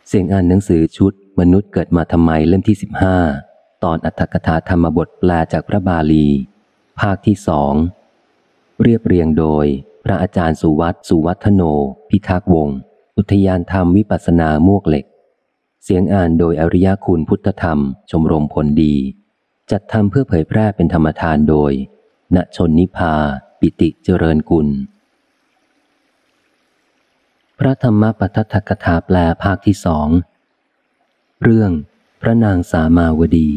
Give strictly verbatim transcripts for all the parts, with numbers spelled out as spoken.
เสียงอ่านหนังสือชุดมนุษย์เกิดมาทำไมเล่มที่สิบห้าตอนอรรถกถาธรรมบทแปลจากพระบาลีภาคที่สองเรียบเรียงโดยพระอาจารย์สุวัตสุวัฒโนพิทักษ์วงศ์อุทยานธรรมวิปัสสนามวกเหล็กเสียงอ่านโดยอริยคุณพุทธธรรมชมรมผลดีจัดทำเพื่อเผยแพร่เป็นธรรมทานโดยณชนนิพาปิติเจริญกุลพระธรรมปทัฏฐกถาแปลภาคที่สองเรื่องพระนางสามาวดี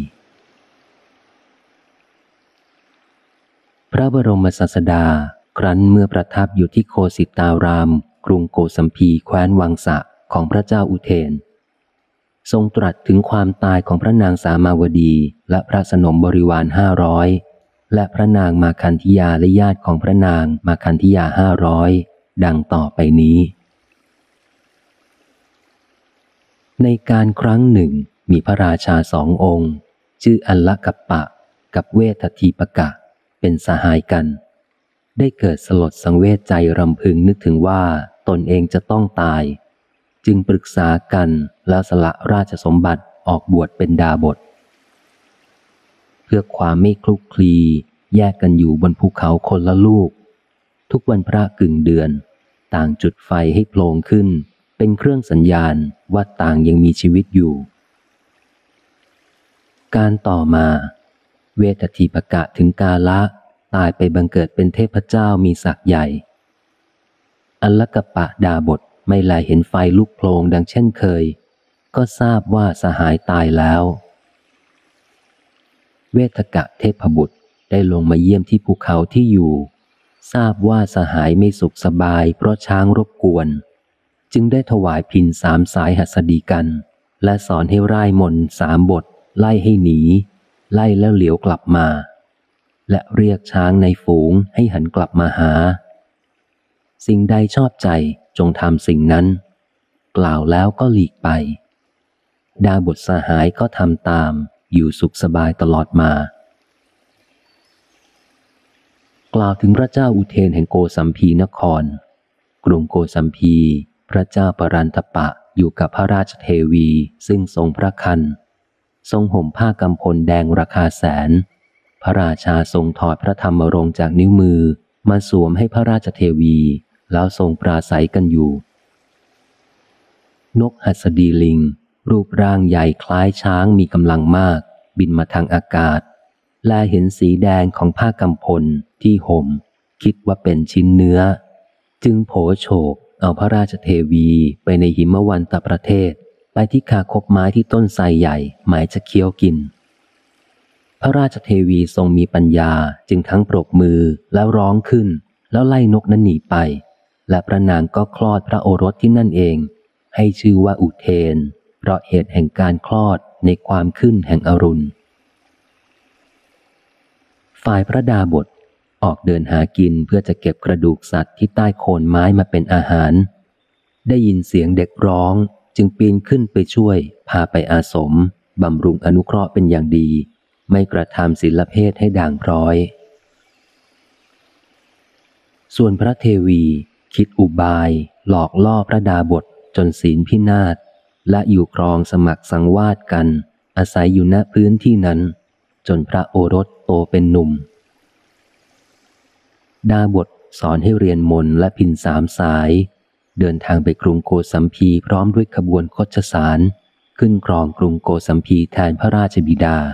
พระบรมศาสดาครั้นเมื่อประทับอยู่ที่โคสิตารามกรุงโกสัมพีแคว้นวังสะของพระเจ้าอุเทนทรงตรัสถึงความตายของพระนางสามาวดีและพระสนมบริวารห้าร้อยและพระนางมาคันธิยาและญาติของพระนางมาคันธิยาห้าร้อยดังต่อไปนี้ในการครั้งหนึ่งมีพระราชาสององค์ชื่ออัลลกัปปะกับเวททีปกะเป็นสหายกันได้เกิดสลดสังเวชใจรำพึงนึกถึงว่าตนเองจะต้องตายจึงปรึกษากันแล้วสละราชสมบัติออกบวชเป็นดาบสเพื่อความไม่คลุกคลีแยกกันอยู่บนภูเขาคนละลูกทุกวันพระกึ่งเดือนต่างจุดไฟให้โผล่ขึ้นเป็นเครื่องสัญญาณว่าต่างยังมีชีวิตอยู่การต่อมาเวททีปกะถึงกาละตายไปบังเกิดเป็นเทพเจ้ามีศักย์ใหญ่อัลลกัปปะดาบสไม่แลเห็นไฟลุกโผล่ดังเช่นเคยก็ทราบว่าสหายตายแล้วเวทกะเทพบุตรได้ลงมาเยี่ยมที่ภูเขาที่อยู่ทราบว่าสหายไม่สุขสบายเพราะช้างรบกวนจึงได้ถวายพิณสามสายหัสดีกันและสอนให้ร่ายมนต์สามบทไล่ให้หนีไล่แล้วเหลียวกลับมาและเรียกช้างในฝูงให้หันกลับมาหาสิ่งใดชอบใจจงทำสิ่งนั้นกล่าวแล้วก็หลีกไปดาบสสหายก็ทำตามอยู่สุขสบายตลอดมากล่าวถึงพระเจ้าอุเทนแห่งโกสัมพีนครกรุงโกสัมพีพระเจ้าปรันทปะอยู่กับพระราชเทวีซึ่งทรงพระคันทรงห่มผ้ากำพลแดงราคาแสนพระราชาทรงถอดพระธรรมรงค์จากนิ้วมือมาสวมให้พระราชเทวีแล้วทรงปราศัยกันอยู่นกหัสดีลิงรูปร่างใหญ่คล้ายช้างมีกำลังมากบินมาทางอากาศแลเห็นสีแดงของผ้ากำพลที่ห่มคิดว่าเป็นชิ้นเนื้อจึงโผโฉบเอาพระราชเทวีไปในหิมวันตประเทศไปที่คาคบไม้ที่ต้นไทรใหญ่หมายจะเคี้ยวกินพระราชเทวีทรงมีปัญญาจึงทั้งปรบมือแล้วร้องขึ้นแล้วไล่นกนั้นหนีไปและพระนางก็คลอดพระโอรสที่นั่นเองให้ชื่อว่าอุเทนเพราะเหตุแห่งการคลอดในความขึ้นแห่งอรุณฝ่ายพระดาบสออกเดินหากินเพื่อจะเก็บกระดูกสัตว์ที่ใต้โคนไม้มาเป็นอาหารได้ยินเสียงเด็กร้องจึงปีนขึ้นไปช่วยพาไปอาสมบำรุงอนุเคราะห์เป็นอย่างดีไม่กระทำศีลเพศให้ด่างพร้อยส่วนพระเทวีคิดอุบายหลอกล่อพระดาบสจนศีลพินาศและอยู่ครองสมัครสังวาสกันอาศัยอยู่ณพื้นที่นั้นจนพระโอรสโตเป็นหนุ่มดาบสสอนให้เรียนมนต์และพิณสามสายเดินทางไปกรุงโกสัมพีพร้อมด้วยขบวนคชสารขึ้นครองกรุงโกสัมพีแทนพระราชบิดา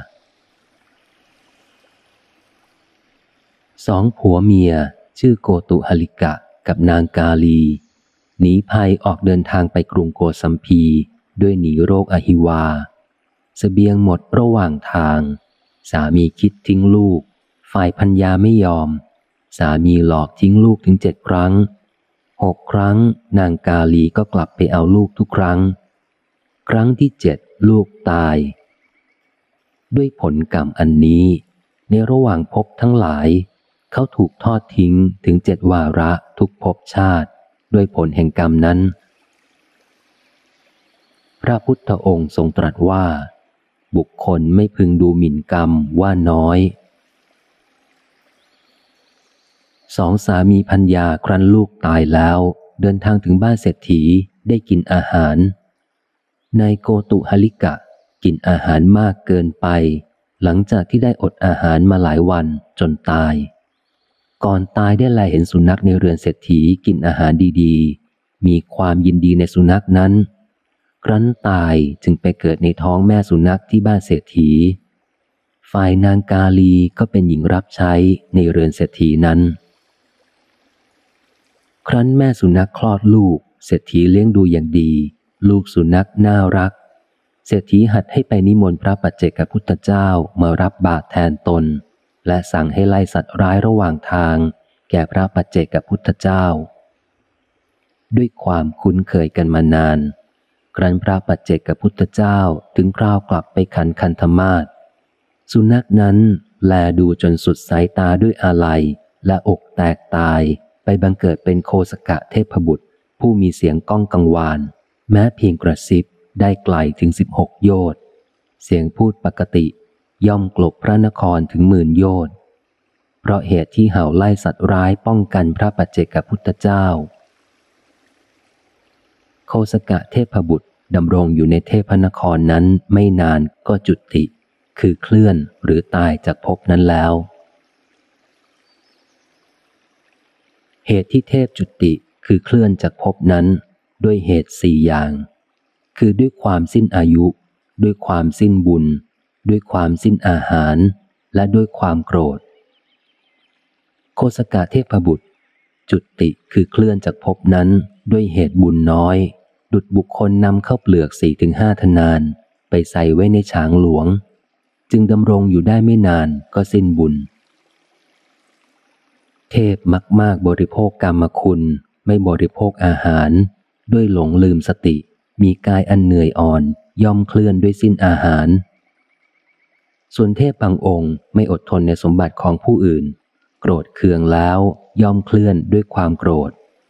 สองผัวเมียชื่อโกตุหลิกะกับนางกาลีหนีภัยออกเดินทางไปกรุงโกสัมพีด้วยหนีโรคอหิวาเสบียงหมดระหว่างทางสามีคิดทิ้งลูกฝ่ายภรรยาไม่ยอมสามีหลอกทิ้งลูกถึงเจ็ดครั้งหกครั้งนางกาลีก็กลับไปเอาลูกทุกครั้งครั้งที่เจ็ดลูกตายด้วยผลกรรมอันนี้ในระหว่างภพทั้งหลายเขาถูกทอดทิ้งถึงเจ็ดวาระทุกภพชาติด้วยผลแห่งกรรมนั้นพระพุทธองค์ทรงตรัสว่าบุคคลไม่พึงดูหมิ่นกรรมว่าน้อยสองสามีภรรยาครั้นลูกตายแล้วเดินทางถึงบ้านเศรษฐีได้กินอาหารนายโกตุหลิกะกินอาหารมากเกินไปหลังจากที่ได้อดอาหารมาหลายวันจนตายก่อนตายได้แลเห็นสุนัขในเรือนเศรษฐีกินอาหารดีๆมีความยินดีในสุนัขนั้นครั้นตายจึงไปเกิดในท้องแม่สุนัขที่บ้านเศรษฐีฝ่ายนางกาลีก็เป็นหญิงรับใช้ในเรือนเศรษฐีนั้นครั้นแม่สุนัขคลอดลูกเศรษฐีเลี้ยงดูอย่างดีลูกสุนัขน่ารักเศรษฐีหัดให้ไปนิมนต์พระปัจเจกพุทธเจ้ามารับบาตรแทนตนและสั่งให้ไล่สัตว์ร้ายระหว่างทางแก่พระปัจเจกพุทธเจ้าด้วยความคุ้นเคยกันมานานครั้นพระปัจเจกพุทธเจ้าถึงคราวกลับไปขันคันธมาศสุนัขนั้นแลดูจนสุดสายตาด้วยอาลัยและอกแตกตายไปบังเกิดเป็นโคสกะเทพบุตรผู้มีเสียงก้องกังวานแม้เพียงกระซิบได้ไกลถึงสิบหกโยชน์เสียงพูดปกติย่อมกลบพระนครถึงหมื่นโยชน์เพราะเหตุที่เห่าไล่สัตว์ร้ายป้องกันพระปัจเจกพุทธเจ้าโคสกะเทพบุตรดำรงอยู่ในเทพนครนั้นไม่นานก็จุติคือเคลื่อนหรือตายจากภพนั้นแล้วเหตุที่เทพจุติคือเคลื่อนจากภพนั้นด้วยเหตุสี่อย่างคือด้วยความสิ้นอายุด้วยความสิ้นบุญด้วยความสิ้นอาหารและด้วยความโกรธโคสกะเทพบุตรจุติคือเคลื่อนจากภพนั้นด้วยเหตุบุญน้อยดุจบุคคลนำเข้าเปลือกสี่ถึงห้าธนานไปใส่ไว้ในฉางหลวงจึงดำรงอยู่ได้ไม่นานก็สิ้นบุญเทพมักมากบริโภคกามคุณไม่บริโภคอาหารด้วยหลงลืมสติมีกายอันเหนื่อยอ่อนย่อมเคลื่อนด้วยสิ้นอาหารส่วนเทพบางองค์ไม่อดทนในสมบัติของผู้อื่นโกรธเคืองแล้วย่อมเคลื่อนด้วยความโกรธ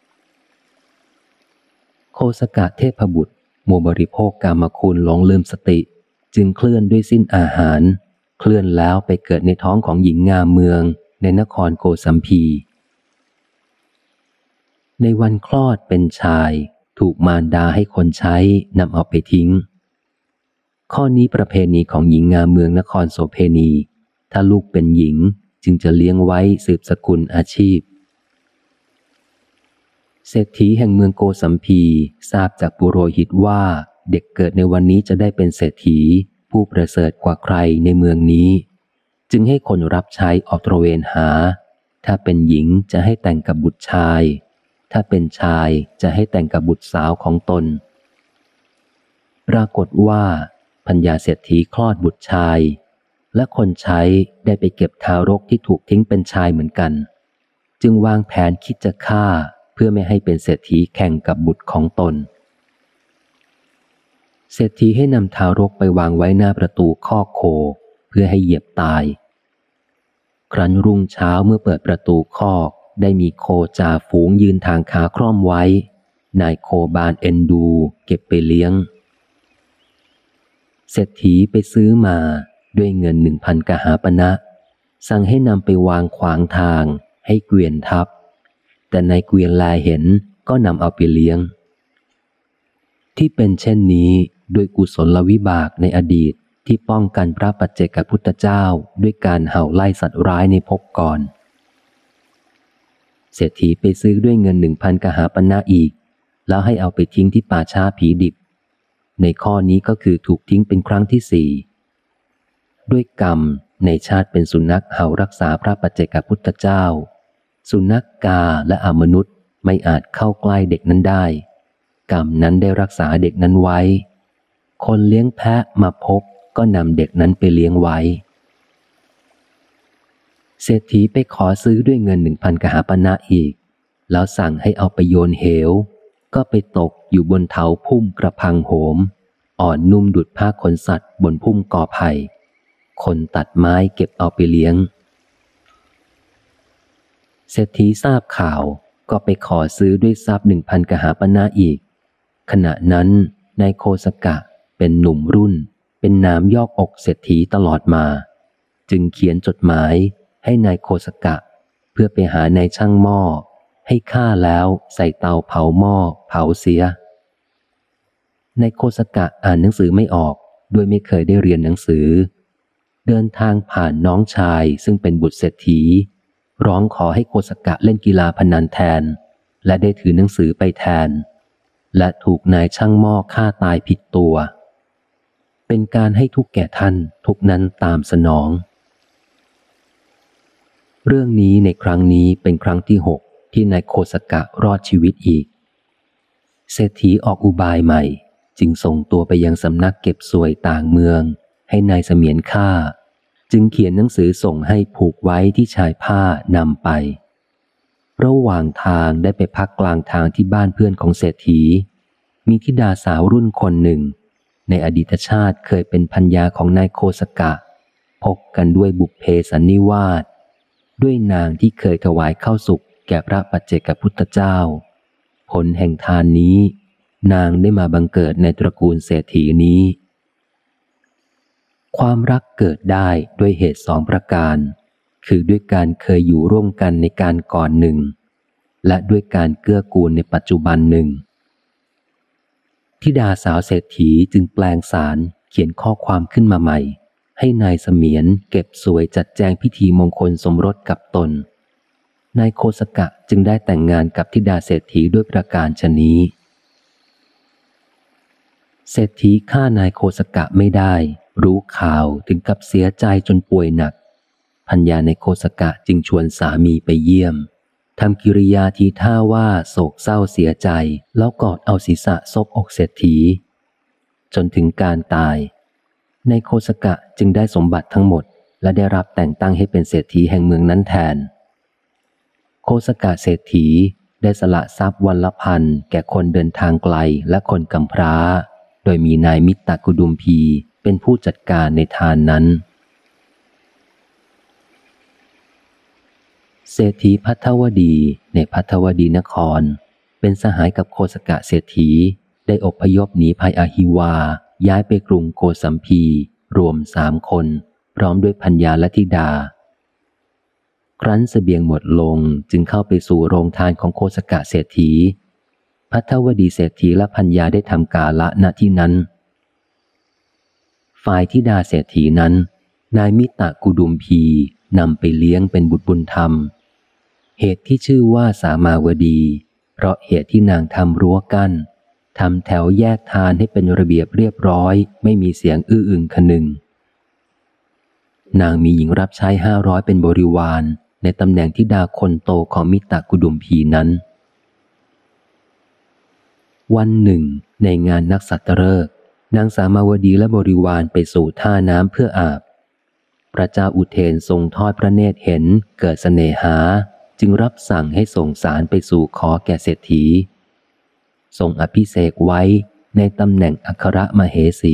โคสกะเทพบุตรมัวบริโภคกามคุณหลงลืมสติจึงเคลื่อนด้วยสิ้นอาหารเคลื่อนแล้วไปเกิดในท้องของหญิงงามเมืองในนครโกสัมพีในวันคลอดเป็นชายถูกมารดาให้คนใช้นำเอาไปทิ้งข้อนี้ประเพณีของหญิงงามเมืองนครโสเพณีถ้าลูกเป็นหญิงจึงจะเลี้ยงไว้สืบสกุลอาชีพเศรษฐีแห่งเมืองโกสัมพีทราบจากปุโรหิตว่าเด็กเกิดในวันนี้จะได้เป็นเศรษฐีผู้ประเสริฐกว่าใครในเมืองนี้จึงให้คนรับใช้ออกตระเวนหาถ้าเป็นหญิงจะให้แต่งกับบุตรชายถ้าเป็นชายจะให้แต่งกับบุตรสาวของตนปรากฏว่าพัญญาเศรษฐีคลอดบุตรชายและคนใช้ได้ไปเก็บทารกที่ถูกทิ้งเป็นชายเหมือนกันจึงวางแผนคิดจะฆ่าเพื่อไม่ให้เป็นเศรษฐีแข่งกับบุตรของตนเศรษฐีให้นำทารกไปวางไว้หน้าประตูคอกโคเพื่อให้เหยียบตายครั้นรุ่งเช้าเมื่อเปิดประตูคอกได้มีโคจ่าฝูงยืนทางขาคร่อมไว้นายโคบานเอ็นดูเก็บไปเลี้ยงเศรษฐีไปซื้อมาด้วยเงินหนึ่งพันกหาปณะสั่งให้นำไปวางขวางทางให้เกวียนทับแต่นายเกวียนแลเห็นก็นำเอาไปเลี้ยงที่เป็นเช่นนี้ด้วยกุศลวิบากในอดีตที่ป้องกันพระปัจเจกพุทธเจ้าด้วยการเห่าไล่สัตว์ร้ายในภพก่อนเศรษฐีไปซื้อด้วยเงินหนึ่งพันกหาปณะอีกแล้วให้เอาไปทิ้งที่ป่าช้าผีดิบในข้อนี้ก็คือถูกทิ้งเป็นครั้งที่สี่ด้วยกรรมในชาติเป็นสุนัขเห่ารักษาพระปัจเจกพุทธเจ้าสุนัขกาและอมนุษย์ไม่อาจเข้าใกล้เด็กนั้นได้กรรมนั้นได้รักษาเด็กนั้นไว้คนเลี้ยงแพะมาพบก็นำเด็กนั้นไปเลี้ยงไว้เศรษฐีไปขอซื้อด้วยเงินหนึ่งพันกหาปณะอีกแล้วสั่งให้เอาไปโยนเหวก็ไปตกอยู่บนเถาพุ่มกระพังโหมอ่อนนุ่มดุจผ้าขนสัตว์บนพุ่มกอไผ่คนตัดไม้เก็บเอาไปเลี้ยงเศรษฐีทราบข่าวก็ไปขอซื้อด้วยทรัพย์หนึ่งพันกหาปณะอีกขณะนั้นนายโคสกะเป็นหนุ่มรุ่นเป็นนามยอกอกเศรษฐีตลอดมาจึงเขียนจดหมายให้นายโคสกะเพื่อไปหานายช่างหม้อให้ฆ่าแล้วใส่เตาเผาหม้อเผาเสียในโคสกะอ่านหนังสือไม่ออกด้วยไม่เคยได้เรียนหนังสือเดินทางผ่านน้องชายซึ่งเป็นบุตรเศรษฐีร้องขอให้โคสกะเล่นกีฬาพนันแทนและได้ถือหนังสือไปแทนและถูกนายช่างหม้อฆ่าตายผิดตัวเป็นการให้ทุกข์แก่ท่านทุกนั้นตามสนองเรื่องนี้ในครั้งนี้เป็นครั้งที่หกที่นายโคสกะรอดชีวิตอีกเศรษฐีออกอุบายใหม่จึงส่งตัวไปยังสำนักเก็บสวยต่างเมืองให้นายเสมียนฆ่าจึงเขียนหนังสือส่งให้ผูกไว้ที่ชายผ้านำไประหว่างทางได้ไปพักกลางทางที่บ้านเพื่อนของเศรษฐีมีธิดาสาวรุ่นคนหนึ่งในอดีตชาติเคยเป็นภรรยาของนายโคสกะพบกันด้วยบุพเพสันนิวาสด้วยนางที่เคยถวายข้าวสุกแก่พระปัจเจกพุทธเจ้าผลแห่งทานนี้นางได้มาบังเกิดในตระกูลเศรษฐีนี้ความรักเกิดได้ด้วยเหตุสองประการคือด้วยการเคยอยู่ร่วมกันในการก่อนหนึ่งและด้วยการเกื้อกูลในปัจจุบันหนึ่งธิดาสาวเศรษฐีจึงแปลงสารเขียนข้อความขึ้นมาใหม่ให้นายเสมียนเก็บสวยจัดแจงพิธีมงคลสมรสกับตนนายโคสกะจึงได้แต่งงานกับธิดาเศรษฐีด้วยประการฉะนี้เศรษฐีฆ่านายโคสกะไม่ได้รู้ข่าวถึงกับเสียใจจนป่วยหนักภรรยาในโคสกะจึงชวนสามีไปเยี่ยมทำกิริยาทีท่าว่าโศกเศร้าเสียใจแล้วกอดเอาศีรษะซบอกเศรษฐีจนถึงการตายในโคสกะจึงได้สมบัติทั้งหมดและได้รับแต่งตั้งให้เป็นเศรษฐีแห่งเมืองนั้นแทนโคสกะเศรษฐีได้สละทรัพย์วันละพันแก่คนเดินทางไกลและคนกำพร้าโดยมีนายมิตรกุดุมพีเป็นผู้จัดการในทานนั้นเศรษฐีภัทวดีในภัทวดีนครเป็นสหายกับโคสกะเศรษฐีได้อพยพหนีภัยอาหิวาย้ายไปกรุงโกสัมพีรวมสามคนพร้อมด้วยภรรยาและธิดาครั้นเสบียงหมดลงจึงเข้าไปสู่โรงทานของโคสกะเศรษฐีภัทวดีเศรษฐีและภรรยาได้ทำกาละณที่นั้นฝ่ายธิดาเศรษฐีนั้นนายมิตรกุดุมพีนำไปเลี้ยงเป็นบุตรบุญธรรมเหตุที่ชื่อว่าสามาวดีเพราะเหตุที่นางทำรั้วกั้นทำแถวแยกทานให้เป็นระเบียบเรียบร้อยไม่มีเสียงอื้ออึงคนึงนางมีหญิงรับใช้ห้าร้อยเป็นบริวารในตำแหน่งธิดาคนโตของมิตรกุดุมพีนั้นวันหนึ่งในงานนักสัตฤกษ์นางสามาวดีและบริวารไปสู่ท่าน้ำเพื่ออาบพระเจ้าอุเทนทรงทอดพระเนตรเห็นเกิดเสน่หาจึงรับสั่งให้ส่งสารไปสู่ขอแก่เศรษฐีทรงอภิเษกไว้ในตำแหน่งอัครมเหสี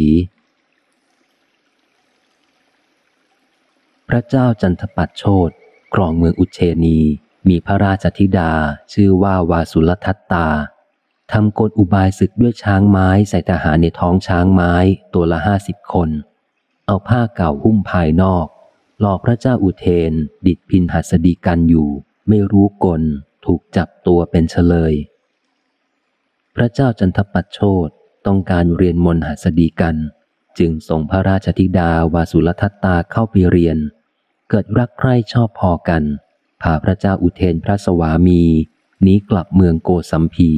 พระเจ้าจันทปัตโชติครองเมืองอุเชนีมีพระราชธิดาชื่อว่าวาสุลทัตตาทำกลอุบายศึกด้วยช้างไม้ใส่ทหารในท้องช้างไม้ตัวละห้าสิบคนเอาผ้าเก่าหุ้มภายนอกหลอกพระเจ้าอุเทนดิดพินหัสดีกันอยู่ไม่รู้กลถูกจับตัวเป็นเฉลยพระเจ้าจันทปัตโชติต้องการเรียนมนต์หัสดีกันจึงส่งพระราชธิดาวาสุลทัตตาเข้าไปเรียนเกิดรักใคร่ชอบพอกันพาพระเจ้าอุเทนพระสวามีหนีกลับเมืองโกสัมพี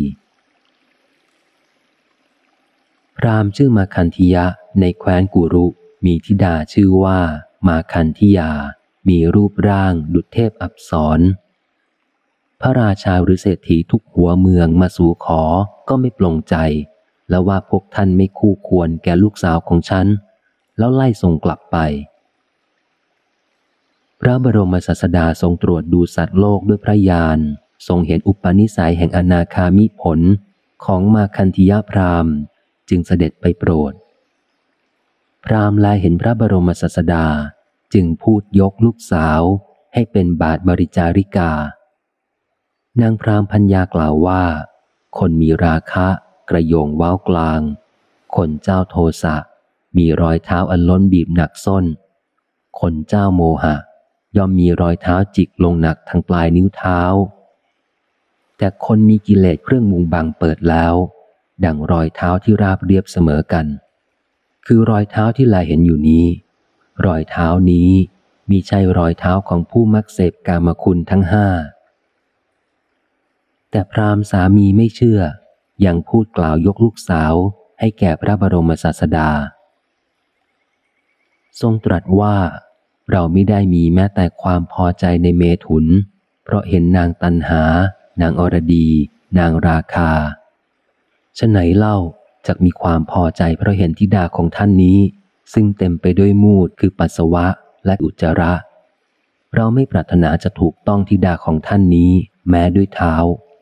พราหมณ์ชื่อมาคันธิยะในแคว้นกุรุมีธิดาชื่อว่ามาคันธิยามีรูปร่างดุจเทพอัปสรพระราชาหรือเศรษฐีทุกหัวเมืองมาสู่ขอก็ไม่ปลงใจแล้วว่าพวกท่านไม่คู่ควรแก่ลูกสาวของฉันแล้วไล่ส่งกลับไปพระบรมศาสดาทรงตรวจดูสัตว์โลกด้วยพระญาณทรงเห็นอุปนิสัยแห่งอนาคามิผลของมาคันธิยะพราหมณ์จึงเสด็จไปโปรดพราหมณ์แลเห็นพระบรมศาสดาจึงพูดยกลูกสาวให้เป็นบาทบริจาริกานางพราหมณ์พัญญากล่าวว่าคนมีราคะกระโยงว้าวกลางคนเจ้าโทสะมีรอยเท้าอันล้นบีบหนักส้นคนเจ้าโมหะย่อมมีรอยเท้าจิกลงหนักทางปลายนิ้วเท้าแต่คนมีกิเลสเครื่องมุงบังเปิดแล้วดั่งรอยเท้าที่ราบเรียบเสมอกันคือรอยเท้าที่แลเห็นอยู่นี้รอยเท้านี้มิใช่รอยเท้าของผู้มักเสพกามคุณทั้งห้าแต่พราหมณ์สามีไม่เชื่อยังพูดกล่าวยกลูกสาวให้แก่พระบรมศาสดาทรงตรัสว่าเราไม่ได้มีแม้แต่ความพอใจในเมถุนเพราะเห็นนางตัณหานางอรดีนางราคาฉะไหนเล่าจักมีความพอใจเพราะเห็นธิดาของท่านนี้ซึ่งเต็มไปด้วยมูดคือปัสสาวะและอุจจาระเราไม่ปรารถนาจะถูกต้องธิดาของท่านนี้แม้ด้วยเท้า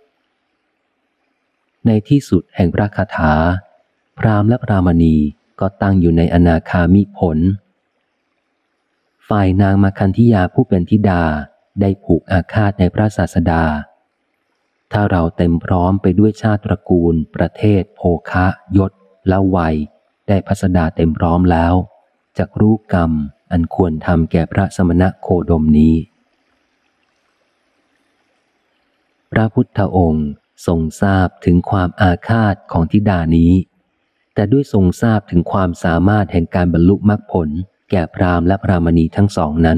ในที่สุดแห่งพระคาถาพราหมณ์และพรามณีก็ตั้งอยู่ในอนาคามิผลฝ่ายนางมาคันธิยาผู้เป็นธิดาได้ผูกอาฆาตในพระศาสดาถ้าเราเต็มพร้อมไปด้วยชาติตระกูลประเทศโภคะยศและวัยได้พัสดาเต็มพร้อมแล้วจักรู้กรรมอันควรทำแก่พระสมณะโคดมนี้พระพุทธองค์ทรงทราบถึงความอาฆาตของธิดานี้แต่ด้วยทรงทราบถึงความสามารถแห่งการบรรลุมรรคผลแก่พราหมณ์และพรามณีทั้งสองนั้น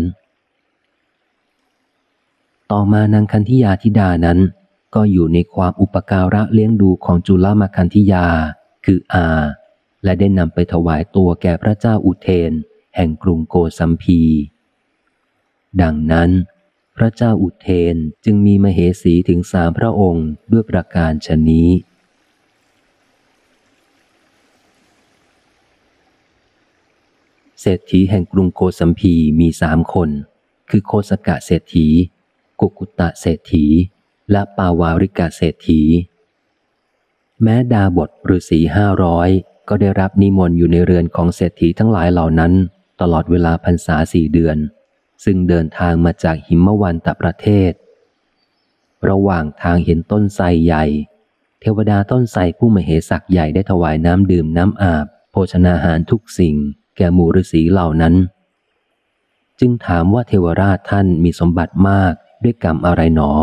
ต่อมานางคันธิยาธิดานั้นก็อยู่ในความอุปการะเลี้ยงดูของจุลมคันธิยาคืออาและได้นำไปถวายตัวแก่พระเจ้าอุเทนแห่งกรุงโกสัมพีดังนั้นพระเจ้าอุเทนจึงมีมเหสีถึงสามพระองค์ด้วยประการฉะนี้เศรษฐีแห่งกรุงโกสัมพีมีสามคนคือโคสกะเศรษฐีกุกุตะเศรษฐีและปาวาริกะเศรษฐีแม้ดาบทฤาษีห้าร้อยก็ได้รับนิมนต์อยู่ในเรือนของเศรษฐีทั้งหลายเหล่านั้นตลอดเวลาพรรษาสี่เดือนซึ่งเดินทางมาจากหิมวันตประเทศระหว่างทางเห็นต้นไทรใหญ่เทวดาต้นไทรผู้มเหสักใหญ่ได้ถวายน้ำดื่มน้ำอาบโภชนาหารทุกสิ่งแก่หมู่ฤาษีเหล่านั้นจึงถามว่าเทวราชท่านมีสมบัติมากด้วยกรรมอะไรหนอ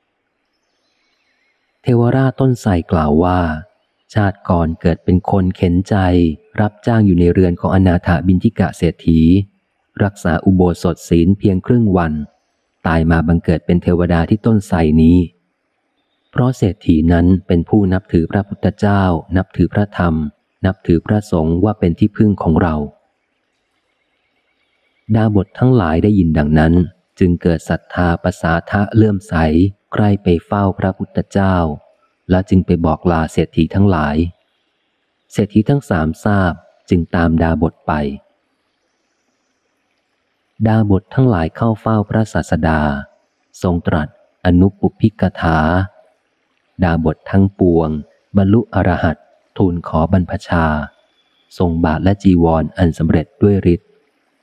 เทวราชต้นไทรกล่าวว่าชาติก่อนเกิดเป็นคนเข็นใจรับจ้างอยู่ในเรือนของอนาถบิณฑิกะเศรษฐีรักษาอุโบสถศีลเพียงครึ่งวันตายมาบังเกิดเป็นเทวดาที่ต้นไทรนี้เพราะเศรษฐีนั้นเป็นผู้นับถือพระพุทธเจ้านับถือพระธรรมนับถือพระสงฆ์ว่าเป็นที่พึ่งของเราดาบททั้งหลายได้ยินดังนั้นจึงเกิดศรัทธาประสาทะเลื่อมใสใคร่ไปเฝ้าพระพุทธเจ้าและจึงไปบอกลาเศรษฐีทั้งหลายเศรษฐีทั้งสามทราบจึงตามดาบทไปดาบททั้งหลายเข้าเฝ้าพระศาสดาทรงตรัสอนุปุพพิกถาดาบททั้งปวงบรรลุอรหัตทูลขอบรรพชาทรงบาทและจีวร อ, อันสำเร็จด้วยฤทธิ์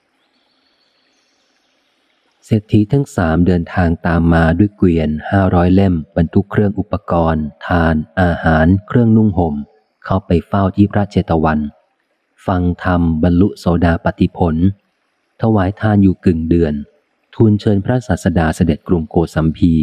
เศรษฐีทั้งสามเดินทางตามมาด้วยเกวียนห้าร้อยเล่มบรรทุกเครื่องอุปกรณ์ทานอาหารเครื่องนุ่งห่มเข้าไปเฝ้าที่พระเจตวันฟังธรรมบรรลุโสดาปัตติผลถวายทานอยู่กึ่งเดือนทูลเชิญพระศาสดาเสด็จกรุงโกสัมพี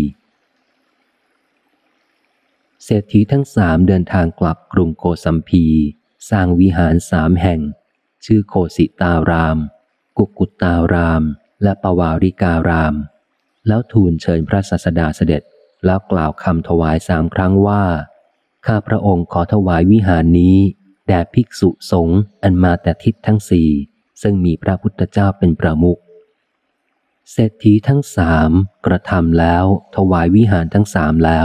เศรษฐีทั้งสามเดินทางกลับกรุงโกสัมพีสร้างวิหารสามแห่งชื่อโคสิตารามกุกุตารามและปวาริการามแล้วทูลเชิญพระศาสดาเสด็จแล้วกล่าวคำถวายสามครั้งว่าข้าพระองค์ขอถวายวิหารนี้แด่ภิกษุสงฆ์อันมาแต่ทิศทั้งสี่ซึ่งมีพระพุทธเจ้าเป็นประมุขเศรษฐีทั้งสามกระทำแล้วถวายวิหารทั้งสามแล้ว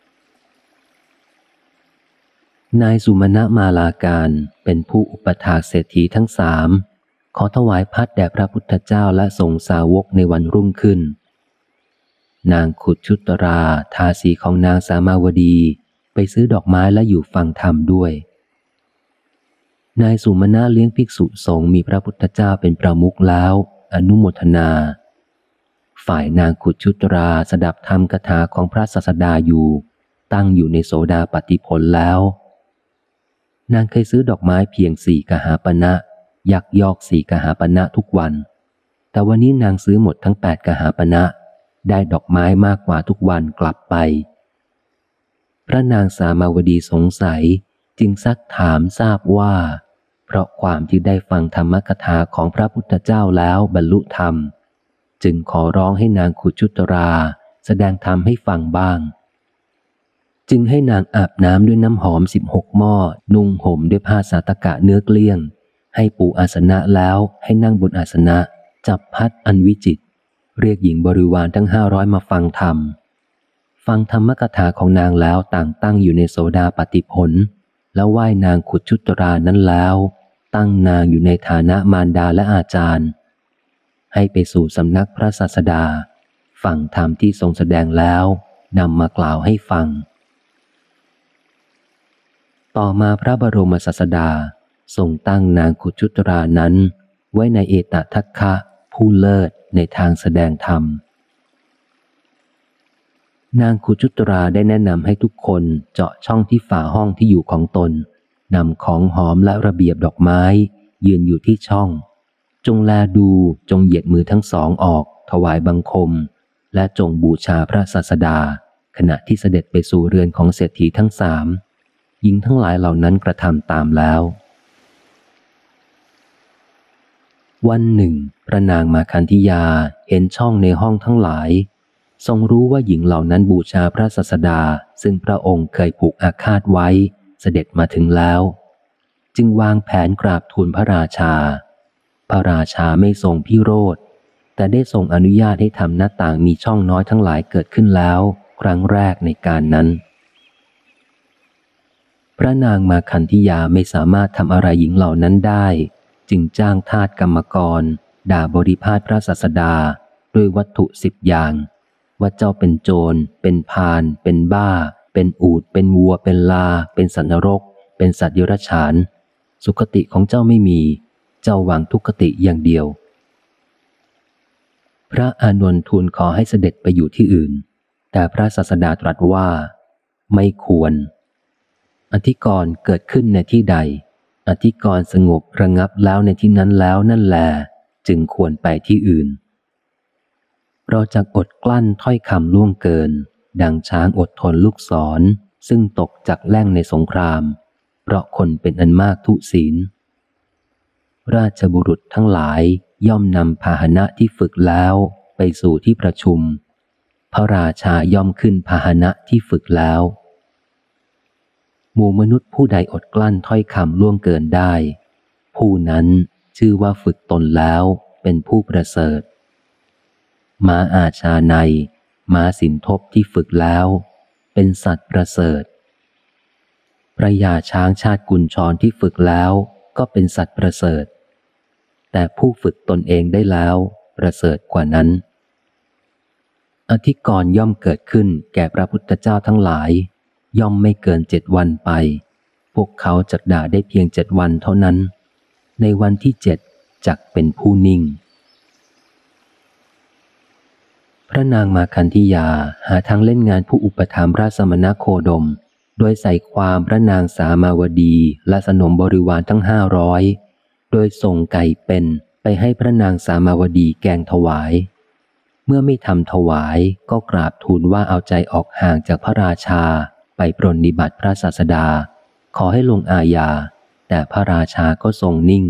นายสุมาณมาลาการเป็นผู้อุปถากเศรษฐีทั้งสามขอถวายพัดแด่พระพุทธเจ้าและสงฆ์สาวกในวันรุ่งขึ้นนางขุดชุตราทาสีของนางสามาวดีไปซื้อดอกไม้และอยู่ฟังธรรมด้วยนายสุมาณะเลี้ยงภิกษุสงฆ์มีพระพุทธเจ้าเป็นประมุขแล้วอนุโมทนาฝ่ายนางขุดชุตราสดับธรรมคาถาของพระศาสดาอยู่ตั้งอยู่ในโสดาปัตติผลแล้วนางเคยซื้อดอกไม้เพียงสี่กหาปณะยักยอกสี่กหาปณะทุกวันแต่วันนี้นางซื้อหมดทั้งแปดกหาปณะได้ดอกไม้มากกว่าทุกวันกลับไปพระนางสามาวดีสงสัยจึงซักถามทราบว่าเพราะความที่ได้ฟังธรรมกถาของพระพุทธเจ้าแล้วบรรลุธรรมจึงขอร้องให้นางขุจุตราแสดงธรรมให้ฟังบ้างจึงให้นางอาบน้ำด้วยน้ำหอมสิบหกหม้อนุ่งห่มด้วยผ้าสาตกะเนื้อเกลี้ยงให้ปูอาสนะแล้วให้นั่งบนอาสนะจับพัดอันวิจิตรเรียกหญิงบริวารทั้งห้าร้อยมาฟังธรรมฟังธรรมกถาของนางแล้วต่างตั้งอยู่ในโสดาปัตติผลแล้วไหว้นางขุจุตรานั้นแล้วตั้งนางอยู่ในฐานะมารดาและอาจารย์ให้ไปสู่สำนักพระศาสดาฟังธรรมที่ทรงแสดงแล้วนำมากล่าวให้ฟังต่อมาพระบรมศาสดาทรงตั้งนางขุจุตรานั้นไว้ในเอตทัคคะผู้เลิศในทางแสดงธรรมนางขุจุตราได้แนะนำให้ทุกคนเจาะช่องที่ฝาห้องที่อยู่ของตนนำของหอมและระเบียบดอกไม้ยืนอยู่ที่ช่องจงแลดูจงเหยียดมือทั้งสองออกถวายบังคมและจงบูชาพระศาสดาขณะที่เสด็จไปสู่เรือนของเศรษฐีทั้งสามหญิงทั้งหลายเหล่านั้นกระทำตามแล้ววันหนึ่งพระนางมาคันธิยาเห็นช่องในห้องทั้งหลายทรงรู้ว่าหญิงเหล่านั้นบูชาพระศาสดาซึ่งพระองค์เคยผูกอาฆาตไว้เสด็จมาถึงแล้วจึงวางแผนกราบทูลพระราชาพระราชาไม่ทรงพิโรธแต่ได้ทรงอนุญาตให้ทำหน้าต่างมีช่องน้อยทั้งหลายเกิดขึ้นแล้วครั้งแรกในการนั้นพระนางมาคันธิยาไม่สามารถทำอะไรหญิงเหล่านั้นได้จึงจ้างทาสกรรมกรด่าบริพาทพระศาสดาด้วยวัตถุสิบอย่างว่าเจ้าเป็นโจรเป็นพาลเป็นบ้าเป็นอูฐเป็นวัวเป็นลาเป็นสัตว์นรกเป็นสัตว์เดรัจฉานสุคติของเจ้าไม่มีเจ้าหวังทุกขติอย่างเดียวพระอานนท์ทูลขอให้เสด็จไปอยู่ที่อื่นแต่พระศาสดาตรัสว่าไม่ควรอธิกรณ์เกิดขึ้นในที่ใดอธิกรณ์สงบระงับแล้วในที่นั้นแล้วนั่นแลจึงควรไปที่อื่นเราจะอดกลั้นถ้อยคำล่วงเกินดังช้างอดทนลูกศรซึ่งตกจากแล่งในสงครามเพราะคนเป็นอันมากทุศีลราชบุรุษทั้งหลายย่อมนำพาหนะที่ฝึกแล้วไปสู่ที่ประชุมพระราชาย่อมขึ้นพาหนะที่ฝึกแล้วหมู่มนุษย์ผู้ใดอดกลั้นถ้อยคำล่วงเกินได้ผู้นั้นชื่อว่าฝึกตนแล้วเป็นผู้ประเสริฐม้าอาชาในม้าสินทบที่ฝึกแล้วเป็นสัตว์ประเสริฐพระยาช้างชาติกุญชรที่ฝึกแล้วก็เป็นสัตว์ประเสริฐแต่ผู้ฝึกตนเองได้แล้วประเสริฐกว่านั้นอธิกรณ์ย่อมเกิดขึ้นแก่พระพุทธเจ้าทั้งหลายย่อมไม่เกินเจ็ดวันไปพวกเขาจักด่าได้เพียงเจ็ดวันเท่านั้นในวันที่เจ็ดจักเป็นผู้นิ่งพระนางมาคันธิยาหาทางเล่นงานผู้อุปถัมภ์ราชสมณโคดมโดยใส่ความพระนางสามาวดีและสนมบริวารทั้งห้าร้อยโดยส่งไก่เป็นไปให้พระนางสามาวดีแกงถวายเมื่อไม่ทำถวายก็กราบทูลว่าเอาใจออกห่างจากพระราชาไปปรนนิบัติพระศาสดาขอให้ลงอาญาแต่พระราชาก็ทรงนิ่ง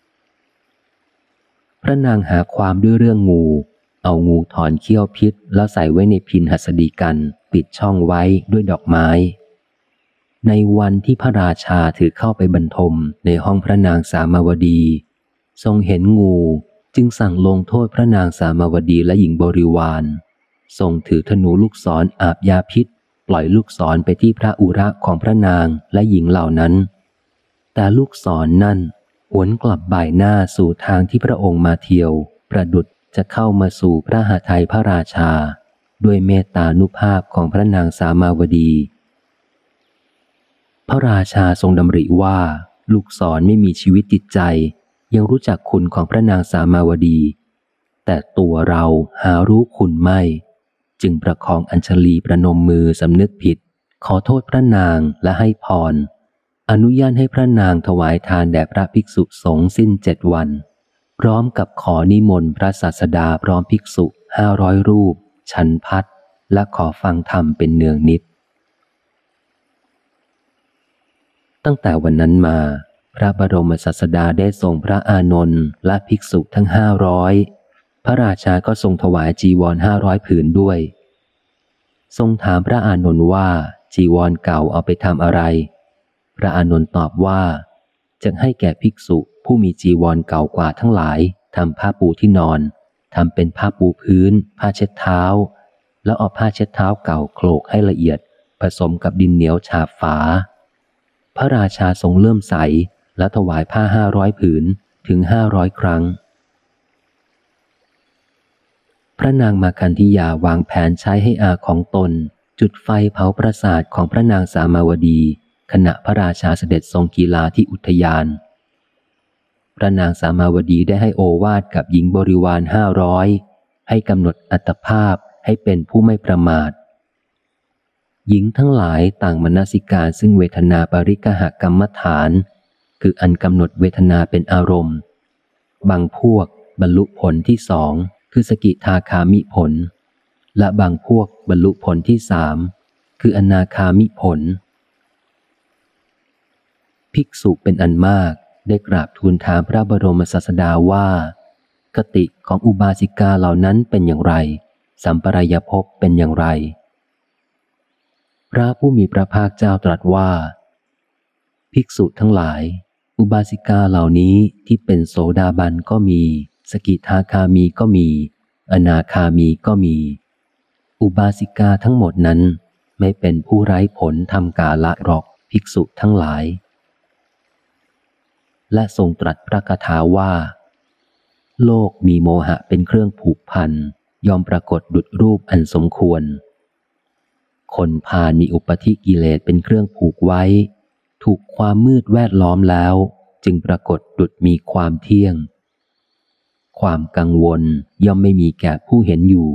พระนางหาความด้วยเรื่องงูเอางูถอนเขี้ยวพิษแล้วใส่ไว้ในพินหัสดีกันปิดช่องไว้ด้วยดอกไม้ในวันที่พระราชาถือเข้าไปบรรทมในห้องพระนางสามาวดีทรงเห็นงูจึงสั่งลงโทษพระนางสามาวดีและหญิงบริวารทรงถือธนูลูกศร อาบยาพิษปล่อยลูกศรไปที่พระอุระของพระนางและหญิงเหล่านั้นแต่ลูกศร น, นั่นหวนกลับบ่ายหน้าสู่ทางที่พระองค์มาเที่ยวประดุจจะเข้ามาสู่พระหทัยพระราชาด้วยเมตตานุภาพของพระนางสามาวดีพระราชาทรงดำริว่าลูกศรไม่มีชีวิตจิตใจยังรู้จักคุณของพระนางสามาวดีแต่ตัวเราหารู้คุณไม่จึงประคองอัญชลีประนมมือสำนึกผิดขอโทษพระนางและให้พรอนุญาตให้พระนางถวายทานแด่พระภิกษุสงฆ์สิ้นเจ็ดวันพร้อมกับขอนิมนต์พระศาสดาพร้อมภิกษุห้าร้อยรูปฉันพัดและขอฟังธรรมเป็นเนืองนิดตั้งแต่วันนั้นมาพระบรมศาสดาได้ทรงพระอานนท์และภิกษุทั้งห้าร้อยพระราชาก็ทรงถวายจีวรห้าร้อยผืนด้วยทรงถามพระอานนท์ว่าจีวรเก่าเอาไปทำอะไรพระอานนท์ตอบว่าจะให้แก่ภิกษุผู้มีจีวรเก่ากว่าทั้งหลายทำผ้าปูที่นอนทำเป็นผ้าปูพื้นผ้าเช็ดเท้าแล้วเอาผ้าเช็ดเท้าเก่าโขลกให้ละเอียดผสมกับดินเหนียวฉาบฝาพระราชาทรงเลื่อมใสและถวายผ้าห้าร้อยผืนถึงห้าร้อยครั้งพระนางมาคันธิยาวางแผนใช้ให้อาของตนจุดไฟเผาปราสาทของพระนางสามาวดีขณะพระราชาเสด็จทรงกีฬาที่อุทยานพระนางสามาวดีได้ให้โอวาทกับหญิงบริวารห้าร้อยให้กำหนดอัตภาพให้เป็นผู้ไม่ประมาทหญิงทั้งหลายต่างมนสิการซึ่งเวทนาปริกหกรรมฐานคืออันกำหนดเวทนาเป็นอารมณ์บางพวกบรรลุผลที่สองคือสกิทาคามิผลและบางพวกบรรลุผลที่สามคืออนาคามิผลภิกษุเป็นอันมากได้กราบทูลถามพระบรมศาสดาว่าคติของอุบาสิกาเหล่านั้นเป็นอย่างไรสัมปรายภพเป็นอย่างไรพระผู้มีพระภาคเจ้าตรัสว่าภิกษุทั้งหลายอุบาสิกาเหล่านี้ที่เป็นโสดาบันก็มีสกิทาคามีก็มีอนาคามีก็มีอุบาสิกาทั้งหมดนั้นไม่เป็นผู้ไร้ผลทำกาละหรอกภิกษุทั้งหลายและทรงตรัสพระคาถาว่าโลกมีโมหะเป็นเครื่องผูกพันยอมปรากฏดุจรูปอันสมควรคนพาลมีอุปธิกิเลสเป็นเครื่องผูกไว้ถูกความมืดแวดล้อมแล้วจึงปรากฏดุจมีความเที่ยงความกังวลย่อมไม่มีแก่ผู้เห็นอยู่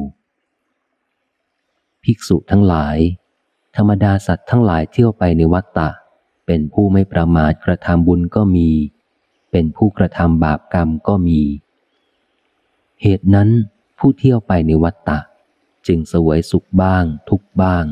ภิกษุทั้งหลายธรรมดาสัตว์ทั้งหลายเที่ยวไปในวัฏฏะเป็นผู้ไม่ประมาทกระทำบุญก็มีเป็นผู้กระทำบาปกรรมก็มีเหตุนั้นผู้เที่ยวไปในวัฏฏะจึงเสวยสุขบ้างทุกข์บ้าง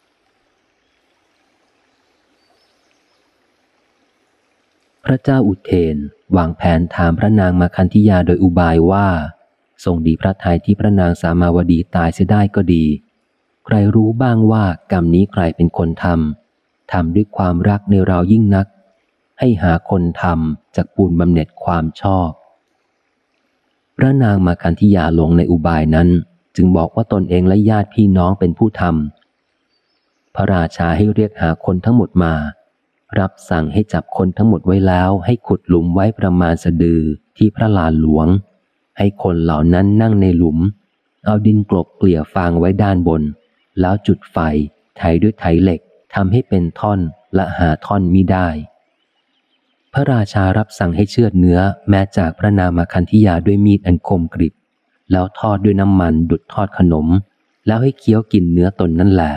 พระเจ้าอุเทนวางแผนถามพระนางมาคันธิยาโดยอุบายว่าทรงดีพระทัยที่พระนางสามาวดีตายเสียได้ก็ดีใครรู้บ้างว่ากรรมนี้ใครเป็นคนทำทำด้วยความรักในเรายิ่งนักให้หาคนทำจากปูนบำเหน็จความชอบพระนางมาคันธิยาลงในอุบายนั้นจึงบอกว่าตนเองและญาติพี่น้องเป็นผู้ทำพระราชาให้เรียกหาคนทั้งหมดมารับสั่งให้จับคนทั้งหมดไว้แล้วให้ขุดหลุมไว้ประมาณสะดือที่พระลานหลวงให้คนเหล่านั้นนั่งในหลุมเอาดินกลบเกลี่ยฟางไว้ด้านบนแล้วจุดไฟไถด้วยไถเหล็กทำให้เป็นท่อนและหาท่อนมิได้พระราชารับสั่งให้เชือดเนื้อแม้จากพระนางมาคันธิยาด้วยมีดอันคมกริบแล้วทอดด้วยน้ำมันดุจทอดขนมแล้วให้เคี้ยวกินเนื้อตนนั่นแหละ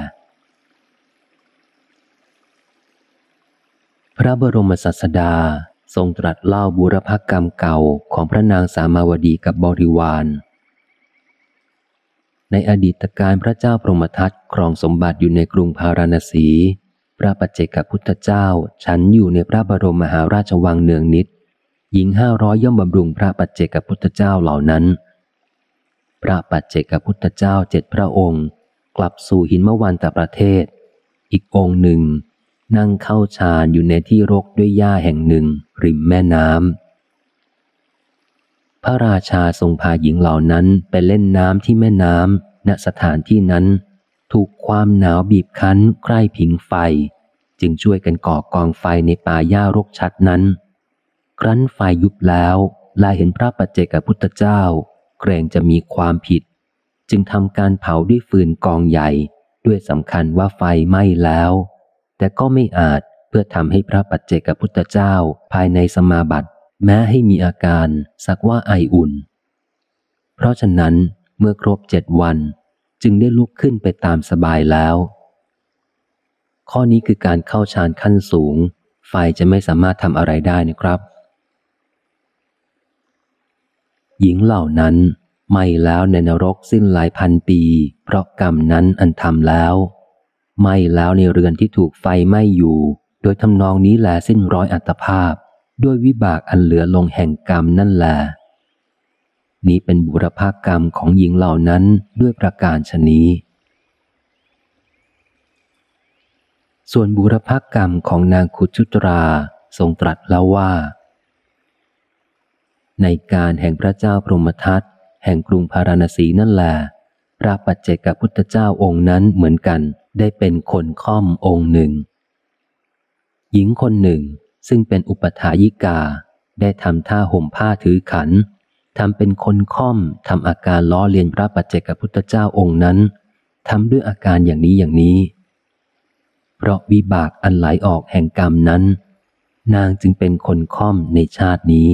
พระบรมศาสดาทรงตรัสเล่าบุรพกรรมเก่าของพระนางสามาวดีกับบริวารในอดีตการพระเจ้าพรหมทัตครองสมบัติอยู่ในกรุงพาราณสีพระปัจเจกพุทธเจ้าฉันอยู่ในพระบรมมหาราชวังเนืองนิดหญิงห้าร้อยย่อมบำรุงพระปัจเจกพุทธเจ้าเหล่านั้นพระปัจเจกพุทธเจ้าเจ็ดพระองค์กลับสู่หิมวันตประเทศอีกองค์หนึ่งนั่งเข้าฌานอยู่ในที่รกด้วยหญ้าแห่งหนึ่งริมแม่น้ำพระราชาทรงพาหญิงเหล่านั้นไปเล่นน้ำที่แม่น้ำณสถานที่นั้นถูกความหนาวบีบคั้นใกล้ผิงไฟจึงช่วยกันก่อกองไฟในป่าหญ้ารกชัดนั้นครั้นไฟยุบแล้วลาเห็นพระปัจเจกพุทธเจ้าเกรงจะมีความผิดจึงทำการเผาด้วยฟืนกองใหญ่ด้วยสำคัญว่าไฟไหม้แล้วแต่ก็ไม่อาจเพื่อทำให้พระปัจเจกพุทธเจ้าภายในสมาบัติแม้ให้มีอาการสักว่าไออุ่นเพราะฉะนั้นเมื่อครบเจ็ดวันจึงได้ลุกขึ้นไปตามสบายแล้วข้อนี้คือการเข้าฌานขั้นสูงไฟจะไม่สามารถทำอะไรได้นะครับหญิงเหล่านั้นไหม้แล้วในนรกสิ้นหลายพันปีเพราะกรรมนั้นอันทำแล้วไหม้แล้วในเรือนที่ถูกไฟไหม้อยู่โดยทำนองนี้แลสิ้นร้อยอัตภาพด้วยวิบากอันเหลือลงแห่งกรรมนั่นแลนี้เป็นบุรพากรรมของหญิงเหล่านั้นด้วยประการฉนี้ส่วนบุรพกรรมของนางคุชุตราทรงตรัสแล้วว่าในการแห่งพระเจ้าพรหมทัตแห่งกรุงพาราณสีนั่นแลพระปัจเจกพุทธเจ้าองค์นั้นเหมือนกันได้เป็นคนค่อมองค์หนึ่งหญิงคนหนึ่งซึ่งเป็นอุปถายิกาได้ทำท่าห่มผ้าถือขันทำเป็นคนค่อมทำอาการล้อเลียนพระปัจเจกพุทธเจ้าองค์นั้นทำด้วยอาการอย่างนี้อย่างนี้เพราะวิบากอันไหลออกแห่งกรรมนั้นนางจึงเป็นคนค่อมในชาตินี้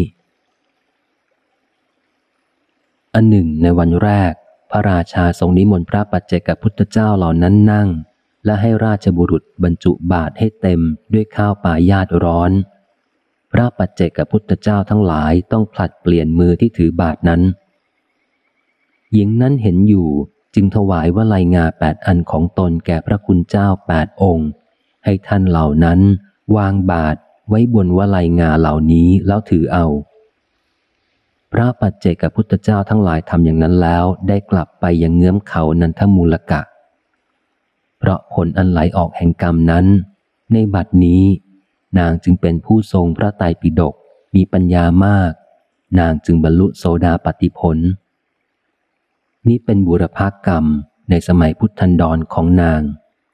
อันหนึ่งในวันแรกพระราชาทรงนิมนต์พระปัจเจกพุทธเจ้าเหล่านั้นนั่งและให้ราชบุรุษบรรจุบาตรให้เต็มด้วยข้าวปายาตร้อนพระปัจเจกพุทธเจ้าทั้งหลายต้องผลัดเปลี่ยนมือที่ถือบาตรนั้นหญิงนั้นเห็นอยู่จึงถวายวลัยงาแปดอันของตนแก่พระคุณเจ้าแปดองค์ให้ท่านเหล่านั้นวางบาตรไว้บนวลัยงาเหล่านี้แล้วถือเอาพระปัจเจกพุทธเจ้าทั้งหลายทำอย่างนั้นแล้วได้กลับไปยังเงื้อมเขานันทมูลกะเพราะผลอันไหลออกแห่งกรรมนั้นในบัดนี้นางจึงเป็นผู้ทรงพระไตรปิฎกมีปัญญามากนางจึงบรรลุโสดาปัตติผลนี้เป็นบุรพกรรมในสมัยพุทธันดรของนาง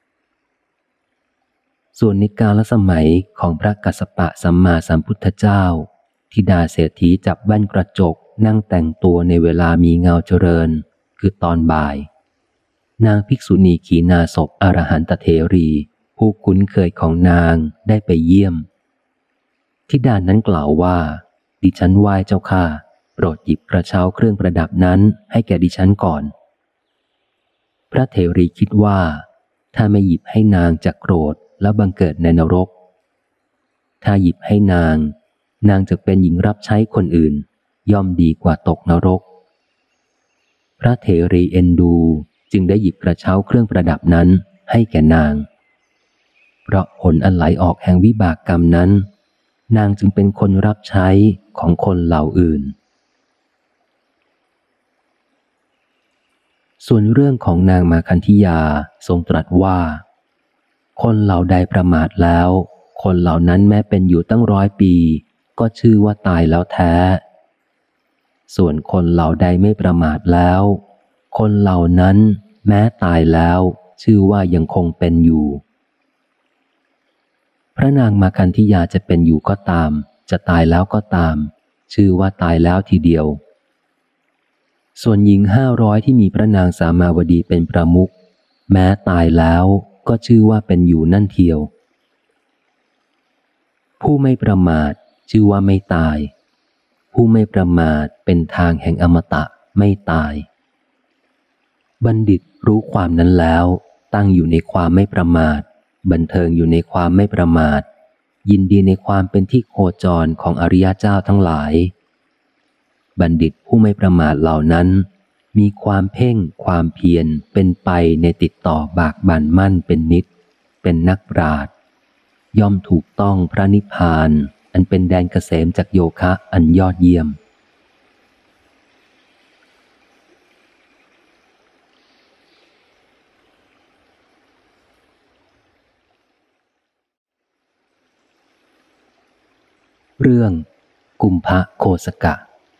ส่วนในกาลสมัยของพระกัสสปะสัมมาสัมพุทธเจ้าธิดาเศรษฐีจับแว่นกระจกนั่งแต่งตัวในเวลามีเงาเจริญคือตอนบ่ายนางภิกษุณีขีณาสพอรหันตเถรีผู้คุ้นเคยของนางได้ไปเยี่ยมธิดานั้นกล่าวว่าดิฉันไหว้เจ้าค่ะโปรดหยิบกระเช้าเครื่องประดับนั้นให้แก่ดิฉันก่อนพระเถรีคิดว่าถ้าไม่หยิบให้นางจะโกรธแล้วบังเกิดในนรกถ้าหยิบให้นางนางจะเป็นหญิงรับใช้คนอื่นย่อมดีกว่าตกนรกพระเถรีเอ็นดูจึงได้หยิบกระเช้าเครื่องประดับนั้นให้แก่นางเพราะผลอันไหลออกแห่งวิบากกรรมนั้นนางจึงเป็นคนรับใช้ของคนเหล่าอื่นส่วนเรื่องของนางมาคันธิยาทรงตรัสว่าคนเหล่าใดประมาทแล้วคนเหล่านั้นแม้เป็นอยู่ตั้งร้อยปีก็ชื่อว่าตายแล้วแท้ส่วนคนเหล่าใดไม่ประมาทแล้วคนเหล่านั้นแม้ตายแล้วชื่อว่ายังคงเป็นอยู่พระนางมาคันธิยาจะเป็นอยู่ก็ตามจะตายแล้วก็ตามชื่อว่าตายแล้วทีเดียวส่วนหญิงห้าร้อยที่มีพระนางสามาวดีเป็นประมุขแม้ตายแล้วก็ชื่อว่าเป็นอยู่นั่นเทียวผู้ไม่ประมาทชื่อว่าไม่ตายผู้ไม่ประมาทเป็นทางแห่งอมตะไม่ตายบัณฑิตรู้ความนั้นแล้วตั้งอยู่ในความไม่ประมาทบันเทิงอยู่ในความไม่ประมาทยินดีในความเป็นที่โคจรของอริยเจ้าทั้งหลายบัณฑิตผู้ไม่ประมาทเหล่านั้นมีความเพ่งความเพียรเป็นไปในติดต่อบากบั่นมั่นเป็นนิจเป็นนักปราชญ์ย่อมถูกต้องพระนิพพานอันเป็นแดนเกษมจากโยคะอันยอดเยี่ยมเรื่องกุมภโคสกะ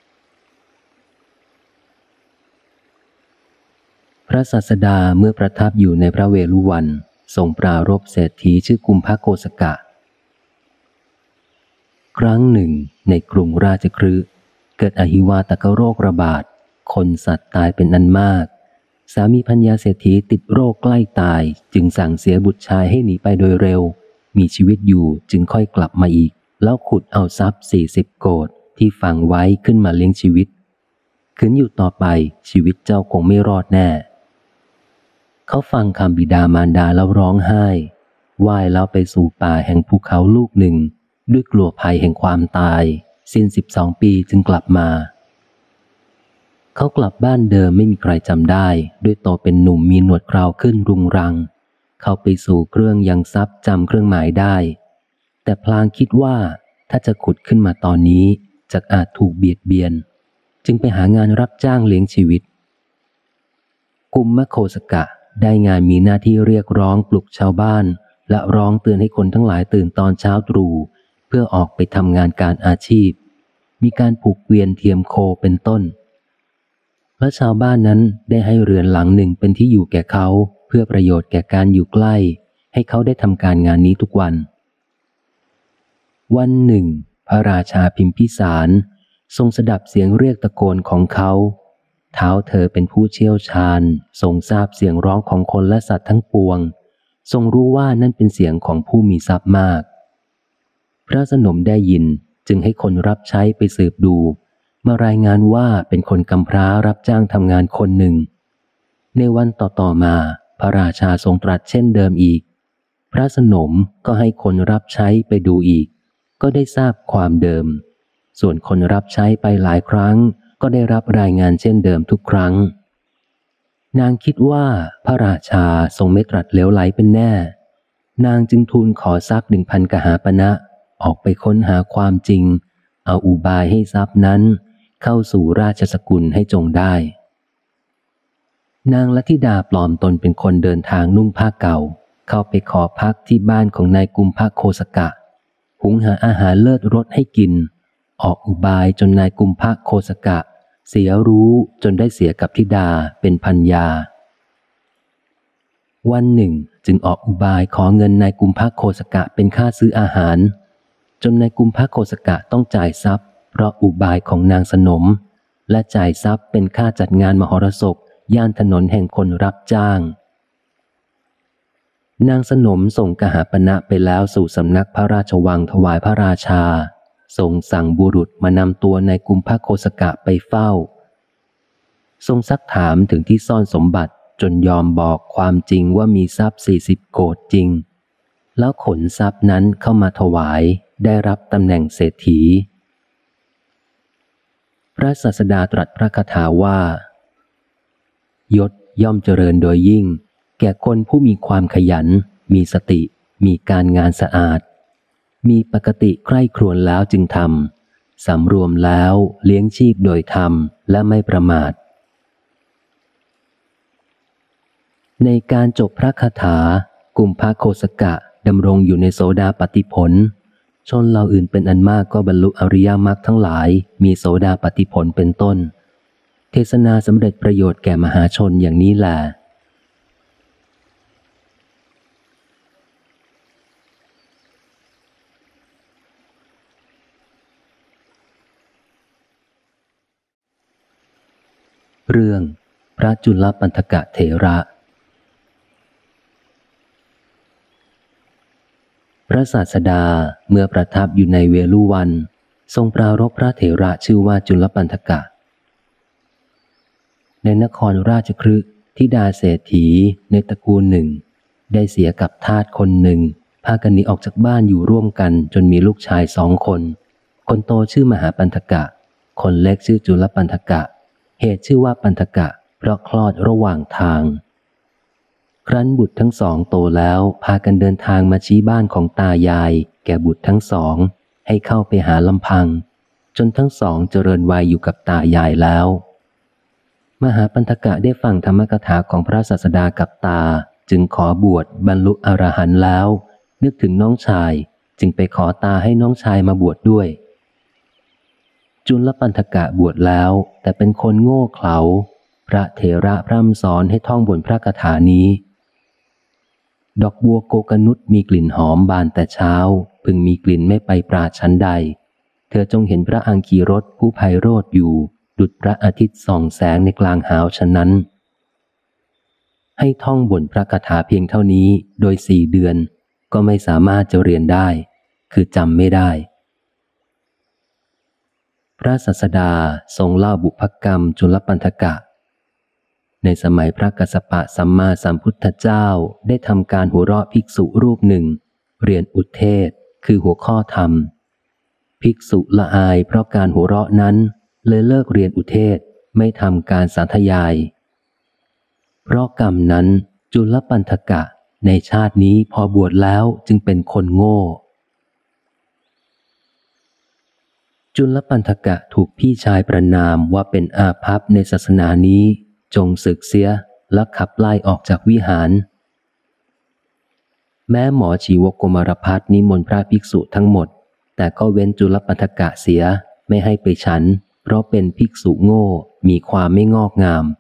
พระศาสดาเมื่อประทับอยู่ในพระเวฬุวันทรงปรารภเศรษฐีชื่อกุมภโคสกะครั้งหนึ่งในกรุงราชคฤห์เกิดอหิวาตกโรคระบาดคนสัตว์ตายเป็นอันมากสามีภรรยาเศรษฐีติดโรคใกล้ตายจึงสั่งเสียบุตรชายให้หนีไปโดยเร็วมีชีวิตอยู่จึงค่อยกลับมาอีกแล้วขุดเอาทรัพย์สี่สิบโกฏที่ฝังไว้ขึ้นมาเลี้ยงชีวิตขืนอยู่ต่อไปชีวิตเจ้าคงไม่รอดแน่เขาฟังคำบิดามารดาแล้วร้องไห้ว่ายแล้วไปสู่ป่าแห่งภูเขาลูกหนึ่งด้วยกลัวภัยแห่งความตายสิ้นสิบสองปีจึงกลับมาเขากลับบ้านเดิมไม่มีใครจำได้ด้วยโตเป็นหนุ่มมีหนวดเคราขึ้นรุงรังเขาไปสู่เครื่องยังทรัพย์จำเครื่องหมายได้แต่พลางคิดว่าถ้าจะขุดขึ้นมาตอนนี้จะอาจถูกเบียดเบียนจึงไปหางานรับจ้างเลี้ยงชีวิตกุมมโคสกะได้งานมีหน้าที่เรียกร้องปลุกชาวบ้านและร้องเตือนให้คนทั้งหลายตื่นตอนเช้าตรู่เพื่อออกไปทำงานการอาชีพมีการผูกเกวียนเทียมโคเป็นต้นและชาวบ้านนั้นได้ให้เรือนหลังหนึ่งเป็นที่อยู่แก่เขาเพื่อประโยชน์แก่การอยู่ใกล้ให้เขาได้ทำการงานนี้ทุกวันวันหนึ่งพระราชาพิมพิสารทรงสดับเสียงเรียกตะโกนของเขาเท้าเธอเป็นผู้เชี่ยวชาญทรงทราบเสียงร้องของคนและสัตว์ทั้งปวงทรงรู้ว่านั่นเป็นเสียงของผู้มีทรัพย์มากพระสนมได้ยินจึงให้คนรับใช้ไปสืบดูมารายงานว่าเป็นคนกำพร้ารับจ้างทำงานคนหนึ่งในวันต่อๆมาพระราชาทรงตรัสเช่นเดิมอีกพระสนมก็ให้คนรับใช้ไปดูอีกก็ได้ทราบความเดิมส่วนคนรับใช้ไปหลายครั้งก็ได้รับรายงานเช่นเดิมทุกครั้งนางคิดว่าพระราชาทรงไม่ตรัสเหลวไหลเป็นแน่นางจึงทูลขอทรัพย์หนึ่งพันกหาปณะออกไปค้นหาความจริงเอาอุบายให้ทรัพย์นั้นเข้าสู่ราชสกุลให้จงได้นางลัทธิดาปลอมตนเป็นคนเดินทางนุ่งผ้าเก่าเข้าไปขอพักที่บ้านของนายกุมภโคสกะหุงหาอาหารเลิศรสให้กินออกอุบายจนนายกุมภโคสกะเสียรู้จนได้เสียกับธิดาเป็นพัญญาวันหนึ่งจึงออกอุบายขอเงินนายกุมภโคสกะเป็นค่าซื้ออาหารจนนายกุมภโคสกะต้องจ่ายทรัพย์เพราะอุบายของนางสนมและจ่ายทรัพย์เป็นค่าจัดงานมหรสพย่านถนนแห่งคนรับจ้างนางสนมส่งกหาปณะไปแล้วสู่สำนักพระราชวังถวายพระราชาทรงสั่งบุรุษมานำตัวนายกุมภโคสกะไปเฝ้าทรงซักถามถึงที่ซ่อนสมบัติจนยอมบอกความจริงว่ามีทรัพย์สี่สิบโกฏจริงแล้วขนทรัพย์นั้นเข้ามาถวายได้รับตำแหน่งเศรษฐีพระศาสดาตรัสพระคาถาว่ายศย่อมเจริญโดยยิ่งแก่คนผู้มีความขยันมีสติมีการงานสะอาดมีปกติใคร่ครวญแล้วจึงทำสำรวมแล้วเลี้ยงชีพโดยธรรมและไม่ประมาทในการจบพระคาถากุมภโคสกะดำรงอยู่ในโสดาปัตติผลชนเหล่าอื่นเป็นอันมากก็บรรลุอริยมรรคทั้งหลายมีโสดาปัตติผลเป็นต้นเทศนาสำเร็จประโยชน์แก่มหาชนอย่างนี้แหละเรื่องพระจุลปันธกเถระพระศาสดาเมื่อประทับอยู่ในเวลุวันทรงปรารภพระเถระชื่อว่าจุลปันธกะในนครราชคฤห์ธิดาเศรษฐีในตระกูลหนึ่งได้เสียกับทาสคนหนึ่งพากันหนีออกจากบ้านอยู่ร่วมกันจนมีลูกชายสองคนคนโตชื่อมหาปันธกะคนเล็กชื่อจุลปันธกะเหตุชื่อว่าปันธกะเพราะคลอดระหว่างทางครั้นบุตรทั้งสองโตแล้วพากันเดินทางมาชี้บ้านของตายายแก่บุตรทั้งสองให้เข้าไปหาลำพังจนทั้งสองเจริญวัยอยู่กับตายายแล้วมหาปันธกะได้ฟังธรรมกถาของพระศาสดากับตาจึงขอบวชบรรลุอรหันต์แล้วนึกถึงน้องชายจึงไปขอตาให้น้องชายมาบวชดด้วยจุลปันธกะบวชแล้วแต่เป็นคนโง่เขลาพระเถระพร่ำสอนให้ท่องบนพระคาถานี้ดอกบัวโกกนุษมีกลิ่นหอมบานแต่เช้าพึงมีกลิ่นไม่ไปปราดชั้นใดเธอจงเห็นพระอังคีรสผู้ไพโรจน์อยู่ดุจพระอาทิตย์ส่องแสงในกลางหาวฉะนั้นให้ท่องบนพระคาถาเพียงเท่านี้โดยสี่เดือนก็ไม่สามารถจะเรียนได้คือจำไม่ได้พระศาสดาทรงเล่าบุพกรรมจุลปันธกะในสมัยพระกัสสปะสัมมาสัมพุทธเจ้าได้ทำการหัวเราะภิกษุรูปหนึ่งเรียนอุเทศคือหัวข้อธรรมภิกษุละอายเพราะการหัวเราะนั้นเลยเลิกเรียนอุเทศไม่ทำการสาธยายเพราะกรรมนั้นจุลปันธกะในชาตินี้พอบวชแล้วจึงเป็นคนโง่จุลปันธกะถูกพี่ชายประณามว่าเป็นอาภัพในศาสนานี้จงศึกเสียและขับไล่ออกจากวิหารแม้หมอชีวกโกมารพัฒนิมนต์พระภิกษุทั้งหมดแต่ก็เว้นจุลปันธกะเสียไม่ให้ไปฉันเพราะเป็นภิกษุโง่มีความไม่งอกงาม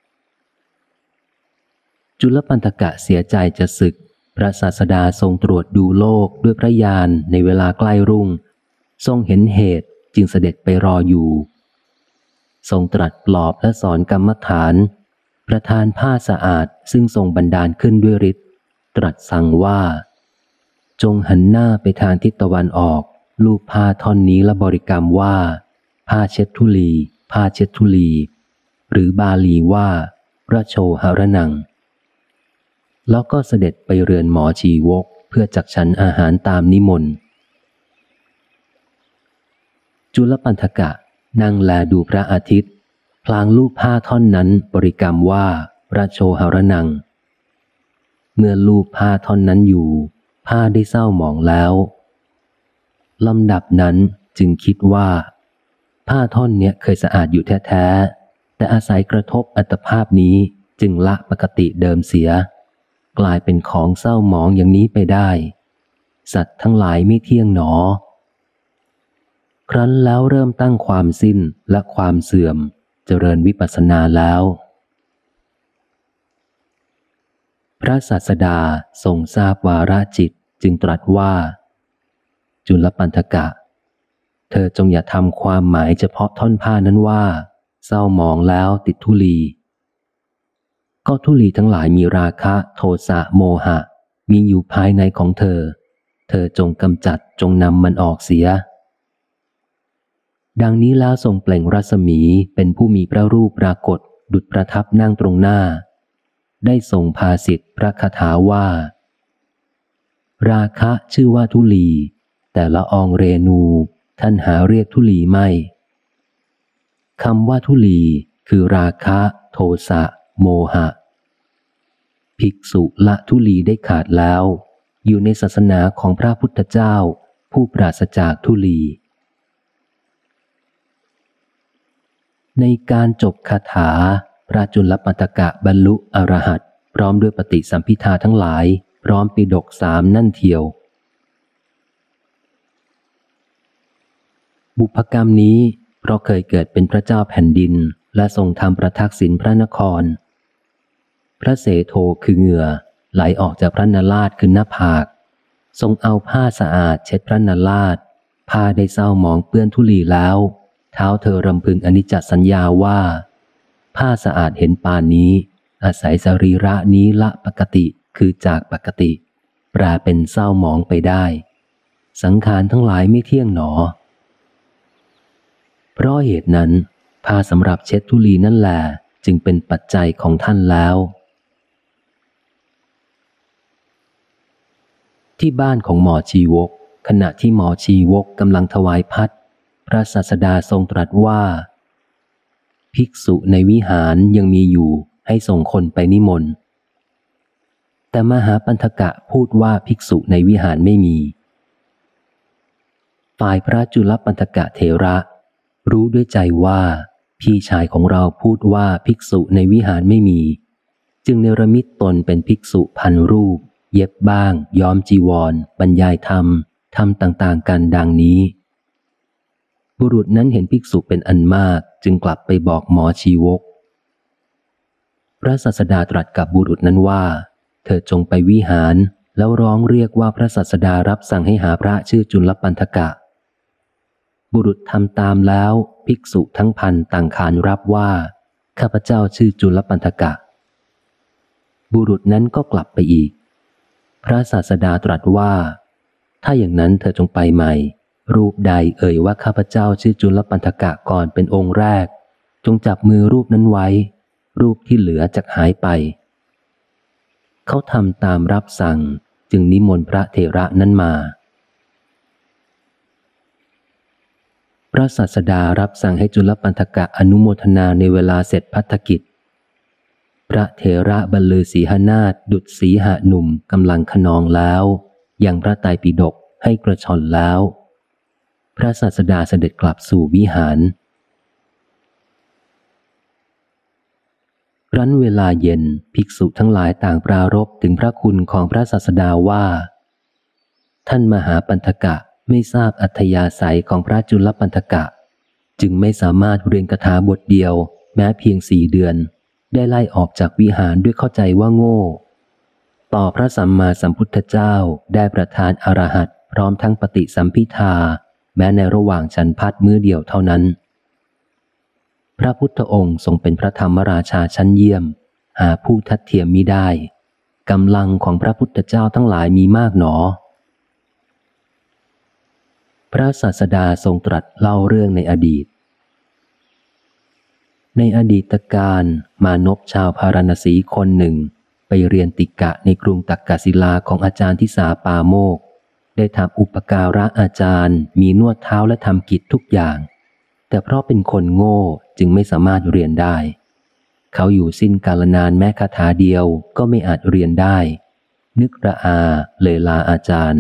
จุลปันธกะเสียใจจะศึกพระศาสดาทรงตรวจดูโลกด้วยพระญาณในเวลาใกล้รุ่งทรงเห็นเหตุจึงเสด็จไปรออยู่ทรงตรัสปลอบและสอนกรรมฐานประทานผ้าสะอาดซึ่งทรงบันดาลขึ้นด้วยฤทธิ์ตรัสสั่งว่าจงหันหน้าไปทางทิศตะวันออกลูบผ้าท่อนนี้และบริกรรมว่าผ้าเช็ดทุลีผ้าเช็ดทุลีหรือบาลีว่าระโชหรนังแล้วก็เสด็จไปเรือนหมอชีวกเพื่อจักฉันอาหารตามนิมนต์จุลปันธกะนั่งแลดูพระอาทิตย์พลางลูบผ้าท่อนนั้นบริกรรมว่าระโชหรนังเมื่อลูบผ้าท่อนนั้นอยู่ผ้าได้เศร้าหมองแล้วลำดับนั้นจึงคิดว่าผ้าท่อนเนี้ยเคยสะอาดอยู่แท้ๆแต่อาศัยกระทบอัตภาพนี้จึงละปกติเดิมเสียกลายเป็นของเศร้าหมองอย่างนี้ไปได้สัตว์ทั้งหลายไม่เที่ยงหนอครั้นแล้วเริ่มตั้งความสิ้นและความเสื่อมเจริญวิปัสสนาแล้วพระศาสดาทรงทราบวาระจิตจึงตรัสว่าจุลปันธกะเธอจงอย่าทำความหมายเฉพาะท่อนผ้านั้นว่าเศร้าหมองแล้วติดธุลีก็ธุลีทั้งหลายมีราคะโทสะโมหะมีอยู่ภายในของเธอเธอจงกำจัดจงนำมันออกเสียดังนี้แล้วทรงเปล่งรัศมีเป็นผู้มีพระรูปปรากฏดุจประทับนั่งตรงหน้าได้ทรงภาสิทธิพระคาถาว่าราคะชื่อว่าธุลีแต่ละอองเรนูท่านหาเรียกธุลีไม่คำว่าธุลีคือราคะโทสะโมหะภิกษุละธุลีได้ขาดแล้วอยู่ในศาสนาของพระพุทธเจ้าผู้ปราศจากธุลีในการจบคาถาพระจุลปันธกะบรรลุอรหัตพร้อมด้วยปฏิสัมภิทาทั้งหลายพร้อมปิฎกสามนั่นเทียวบุพกรรมนี้เพราะเคยเกิดเป็นพระเจ้าแผ่นดินและทรงทำประทักษิณพระนครพระเสโทคือเหงื่อไหลออกจากพระนราชคือหน้าผากทรงเอาผ้าสะอาดเช็ดพระนราชผ้าได้เศร้าหมองเปื้อนธุลีแล้วเท้าเธอรำพึงอนิจจสัญญาว่าผ้าสะอาดเห็นปานนี้อาศัยสรีระนี้ละปกติคือจากปกติแปลเป็นเศร้าหมองไปได้สังขารทั้งหลายไม่เที่ยงหนอเพราะเหตุนั้นผ้าสำหรับเช็ดธุลีนั่นแหละจึงเป็นปัจจัยของท่านแล้วที่บ้านของหมอชีวกขณะที่หมอชีวกกำลังถวายพัดพระศาสดาทรงตรัสว่าภิกษุในวิหารยังมีอยู่ให้ส่งคนไปนิมนต์แต่มหาปันธกะพูดว่าภิกษุในวิหารไม่มีฝ่ายพระจุลปันธกะเถระรู้ด้วยใจว่าพี่ชายของเราพูดว่าภิกษุในวิหารไม่มีจึงเนรมิตตนเป็นภิกษุพันรูปเย็บบ้างย้อมจีวรบรรยายธรรมทำต่างๆกันดังนี้บุรุษนั้นเห็นภิกษุเป็นอันมากจึงกลับไปบอกหมอชีวกพระศาสดาตรัสกับบุรุษนั้นว่าเธอจงไปวิหารแล้วร้องเรียกว่าพระศาสดารับสั่งให้หาพระชื่อจุลปันธกะบุรุษทำตามแล้วภิกษุทั้งพันต่างขานรับว่าข้าพเจ้าชื่อจุลปันธกะบุรุษนั้นก็กลับไปอีกพระศาสดาตรัสว่าถ้าอย่างนั้นเธอจงไปใหม่รูปใดเอ่ยว่าข้าพเจ้าชื่อจุลปันธกะก่อนเป็นองค์แรกจงจับมือรูปนั้นไว้รูปที่เหลือจะหายไปเขาทำตามรับสั่งจึงนิมนต์พระเถระนั้นมาพระศาสดารับสั่งให้จุลปันธกะอนุโมทนาในเวลาเสร็จภัตกิจพระเถระบรรลือสีหนาถดุจสีหหนุ่มกำลังขนองแล้วยังพระไตรปิฎกให้กระชอนแล้วพระศาสดาเสด็จกลับสู่วิหารรั้นเวลาเย็นภิกษุทั้งหลายต่างปรารภถึงพระคุณของพระศาสดาว่าท่านมหาปันธกะไม่ทราบอัธยาศัยของพระจุลปันธกะจึงไม่สามารถเรียนคาถาบทเดียวแม้เพียงสี่เดือนได้ไล่ออกจากวิหารด้วยเข้าใจว่าโง่ต่อพระสัมมาสัมพุทธเจ้าได้ประทานอรหัตพร้อมทั้งปฏิสัมภิทาแม้ในระหว่างฉันพัดมื้อเดียวเท่านั้นพระพุทธองค์ทรงเป็นพระธรรมราชาชั้นเยี่ยมหาผู้ทัดเทียมมิได้กำลังของพระพุทธเจ้าทั้งหลายมีมากหนอพระศาสดาทรงตรัสเล่าเรื่องในอดีตในอดีตการมานพชาวพาราณสีคนหนึ่งไปเรียนติกะในกรุงตักกศิลาของอาจารย์ทิสาปาโมกได้ทำอุปการะอาจารย์มีนวดเท้าและทำกิจทุกอย่างแต่เพราะเป็นคนโง่จึงไม่สามารถเรียนได้เขาอยู่สิ้นกาลนานแม้คาถาเดียวก็ไม่อาจเรียนได้นึกระอาเลยลาอาจารย์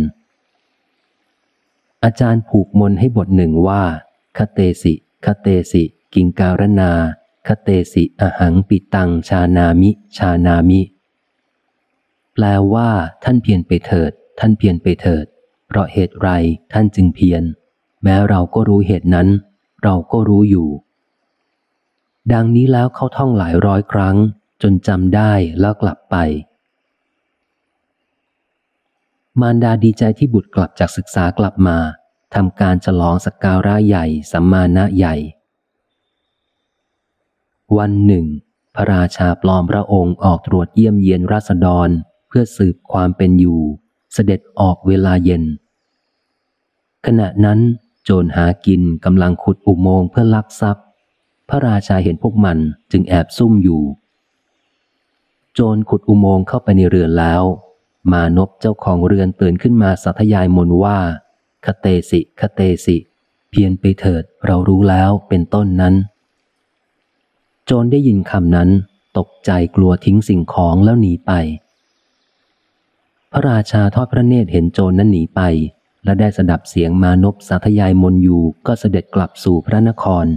อาจารย์ผูกมนให้บทหนึ่งว่าคเตสิคเตสิกิงการนาคเตสิอหังปิตังชานามิชานามิแปลว่าท่านเพียรไปเถิดท่านเพียรไปเถิดเพราะเหตุไรท่านจึงเพียรแม้เราก็รู้เหตุนั้นเราก็รู้อยู่ดังนี้แล้วเขาท่องหลายร้อยครั้งจนจำได้แล้วกลับไปมารดาดีใจที่บุตรกลับจากศึกษากลับมาทำการฉลองสักการะใหญ่สัมมาณะใหญ่วันหนึ่งพระราชาปลอมพระองค์ออกตรวจเยี่ยมเยียนราษฎรเพื่อสืบความเป็นอยู่เสด็จออกเวลาเย็นขณะนั้นโจรหากินกำลังขุดอุโมงค์เพื่อลักทรัพย์พระราชาเห็นพวกมันจึงแอบซุ่มอยู่โจรขุดอุโมงค์เข้าไปในเรือนแล้วมานพเจ้าของเรือนตื่นขึ้นมาสาธยายมนต์ว่าคเตสิคเตสิเพียรไปเถิดเรารู้แล้วเป็นต้นนั้นโจรได้ยินคำนั้นตกใจกลัวทิ้งสิ่งของแล้วหนีไปพระราชาทอดพระเนตรเห็นโจรนั้นหนีไปและได้สดับเสียงมานพสาธยายมนต์อยู่ก็เสด็จกลับสู่พระนคร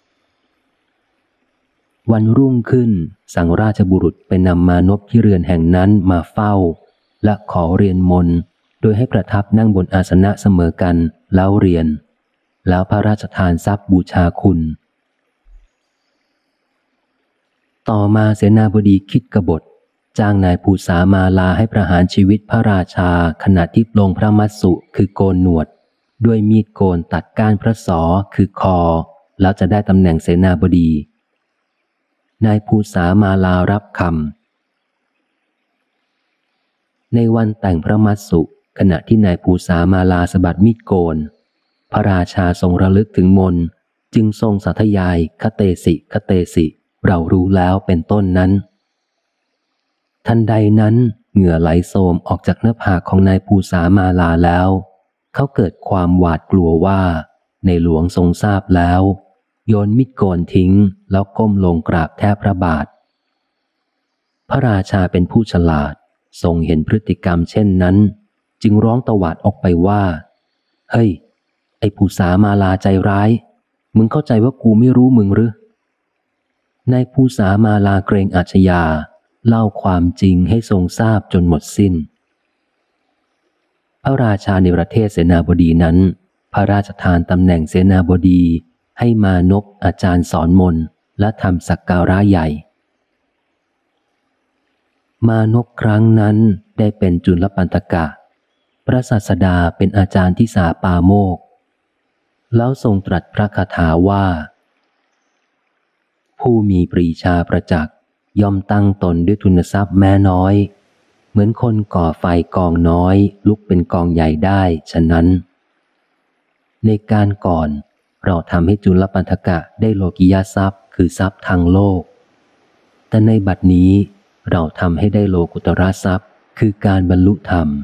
วันรุ่งขึ้นสั่งราชบุรุษไปนำมานพที่เรือนแห่งนั้นมาเฝ้าและขอเรียนมนต์โดยให้ประทับนั่งบนอาสนะเสมอกันแล้วเรียนแล้วพระราชทานทรัพย์บูชาคุณต่อมาเสนาบดีคิดกบฏจ้างนายภูษามาลาให้ประหารชีวิตพระราชาขณะที่ปลงพระมัสสุคือโกนหนวดด้วยมีดโกนตัดก้านพระศอคือคอแล้วจะได้ตำแหน่งเสนาบดีนายภูษามาลารับคำในวันแต่งพระมัสสุขณะที่นายภูษามาลาสะบัดมีดโกนพระราชาทรงระลึกถึงมนต์จึงทรงสาธยายคเตสิคเตสิเรารู้แล้วเป็นต้นนั้นทันใดนั้นเหงื่อไหลโสมออกจากหน้าผากของนายภูษามาลาแล้วเขาเกิดความหวาดกลัวว่าในหลวงทรงทราบแล้วโยนมีดโกนทิ้งแล้วก้มลงกราบแทบพระบาทพระราชาเป็นผู้ฉลาดทรงเห็นพฤติกรรมเช่นนั้นจึงร้องตวาดออกไปว่าเฮ้ยไอ้ภูษามาลาใจร้ายมึงเข้าใจว่ากูไม่รู้มึงหรือนายภูษามาลาเกรงอาชญาเล่าความจริงให้ทรงทราบจนหมดสิ้นพระราชาในประเทศเสนาบดีนั้นพระราชทานตำแหน่งเสนาบดีให้มานพอาจารย์สอนมนต์และทำสักการะใหญ่มานพครั้งนั้นได้เป็นจุลปันธกะพระศาสดาเป็นอาจารย์ทิสาปาโมกแล้วทรงตรัสพระคาถาว่าผู้มีปรีชาประจักษ์ย่อมตั้งตนด้วยทุนทรัพย์แม้น้อยเหมือนคนก่อไฟกองน้อยลุกเป็นกองใหญ่ได้ฉะนั้นในการก่อนเราทำให้จุลปันธกะได้โลกิยทรัพย์คือทรัพย์ทางโลกแต่ในบัดนี้เราทำให้ได้โลกุตระทรัพย์คือการบรรลุธรรม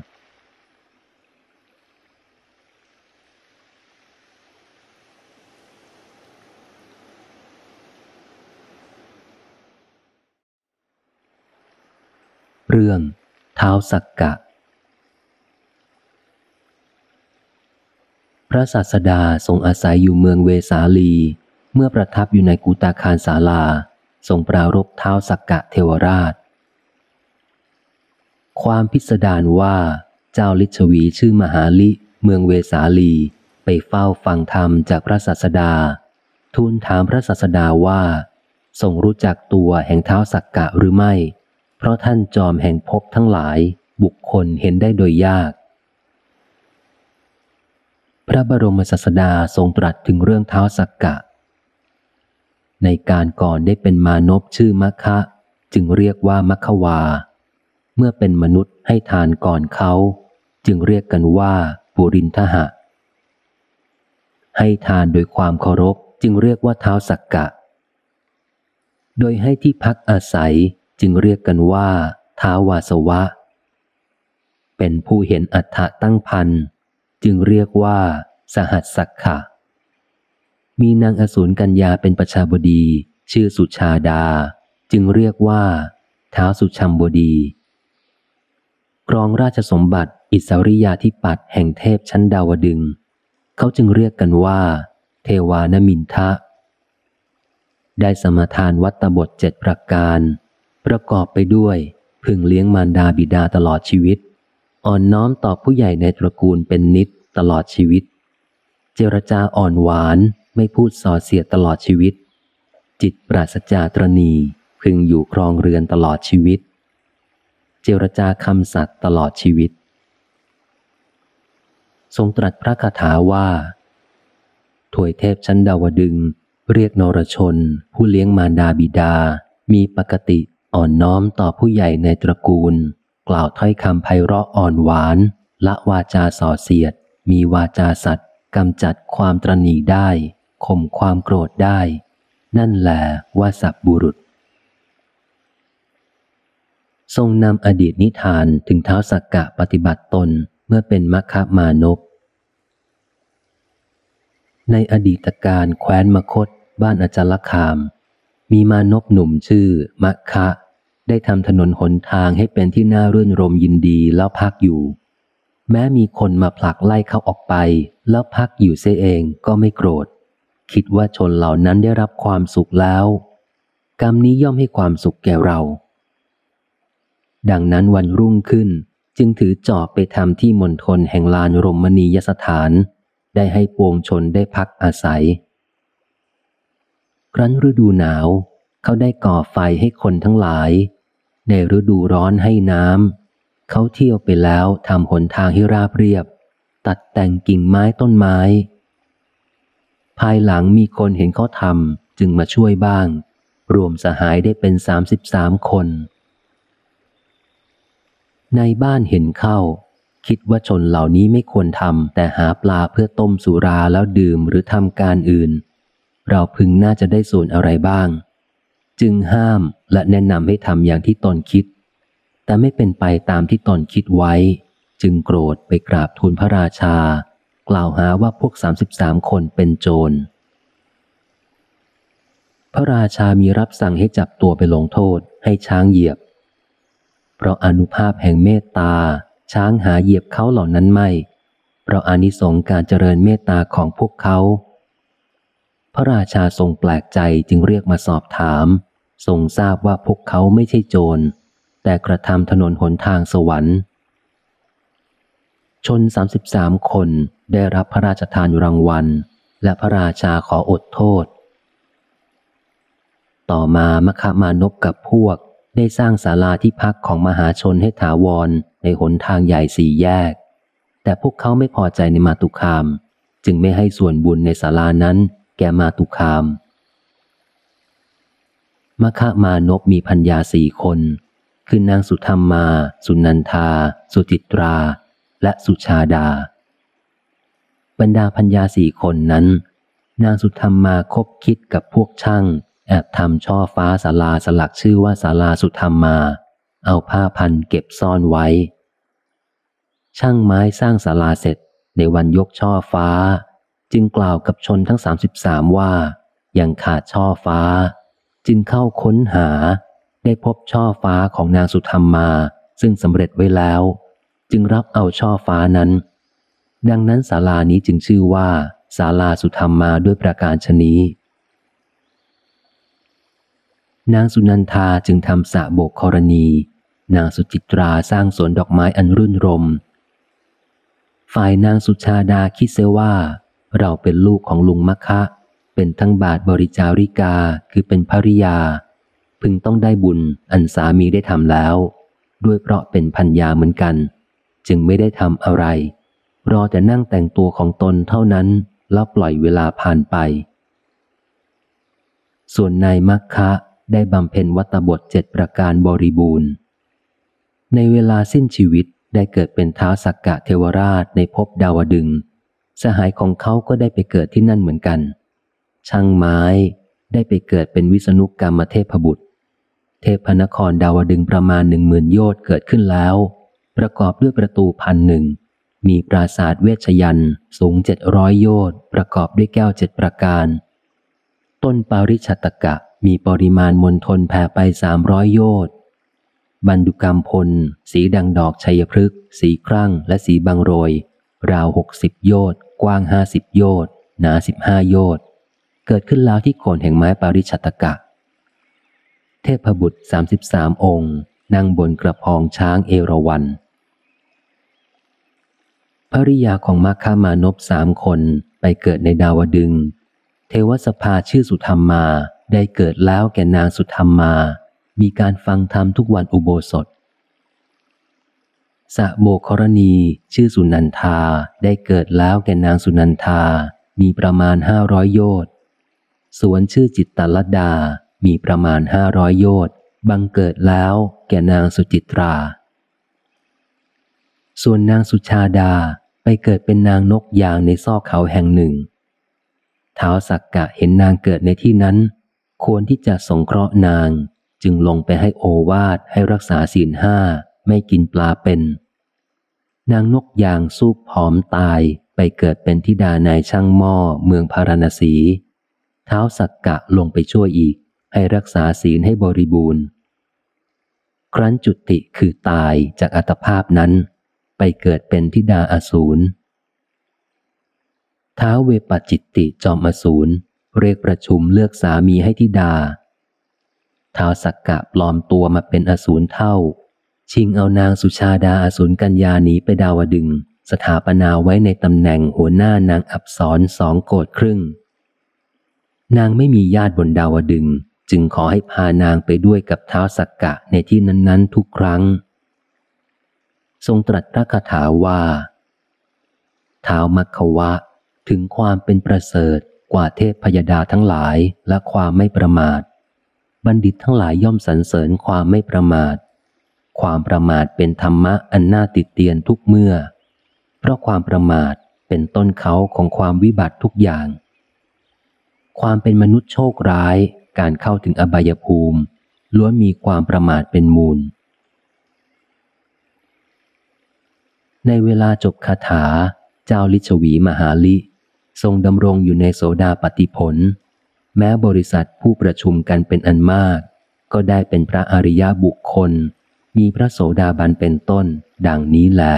เรื่องท้าวสักกะพระศาสดาทรงอาศัยอยู่เมืองเวสาลีเมื่อประทับอยู่ในกุตาคารศาลาทรงปรารภท้าวสักกะเทวราชความพิสดารว่าเจ้าลิชวีชื่อมหาลิเมืองเวสาลีไปเฝ้าฟังธรรมจากพระศาสดาทูลถามพระศาสดาว่าทรงรู้จักตัวแห่งท้าวสักกะหรือไม่เพราะท่านจอมแห่งภพทั้งหลายบุคคลเห็นได้โดยยากพระบรมศาสดาทรงตรัสถึงเรื่องท้าวสักกะในการก่อนได้เป็นมานพชื่อมัคคะจึงเรียกว่ามัคควาเมื่อเป็นมนุษย์ให้ทานก่อนเขาจึงเรียกกันว่าปุรินทหะให้ทานโดยความเคารพจึงเรียกว่าท้าวสักกะโดยให้ที่พักอาศัยจึงเรียกกันว่าท้าววาสวะเป็นผู้เห็นอัฏฐะตั้งพันจึงเรียกว่าสหัสสักขะมีนางอสูรกัญญาเป็นประชาบดีชื่อสุชาดาจึงเรียกว่าท้าวสุชัมบดีครองราชสมบัติอิสริยาธิปัตย์แห่งเทพชั้นดาวดึงส์เขาจึงเรียกกันว่าเทวานมินทะได้สมทานวัตตบทเจ็ดประการประกอบไปด้วยพึงเลี้ยงมารดาบิดาตลอดชีวิตอ่อนน้อมต่อผู้ใหญ่ในตระกูลเป็นนิจตลอดชีวิตเจรจาอ่อนหวานไม่พูดส่อเสียดตลอดชีวิตจิตปราศจากตรณีพึงอยู่ครองเรือนตลอดชีวิตเจรจาคำสัตย์ตลอดชีวิตทรงตรัสพระคาถาว่าถวยเทพชั้นดาวดึงส์เรียกนรชนผู้เลี้ยงมารดาบิดามีปกติอ่อนน้อมต่อผู้ใหญ่ในตระกูลกล่าวถ้อยคำไพเราะอ่อนหวานละวาจาส่อเสียดมีวาจาสัตย์กำจัดความตระหนี่ได้ข่มความโกรธได้นั่นแหละว่าสัพบุรุษทรงนำอดีตนิทานถึงท้าวสักกะปฏิบัติตนเมื่อเป็นมัคคะมานพในอดีตการแคว้นมคธบ้านอจลคามมีมานพหนุ่มชื่อมัคคะได้ทำถนนหนทางให้เป็นที่น่ารื่นรมยินดีแล้วพักอยู่แม้มีคนมาผลักไล่เขาออกไปแล้วพักอยู่เสียเองก็ไม่โกรธคิดว่าชนเหล่านั้นได้รับความสุขแล้วกรรมนี้ย่อมให้ความสุขแก่เราดังนั้นวันรุ่งขึ้นจึงถือจอบไปทำที่มณฑลแห่งลานรมณียสถานได้ให้ปวงชนได้พักอาศัยครั้นฤดูหนาวเขาได้ก่อไฟให้คนทั้งหลายในฤดูร้อนให้น้ำเขาเที่ยวไปแล้วทำหนทางให้ราบเรียบตัดแต่งกิ่งไม้ต้นไม้ภายหลังมีคนเห็นเขาทำจึงมาช่วยบ้างรวมสหายได้เป็นสามสิบสามคนในบ้านเห็นเข้าคิดว่าชนเหล่านี้ไม่ควรทำแต่หาปลาเพื่อต้มสุราแล้วดื่มหรือทำการอื่นเราพึงน่าจะได้ส่วนอะไรบ้างจึงห้ามและแนะนำให้ทำอย่างที่ตนคิดแต่ไม่เป็นไปตามที่ตนคิดไว้จึงโกรธไปกราบทูลพระราชากล่าวหาว่าพวกสามสิบสามคนเป็นโจรพระราชามีรับสั่งให้จับตัวไปลงโทษให้ช้างเหยียบเพราะอานุภาพแห่งเมตตาช้างหาเหยียบเขาเหล่านั้นไม่เพราะอานิสงส์การเจริญเมตตาของพวกเขาพระราชาทรงแปลกใจจึงเรียกมาสอบถามทรงทราบว่าพวกเขาไม่ใช่โจรแต่กระทำถนนหนทางสวรรค์ชนสามสิบสามคนได้รับพระราชทานรางวัลและพระราชาขออดโทษต่อมามัคคะมานพกับพวกได้สร้างศาลาที่พักของมหาชนให้ถาวรในหนทางใหญ่สี่แยกแต่พวกเขาไม่พอใจในมาตุคามจึงไม่ให้ส่วนบุญในศาลานั้นแก่มาตุคามมัคคะมานพมีภรรยาสี่คนคือนางสุธรรมา สุนันทา สุจิตรา และสุชาดาบรรดาภรรยาสี่คนนั้นนางสุธรรมาคบคิดกับพวกช่างแอบทำช่อฟ้าศาลาสลักชื่อว่าศาลาสุธรรมาเอาผ้าพันเก็บซ่อนไว้ช่างไม้สร้างศาลาเสร็จในวันยกช่อฟ้าจึงกล่าวกับชนทั้งสามสิบสามว่ายังขาดช่อฟ้าจึงเข้าค้นหาได้พบช่อฟ้าของนางสุธรรมาซึ่งสำเร็จไว้แล้วจึงรับเอาช่อฟ้านั้นดังนั้นศาลานี้จึงชื่อว่าศาลาสุธรรมาด้วยประการฉนี้นางสุนันทาจึงทำสระโบกธรณีนางสุจิตราสร้างสวนดอกไม้อันรื่นรมฝ่ายนางสุชาดาคิดเสียว่าเราเป็นลูกของลุงมะคะเป็นทั้งบาทบริจาริกาคือเป็นภริยาพึงต้องได้บุญอันสามีได้ทำแล้วด้วยเพราะเป็นพัญญาเหมือนกันจึงไม่ได้ทำอะไรรอแต่นั่งแต่งตัวของตนเท่านั้นแล้วปล่อยเวลาผ่านไปส่วนนายมัคคะได้บำเพ็ญวัตบทเจ็ดประการบริบูรณ์ในเวลาสิ้นชีวิตได้เกิดเป็นท้าวสักกะเทวราชในภพดาวดึงส์สหายของเขาก็ได้ไปเกิดที่นั่นเหมือนกันช่างไม้ได้ไปเกิดเป็นวิษณุกรรมเทพบุตรเทพนครดาวดึงส์ประมาณหนึ่งหมื่นโยชน์เกิดขึ้นแล้วประกอบด้วยประตูพันหนึ่งมีปราสาทเวชยันต์สูงเจ็ดร้อยโยชน์ประกอบด้วยแก้วเจ็ดประการต้นปาริชัตกะมีปริมาณมณฑลแผ่ไปสามร้อยโยชน์บรรดุกรรมพลสีดังดอกชัยพฤกษ์สีครั่งและสีบางโรยราวหกสิบโยชน์กว้างห้าสิบโยชน์หนาสิบห้าโยชน์เกิดขึ้นแล้วที่โคนแห่งไม้ปาริชัตกะเทพบุตรสามสิบสามองค์นั่งบนกระพองช้างเอราวัณภริยาของมัคคามานพสามคนไปเกิดในดาวดึงส์เทวสภาชื่อสุธรรมมาได้เกิดแล้วแก่นางสุธรรมมามีการฟังธรรมทุกวันอุโบสถสะโบกรณีชื่อสุนันทาได้เกิดแล้วแก่นางสุนันทามีประมาณห้าร้อยโยชน์สวนชื่อจิตตลดามีประมาณห้าร้อยโยชน์บังเกิดแล้วแก่นางสุจิตราส่วนนางสุชาดาไปเกิดเป็นนางนกยางในซอกเขาแห่งหนึ่งท้าวสักกะเห็นนางเกิดในที่นั้นควรที่จะสงเคราะห์นางจึงลงไปให้โอวาทให้รักษาศีลห้าไม่กินปลาเป็นนางนกยางสู้ผอมตายไปเกิดเป็นธิดานายช่างหม้อเมืองพาราณสีท้าวสักกะลงไปช่วยอีกให้รักษาศีลให้บริบูรณ์ครั้นจุติคือตายจากอัตภาพนั้นไปเกิดเป็นธิดาอสูรท้าวเวปจิตติจอมอสูรเรียกประชุมเลือกสามีให้ธิดาท้าวสักกะปลอมตัวมาเป็นอสูรเท่าชิงเอานางสุชาดาอสูรกัญญาหนีไปดาวดึงส์สถาปนาไว้ในตำแหน่งหัวหน้านางอัปสรสองโกฏครึ่งนางไม่มีญาติบนดาวดึงส์จึงขอให้พานางไปด้วยกับท้าวสักกะในที่นั้นๆทุกครั้งทรงตรัสพระคาถาว่าท้าวมัคควะถึงความเป็นประเสริฐกว่าเทพพยดาทั้งหลายและความไม่ประมาทบัณฑิตทั้งหลายย่อมสรรเสริญความไม่ประมาทความประมาทเป็นธรรมะอันน่าติเตียนทุกเมื่อเพราะความประมาทเป็นต้นเขาของความวิบัติทุกอย่างความเป็นมนุษย์โชคร้ายการเข้าถึงอบายภูมิล้วนมีความประมาทเป็นมูลในเวลาจบคาถาเจ้าลิชวีมหาลิทรงดำรงอยู่ในโสดาปัตติผลแม้บริษัทผู้ประชุมกันเป็นอันมากก็ได้เป็นพระอริยบุคคลมีพระโสดาบันเป็นต้นดังนี้แล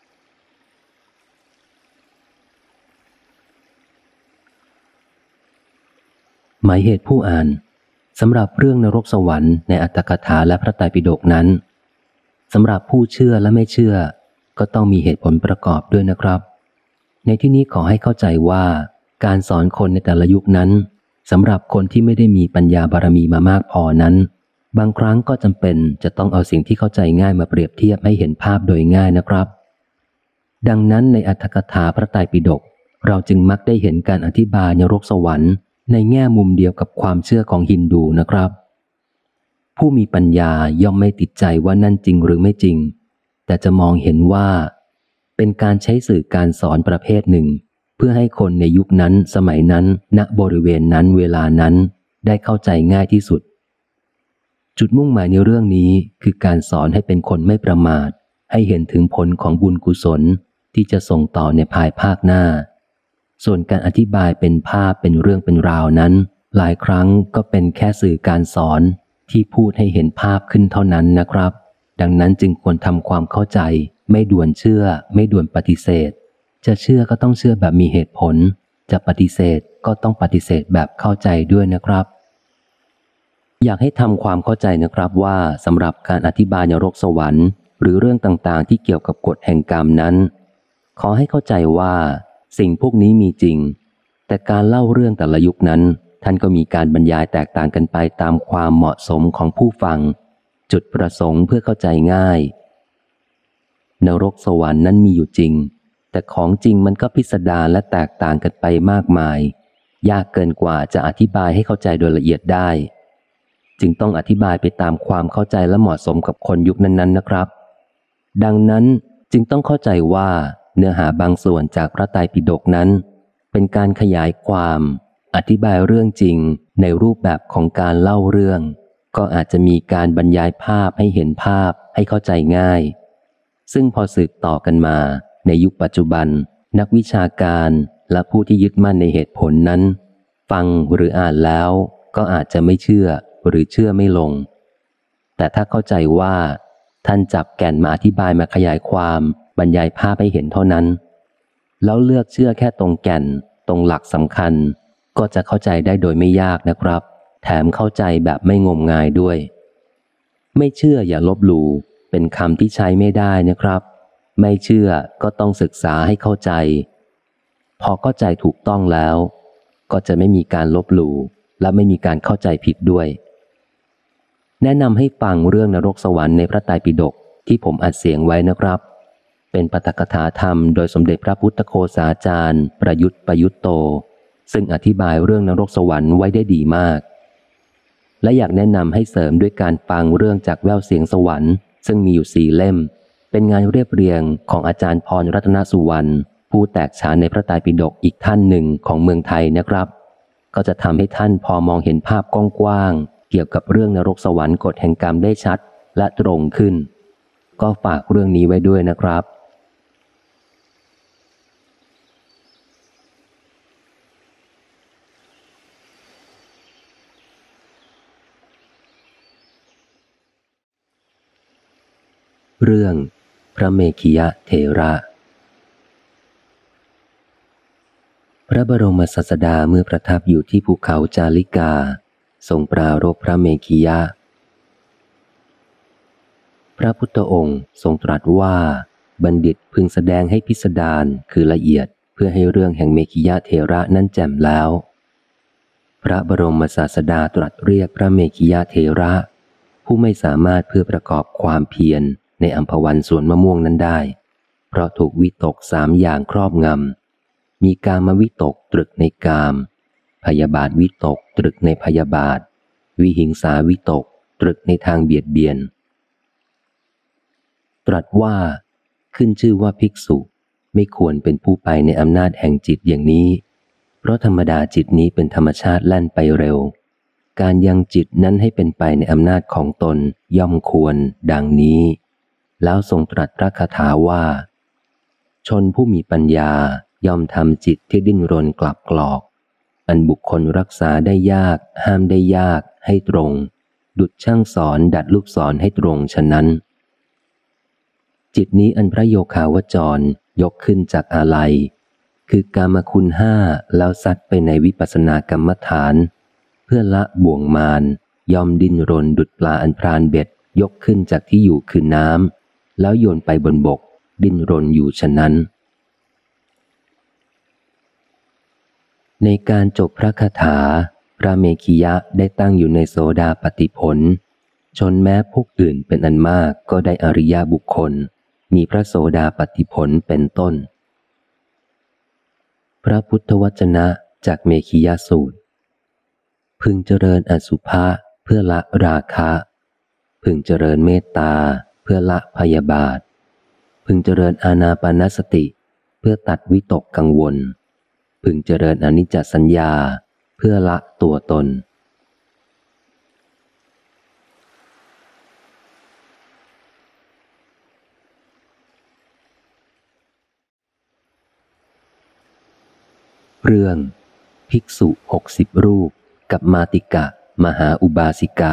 หมายเหตุผู้อ่านสำหรับเรื่องนรกสวรรค์ในอัตถกถาและพระไตรปิฎกนั้นสำหรับผู้เชื่อและไม่เชื่อก็ต้องมีเหตุผลประกอบด้วยนะครับในที่นี้ขอให้เข้าใจว่าการสอนคนในแต่ละยุคนั้นสำหรับคนที่ไม่ได้มีปัญญาบารมีมามากพอนั้นบางครั้งก็จำเป็นจะต้องเอาสิ่งที่เข้าใจง่ายมาเปรียบเทียบให้เห็นภาพโดยง่ายนะครับดังนั้นในอัตถกถาพระไตรปิฎกเราจึงมักได้เห็นการอธิบายนรกสวรรค์ในแง่มุมเดียวกับความเชื่อของฮินดูนะครับผู้มีปัญญาย่อมไม่ติดใจว่านั่นจริงหรือไม่จริงแต่จะมองเห็นว่าเป็นการใช้สื่อการสอนประเภทหนึ่งเพื่อให้คนในยุคนั้นสมัยนั้นณบริเวณนั้นเวลานั้นได้เข้าใจง่ายที่สุดจุดมุ่งหมายในเรื่องนี้คือการสอนให้เป็นคนไม่ประมาทให้เห็นถึงผลของบุญกุศลที่จะส่งต่อในภายภาคหน้าส่วนการอธิบายเป็นภาพเป็นเรื่องเป็นราวนั้นหลายครั้งก็เป็นแค่สื่อการสอนที่พูดให้เห็นภาพขึ้นเท่านั้นนะครับดังนั้นจึงควรทำความเข้าใจไม่ด่วนเชื่อไม่ด่วนปฏิเสธจะเชื่อก็ต้องเชื่อแบบมีเหตุผลจะปฏิเสธก็ต้องปฏิเสธแบบเข้าใจด้วยนะครับอยากให้ทำความเข้าใจนะครับว่าสำหรับการอธิบายนรกสวรรค์หรือเรื่องต่างๆที่เกี่ยวกับกฎแห่งกรรมนั้นขอให้เข้าใจว่าสิ่งพวกนี้มีจริงแต่การเล่าเรื่องแต่ละยุคนั้นท่านก็มีการบรรยายแตกต่างกันไปตามความเหมาะสมของผู้ฟังจุดประสงค์เพื่อเข้าใจง่ายนรกสวรรค์นั้นมีอยู่จริงแต่ของจริงมันก็พิสดารและแตกต่างกันไปมากมายยากเกินกว่าจะอธิบายให้เข้าใจโดยละเอียดได้จึงต้องอธิบายไปตามความเข้าใจและเหมาะสมกับคนยุคนั้นๆนะครับดังนั้นจึงต้องเข้าใจว่าเนื้อหาบางส่วนจากพระไตรปิฎกนั้นเป็นการขยายความอธิบายเรื่องจริงในรูปแบบของการเล่าเรื่องก็อาจจะมีการบรรยายภาพให้เห็นภาพให้เข้าใจง่ายซึ่งพอสืบต่อกันมาในยุคปัจจุบันนักวิชาการและผู้ที่ยึดมั่นในเหตุผลนั้นฟังหรืออ่านแล้วก็อาจจะไม่เชื่อหรือเชื่อไม่ลงแต่ถ้าเข้าใจว่าท่านจับแก่นมาอธิบายมาขยายความบรรยายภาพให้เห็นเท่านั้นแล้วเลือกเชื่อแค่ตรงแก่นตรงหลักสำคัญก็จะเข้าใจได้โดยไม่ยากนะครับแถมเข้าใจแบบไม่งมงายด้วยไม่เชื่ออย่าลบหลู่เป็นคำที่ใช้ไม่ได้นะครับไม่เชื่อก็ต้องศึกษาให้เข้าใจพอเข้าใจถูกต้องแล้วก็จะไม่มีการลบหลู่และไม่มีการเข้าใจผิดด้วยแนะนำให้ฟังเรื่องนรกสวรรค์ในพระไตรปิฎกที่ผมอัดเสียงไว้นะครับเป็นปาฐกถาธรรมโดยสมเด็จพระพุทธโฆษาจารย์ประยุทธ์ประยุตโตซึ่งอธิบายเรื่องนรกสวรรค์ไว้ได้ดีมากและอยากแนะนำให้เสริมด้วยการฟังเรื่องจากแววเสียงสวรรค์ซึ่งมีอยู่สี่เล่มเป็นงานเรียบเรียงของอาจารย์พรรัตนสุวรรณผู้แตกฉานในพระไตรปิฎกอีกท่านหนึ่งของเมืองไทยนะครับก็จะทำให้ท่านพอมองเห็นภาพกว้างๆเกี่ยวกับเรื่องนรกสวรรค์กฎแห่งกรรมได้ชัดและตรงขึ้นก็ฝากเรื่องนี้ไว้ด้วยนะครับเรื่องพระเมขิยเถระพระบรมศาสดาเมื่อประทับอยู่ที่ภูเขาจาริกาทรงปรารภพระเมขิยะพระพุทธองค์ทรงตรัสว่าบัณฑิตพึงแสดงให้พิสดารคือละเอียดเพื่อให้เรื่องแห่งเมขิยะเถระนั้นแจ่มแล้วพระบรมศาสดาตรัสเรียกพระเมขิยะเถระผู้ไม่สามารถเพื่อประกอบความเพียรในอัมพวันสวนมะม่วงนั้นได้เพราะถูกวิตกสามอย่างครอบงำมีกามวิตกตรึกในกามพยาบาทวิตกตรึกในพยาบาทวิหิงสาวิตกตรึกในทางเบียดเบียนตรัสว่าขึ้นชื่อว่าภิกษุไม่ควรเป็นผู้ไปในอำนาจแห่งจิตอย่างนี้เพราะธรรมดาจิตนี้เป็นธรรมชาติแล่นไปเร็วการยังจิตนั้นให้เป็นไปในอำนาจของตนย่อมควรดังนี้แล้วทรงตรัสพระคาถาว่าชนผู้มีปัญญาย่อมทำจิตที่ดิ้นรนกลับกรอกอันบุคคลรักษาได้ยากห้ามได้ยากให้ตรงดุจช่างสอนดัดลูกศรให้ตรงฉะนั้นจิตนี้อันพระโยคาวจรยกขึ้นจากอาลัยคือกามคุณห้าแล้วซัดไปในวิปัสสนากรรมฐานเพื่อละบ่วงมารย่อมดิ้นรนดุจปลาอันพรานเบ็ดยกขึ้นจากที่อยู่คือน้ำแล้วโยนไปบนบกดิ้นรนอยู่ฉะนั้นในการจบพระคาถาพระเมขิยะได้ตั้งอยู่ในโสดาปัตติผลชนแม้พวกอื่นเป็นอันมากก็ได้อริยบุคคลมีพระโสดาปัตติผลเป็นต้นพระพุทธวจนะจากเมขิยสูตรพึงเจริญอสุภะเพื่อละราคะพึงเจริญเมตตาเพื่อละพยาบาทพึงเจริญอานาปานสติเพื่อตัดวิตกกังวลพึงเจริญอนิจจสัญญาเพื่อละตัวตนเรื่องภิกษุหกสิบรูปกับมาติกะมหาอุบาสิกา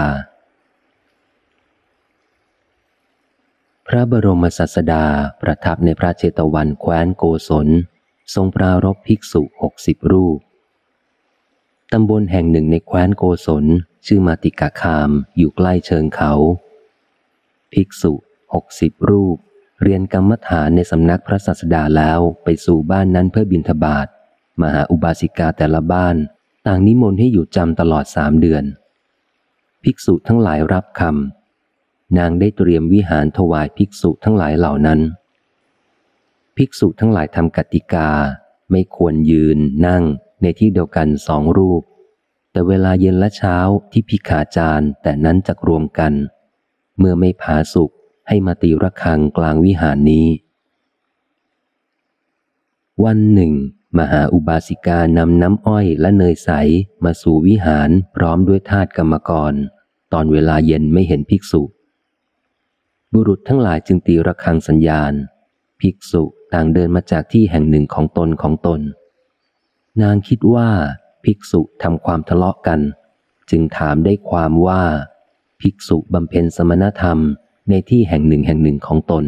พระบรมศาสดาประทับในพระเชตวันแคว้นโกศลทรงปรารภภิกษุหกสิบรูปตำบลแห่งหนึ่งในแคว้นโกศลชื่อมาติกาคามอยู่ใกล้เชิงเขาภิกษุหกสิบรูปเรียนกรรมฐานในสำนักพระศาสดาแล้วไปสู่บ้านนั้นเพื่อบิณฑบาตมหาอุบาสิกาแต่ละบ้านต่างนิมนต์ให้อยู่จำตลอดสามเดือนภิกษุทั้งหลายรับคำนางได้เตรียมวิหารถวายภิกษุทั้งหลายเหล่านั้นภิกษุทั้งหลายทำกติกาไม่ควรยืนนั่งในที่เดียวกันสองรูปแต่เวลาเย็นและเช้าที่ภิกขาจารย์แต่นั้นจักรวมกันเมื่อไม่ผาสุกให้มาตีระฆังกลางวิหารนี้วันหนึ่งมหาอุบาสิกานำน้ำอ้อยและเนยใสมาสู่วิหารพร้อมด้วยทาสกรรมกรตอนเวลาเย็นไม่เห็นภิกษุบุรุษทั้งหลายจึงตีระฆังสัญญาณภิกษุต่างเดินมาจากที่แห่งหนึ่งของตนของตนนางคิดว่าภิกษุทำความทะเลาะกันจึงถามได้ความว่าภิกษุบำเพ็ญสมณธรรมในที่แห่งหนึ่งแห่งหนึ่งของตน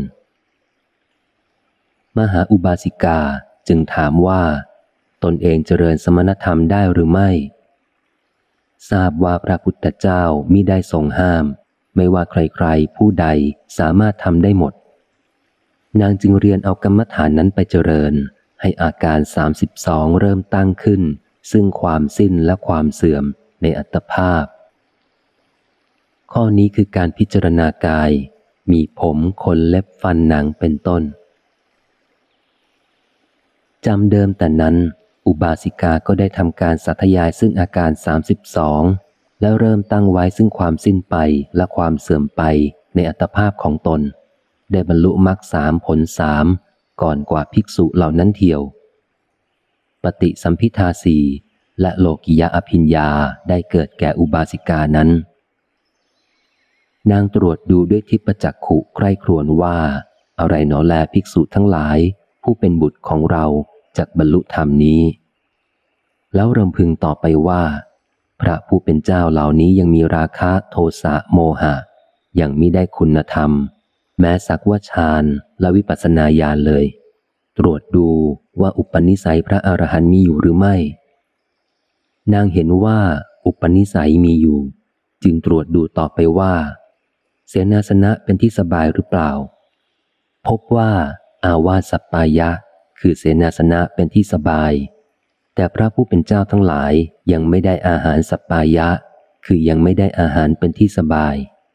มหาอุบาสิกาจึงถามว่าตนเองเจริญสมณธรรมได้หรือไม่ทราบว่าพระพุทธเจ้ามิได้ทรงห้ามไม่ว่าใครๆผู้ใดสามารถทำได้หมดนางจึงเรียนเอากรรมฐานนั้นไปเจริญให้อาการสามสิบสองเริ่มตั้งขึ้นซึ่งความสิ้นและความเสื่อมในอัตภาพข้อนี้คือการพิจารณากายมีผมขนเล็บฟันหนังเป็นต้นจำเดิมแต่นั้นอุบาสิกาก็ได้ทำการสาธยายซึ่งอาการสามสิบสองแล้วเริ่มตั้งไว้ซึ่งความสิ้นไปและความเสื่อมไปในอัตภาพของตนได้บรรลุมรรคสามผลสามก่อนกว่าภิกษุเหล่านั้นเทียวปฏิสัมภิทาสีและโลกิยะอภิญญาได้เกิดแก่อุบาสิกานั้นนางตรวจดูด้วยทิพจักขุใคร่ครวญว่าอะไรหนอแลภิกษุทั้งหลายผู้เป็นบุตรของเราจักบรรลุธรรมนี้แล้วรำพึงต่อไปว่าพระผู้เป็นเจ้าเหล่านี้ยังมีราคะโทสะโมหะยังมิได้คุณธรรมแม้สักว่าฌานและวิปัสสนาญาณเลยตรวจดูว่าอุปนิสัยพระอรหันต์มีอยู่หรือไม่นางเห็นว่าอุปนิสัยมีอยู่จึงตรวจดูต่อไปว่าเสนาสนะเป็นที่สบายหรือเปล่าพบว่าอาวาสสัปปายะคือเสนาสนะเป็นที่สบายแต่พระผู้เป็นเจ้าทั้งหลายยังไม่ได้อาหารสัปปายะคือยังไม่ได้อาหารเป็นที่สบาย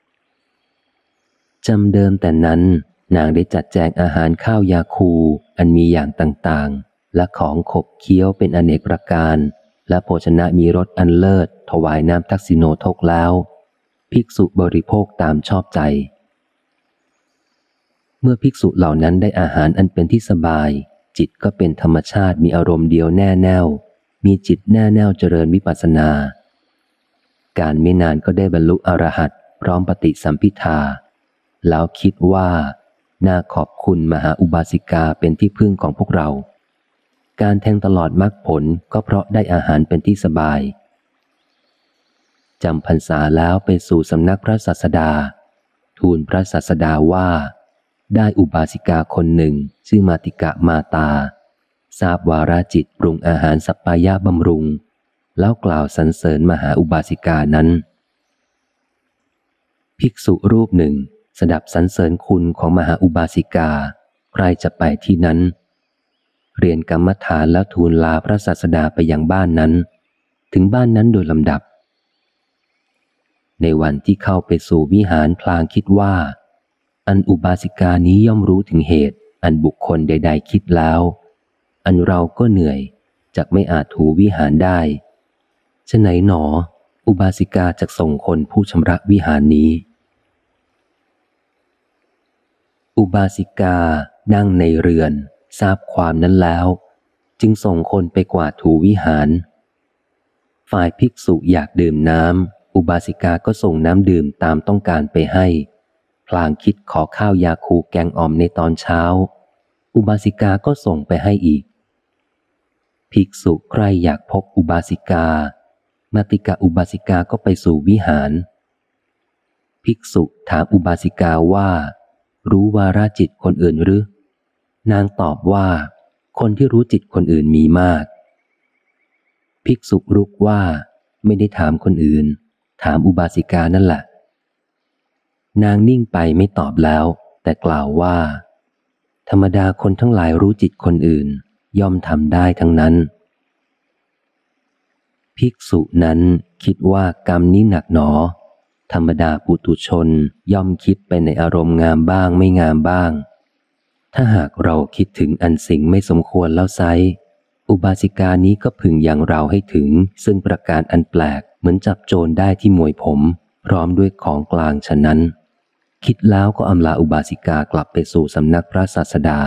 จำเดิมแต่นั้นนางได้จัดแจงอาหารข้าวยาคูอันมีอย่างต่างๆและของขบเคี้ยวเป็นอเนกประการและโภชนะมีรสอันเลิศถวายน้ำทักษิโนทกแล้วภิกษุบริโภคตามชอบใจเมื่อภิกษุเหล่านั้นได้อาหารอันเป็นที่สบายจิตก็เป็นธรรมชาติมีอารมณ์เดียวแน่แน่วมีจิตแน่แน่วเจริญวิปัสสนาการไม่นานก็ได้บรรลุอรหัตพร้อมปฏิสัมภิทาแล้วคิดว่าน่าขอบคุณมหาอุบาสิกาเป็นที่พึ่งของพวกเราการแทงตลอดมรรคผลก็เพราะได้อาหารเป็นที่สบายจำพรรษาแล้วไปสู่สำนักพระศาสดาทูลพระศาสดาว่าได้อุบาสิกาคนหนึ่งชื่อมาติกะมาตาทราบวาราจิตปรุงอาหารสัปปายะบำรุงแล้วกล่าวสรรเสริญมหาอุบาสิกานั้นภิกษุรูปหนึ่งสดับสรรเสริญคุณของมหาอุบาสิกาใครจะไปที่นั้นเรียนกรรมฐานแล้วทูลลาพระศาสดาไปยังบ้านนั้นถึงบ้านนั้นโดยลำดับในวันที่เข้าไปสู่วิหารพลางคิดว่าอันอุบาสิกานี้ย่อมรู้ถึงเหตุอันบุคคลใดๆคิดแล้วอันเราก็เหนื่อยจักไม่อาจถูวิหารได้ฉะไหนหนออุบาสิกาจักส่งคนผู้ชำระวิหารนี้อุบาสิกานั่งในเรือนทราบความนั้นแล้วจึงส่งคนไปกวาดถูวิหารฝ่ายภิกษุอยากดื่มน้ำอุบาสิกาก็ส่งน้ำดื่มตามต้องการไปให้พลางคิดขอข้าวยาคูแกงอ่อมในตอนเช้าอุบาสิกาก็ส่งไปให้อีกภิกษุใครอยากพบอุบาสิกามาติกาอุบาสิกาก็ไปสู่วิหารภิกษุถามอุบาสิกาว่ารู้วาราจิตคนอื่นหรือนางตอบว่าคนที่รู้จิตคนอื่นมีมากภิกษุรุกว่าไม่ได้ถามคนอื่นถามอุบาสิกานั่นแหละนางนิ่งไปไม่ตอบแล้วแต่กล่าวว่าธรรมดาคนทั้งหลายรู้จิตคนอื่นย่อมทำได้ทั้งนั้นภิกษุนั้นคิดว่ากรรมนี้หนักหนอธรรมดาปุถุชนย่อมคิดไปในอารมณ์งามบ้างไม่งามบ้างถ้าหากเราคิดถึงอันสิ่งไม่สมควรแล้วไซร้อุบาสิกานี้ก็พึงยังเราให้ถึงซึ่งประการอันแปลกเหมือนจับโจรได้ที่มวยผมพร้อมด้วยของกลางฉะนั้นคิดแล้วก็อำลาอุบาสิกากลับไปสู่สำนักพระศาสดา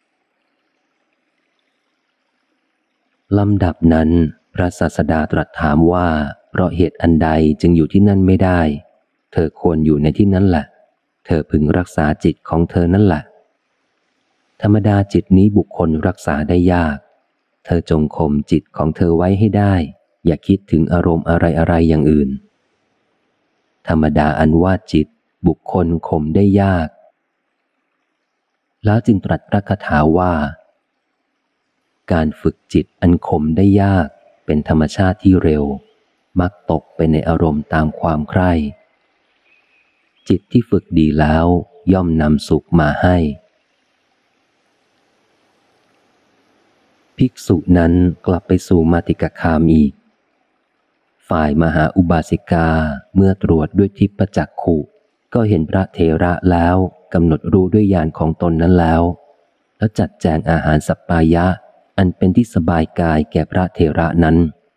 ลำดับนั้นพระศาสดาตรัสถามว่าเพราะเหตุอันใดจึงอยู่ที่นั่นไม่ได้เธอควรอยู่ในที่นั้นแหละเธอพึงรักษาจิตของเธอนั่นแหละธรรมดาจิตนี้บุคคลรักษาได้ยากเธอจงข่มจิตของเธอไว้ให้ได้อย่าคิดถึงอารมณ์อะไรๆอย่างอื่นธรรมดาอันว่าจิตบุคคลข่มได้ยากแล้วจึงตรัสพระคาถาว่าการฝึกจิตอันข่มได้ยากเป็นธรรมชาติที่เร็วมักตกไปในอารมณ์ตามความใคร่จิตที่ฝึกดีแล้วย่อมนำสุขมาให้ภิกษุนั้นกลับไปสู่มาติกคามอีกฝ่ายมหาอุบาสิกาเมื่อตรวจด้วยทิพจักขุก็เห็นพระเถระแล้วกำหนดรู้ด้วยญาณของตนนั้นแล้วแล้วจัดแจงอาหารสัปปายะอันเป็นที่สบายกายแก่พระเถระนั้น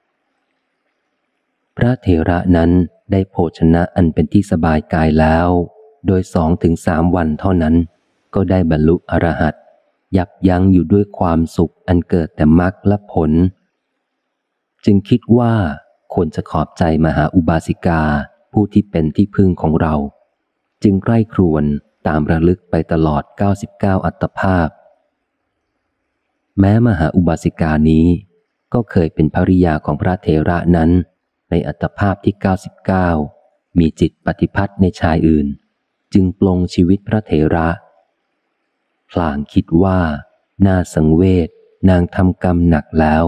พระเถระนั้นได้โภชนะอันเป็นที่สบายกายแล้วโดยสองถึงสามวันเท่านั้นก็ได้บรรลุอรหัตยับยั้งอยู่ด้วยความสุขอันเกิดแต่มรรคและผลจึงคิดว่าควรจะขอบใจมหาอุบาสิกาผู้ที่เป็นที่พึ่งของเราจึงใกล้ครวญตามระลึกไปตลอดเก้าสิบเก้าอัตภาพแม้มหาอุบาสิกานี้ก็เคยเป็นภริยาของพระเถระนั้นในอัตภาพที่เก้าสิบเก้ามีจิตปฏิพัทธ์ในชายอื่นจึงปลงชีวิตพระเถระพลางคิดว่าน่าสังเวชนางทำกรรมหนักแล้ว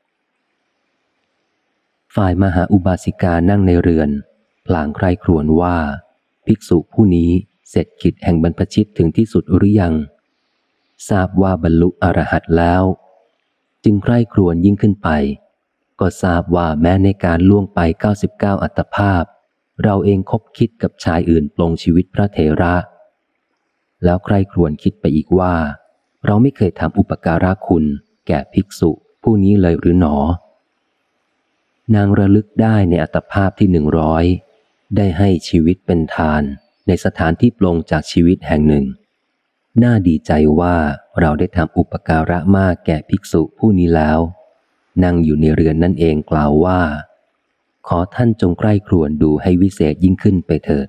ฝ่ายมหาอุบาสิกานั่งในเรือนพลางใคร่ครวญว่าภิกษุผู้นี้เสร็จกิจแห่งบรรพชิตถึงที่สุดหรือยังทราบว่าบรรลุอรหัตแล้วจึงใคร่ครวญยิ่งขึ้นไปก็ทราบว่าแม้ในการล่วงไปเก้าสิบเก้าอัตภาพเราเองคบคิดกับชายอื่นปลงชีวิตพระเถระแล้วใคร่ครวญคิดไปอีกว่าเราไม่เคยทำอุปการะคุณแก่ภิกษุผู้นี้เลยหรือหนอนางระลึกได้ในอัตภาพที่หนึ่งร้อยได้ให้ชีวิตเป็นทานในสถานที่ปลงจากชีวิตแห่งหนึ่งน่าดีใจว่าเราได้ทำอุปการะมากแก่ภิกษุผู้นี้แล้วนั่งอยู่ในเรือนนั่นเองกล่าวว่าขอท่านจงใกล้ครวญดูให้วิเศษยิ่งขึ้นไปเถิด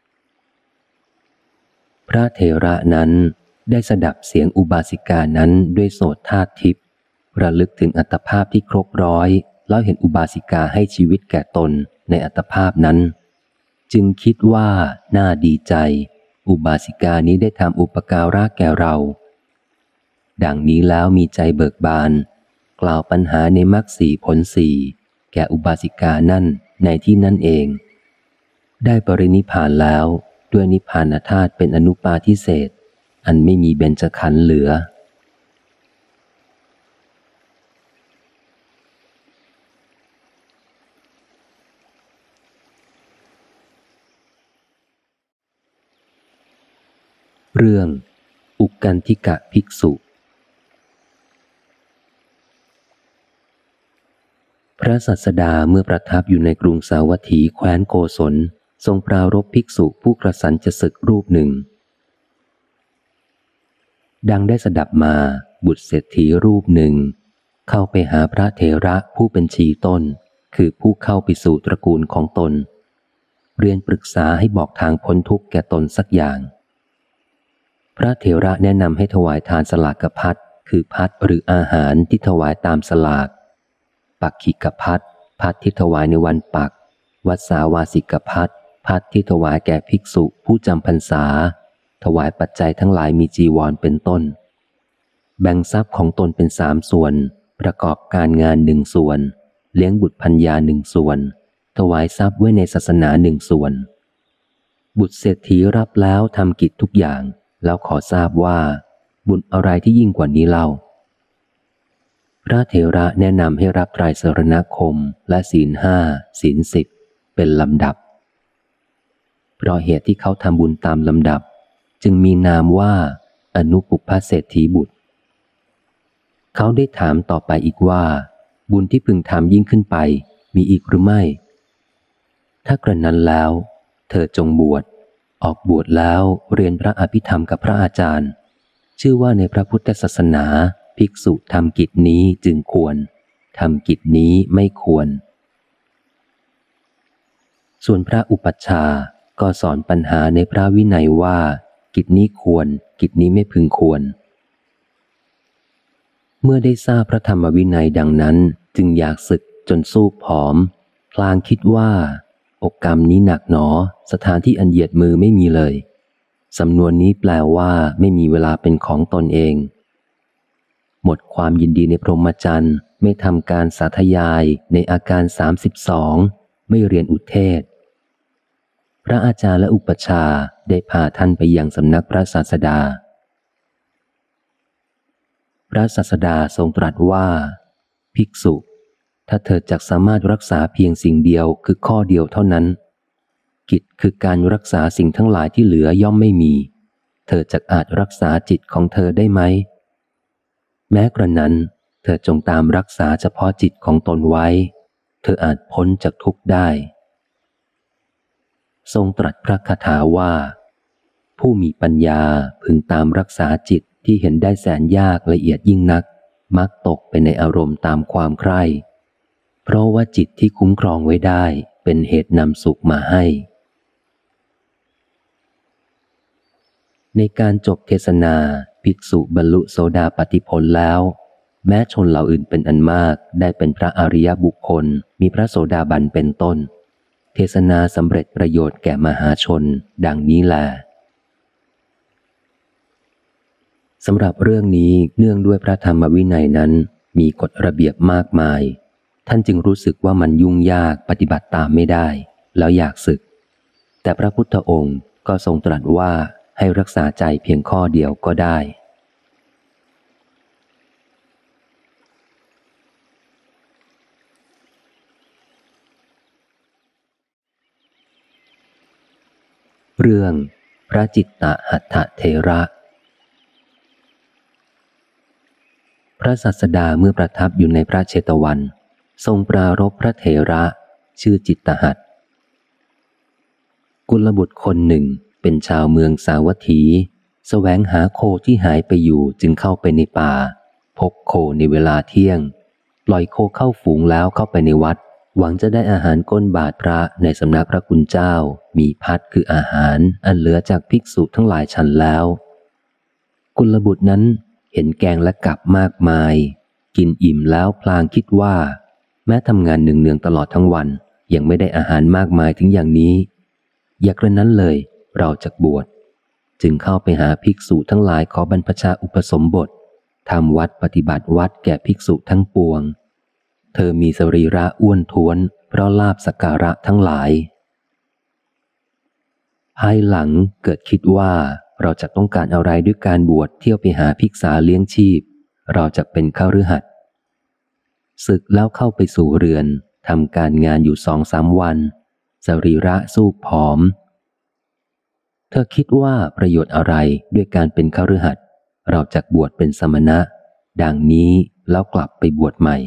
พระเถระนั้นได้สดับเสียงอุบาสิกานั้นด้วยโสตธาตุทิพย์ระลึกถึงอัตภาพที่ครบร้อยแล้วเห็นอุบาสิกาให้ชีวิตแก่ตนในอัตภาพนั้นจึงคิดว่าน่าดีใจอุบาสิกานี้ได้ทำอุปการะแก่เราดังนี้แล้วมีใจเบิกบานกล่าวปัญหาในมรรคสี่ผลสี่แก่อุบาสิกานั่นในที่นั่นเองได้ปรินิพพานแล้วด้วยนิพพานธาตุเป็นอนุปาทิเศษอันไม่มีเบญจขันธ์เหลือเรื่องอุกกันธิกะภิกษุพระศาสดาเมื่อประทับอยู่ในกรุงสาวัตถีแคว้นโกศลทรงปรารภภิกษุผู้กระสันจะศึกรูปหนึ่งดังได้สดับมาบุตรเศรษฐีรูปหนึ่งเข้าไปหาพระเถระผู้เป็นชีต้นคือผู้เข้าไปสู่ตระกูลของตนเรียนปรึกษาให้บอกทางพ้นทุกข์แก่ตนสักอย่างพระเถระแนะนำให้ถวายทานสลากภัตคือภัตหรืออาหารที่ถวายตามสลากปักขิกภัตภัตที่ถวายในวันปักวัสสาวาสิกภัตภัตที่ถวายแก่ภิกษุผู้จำพรรษาถวายปัจจัยทั้งหลายมีจีวรเป็นต้นแบ่งทรัพย์ของตนเป็นสามส่วนประกอบการงานหนึ่งส่วนเลี้ยงบุตรภรรยาหนึ่งส่วนถวายทรัพย์ไว้ในศาสนาหนึ่งส่วนบุตรเศรษฐีรับแล้วทำกิจทุกอย่างแล้วขอทราบว่าบุญอะไรที่ยิ่งกว่านี้เล่าพระเถระแนะนำให้รับไตรสรณคมและศีลห้าศีลสิบเป็นลำดับเพราะเหตุที่เขาทำบุญตามลำดับจึงมีนามว่าอนุปุพพเศรษฐีบุตรเขาได้ถามต่อไปอีกว่าบุญที่พึงทำยิ่งขึ้นไปมีอีกหรือไม่ถ้ากระนั้นแล้วเธอจงบวชออกบวชแล้วเรียนพระอภิธรรมกับพระอาจารย์ชื่อว่าในพระพุทธศาสนาภิกษุทำกิจนี้จึงควรทำกิจนี้ไม่ควรส่วนพระอุปัชฌาย์ก็สอนปัญหาในพระวินัยว่ากิจนี้ควรกิจนี้ไม่พึงควรเมื่อได้ทราบพระธรรมวินัยดังนั้นจึงอยากสึกจนสู้ผอมพลางคิดว่าอกกรรมนี้หนักหนอสถานที่อันเหยียดมือไม่มีเลยสำนวนนี้แปลว่าไม่มีเวลาเป็นของตนเองหมดความยินดีในพรหมจรรย์ไม่ทำการสาธยายในอาการสามสิบสองไม่เรียนอุเทศพระอาจารย์และอุปัชฌาย์ได้พาท่านไปยังสำนักพระศาสดาพระศาสดาทรงตรัสว่าภิกษุถ้าเธอจักสามารถรักษาเพียงสิ่งเดียวคือข้อเดียวเท่านั้นกิจคือการรักษาสิ่งทั้งหลายที่เหลือย่อมไม่มีเธอจักอาจรักษาจิตของเธอได้ไหมแม้กระนั้นเธอจงตามรักษาเฉพาะจิตของตนไว้เธออาจพ้นจากทุกข์ได้ทรงตรัสพระคาถาว่าผู้มีปัญญาพึงตามรักษาจิตที่เห็นได้แสนยากละเอียดยิ่งนักมักตกไปในอารมณ์ตามความใคร่เพราะว่าจิตที่คุ้มครองไว้ได้เป็นเหตุนำสุขมาให้ในการจบเทศนาภิกษุบรรลุโสดาปัตติผลแล้วแม้ชนเหล่าอื่นเป็นอันมากได้เป็นพระอริยบุคคลมีพระโสดาบันเป็นต้นเทศนาสำเร็จประโยชน์แก่มหาชนดังนี้แลสำหรับเรื่องนี้เนื่องด้วยพระธรรมวินัยนั้นมีกฎระเบียบมากมายท่านจึงรู้สึกว่ามันยุ่งยากปฏิบัติตามไม่ได้แล้วอยากสึกแต่พระพุทธองค์ก็ทรงตรัสว่าให้รักษาใจเพียงข้อเดียวก็ได้เรื่องพระจิตตหัตถเถระพระศาสดาเมื่อประทับอยู่ในพระเชตวันทรงปรารภพระเถระชื่อจิตตหัตถ์กุลบุตรคนหนึ่งเป็นชาวเมืองสาวัตถีแสวงหาโคที่หายไปอยู่จึงเข้าไปในป่าพบโคในเวลาเที่ยงปล่อยโคเข้าฝูงแล้วเข้าไปในวัดหวังจะได้อาหารก้นบาตรพระในสำนักพระคุณเจ้ามีพัดคืออาหารอันเหลือจากภิกษุทั้งหลายฉันแล้วกุลบุตรนั้นเห็นแกงและกับมากมายกินอิ่มแล้วพลางคิดว่าแม้ทำงานเนืองๆตลอดทั้งวันยังไม่ได้อาหารมากมายถึงอย่างนี้อย่ากระนั้นเลยเราจักบวชจึงเข้าไปหาภิกษุทั้งหลายขอบรรพชาอุปสมบททำวัดปฏิบัติวัดแก่ภิกษุทั้งปวงเธอมีสรีระอ้วนท้วนเพราะลาภสักการะทั้งหลายภายหลังเกิดคิดว่าเราจะต้องการอะไรด้วยการบวชเที่ยวไปหาภิกษาเลี้ยงชีพเราจะเป็นคฤหัสถ์ศึกแล้วเข้าไปสู่เรือนทำการงานอยู่สองสามวันสรีระสู้ผอมเธอคิดว่าประโยชน์อะไรด้วยการเป็นคฤหัสถ์เราจักบวชเป็นสมณะดังนี้แล้วกลับไปบวชใหม่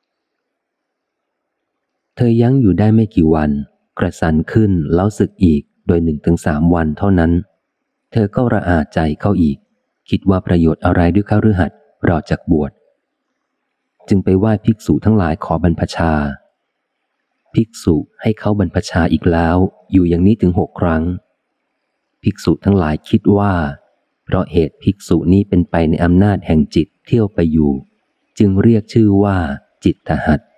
เธอยั้งอยู่ได้ไม่กี่วันกระสันขึ้นแล้วสึกอีกโดยหนึ่งถึงสามวันเท่านั้นเธอก็ระอาใจเข้าอีกคิดว่าประโยชน์อะไรด้วยคฤหัสถ์เราจักบวชจึงไปไหว้ภิกษุทั้งหลายขอบรรพชาภิกษุให้เขาบรรพชาอีกแล้วอยู่อย่างนี้ถึงหกครั้งภิกษุทั้งหลายคิดว่าเพราะเหตุภิกษุนี้เป็นไปในอำนาจแห่งจิตเที่ยวไปอยู่จึงเรียกชื่อว่าจิตตหัตถ์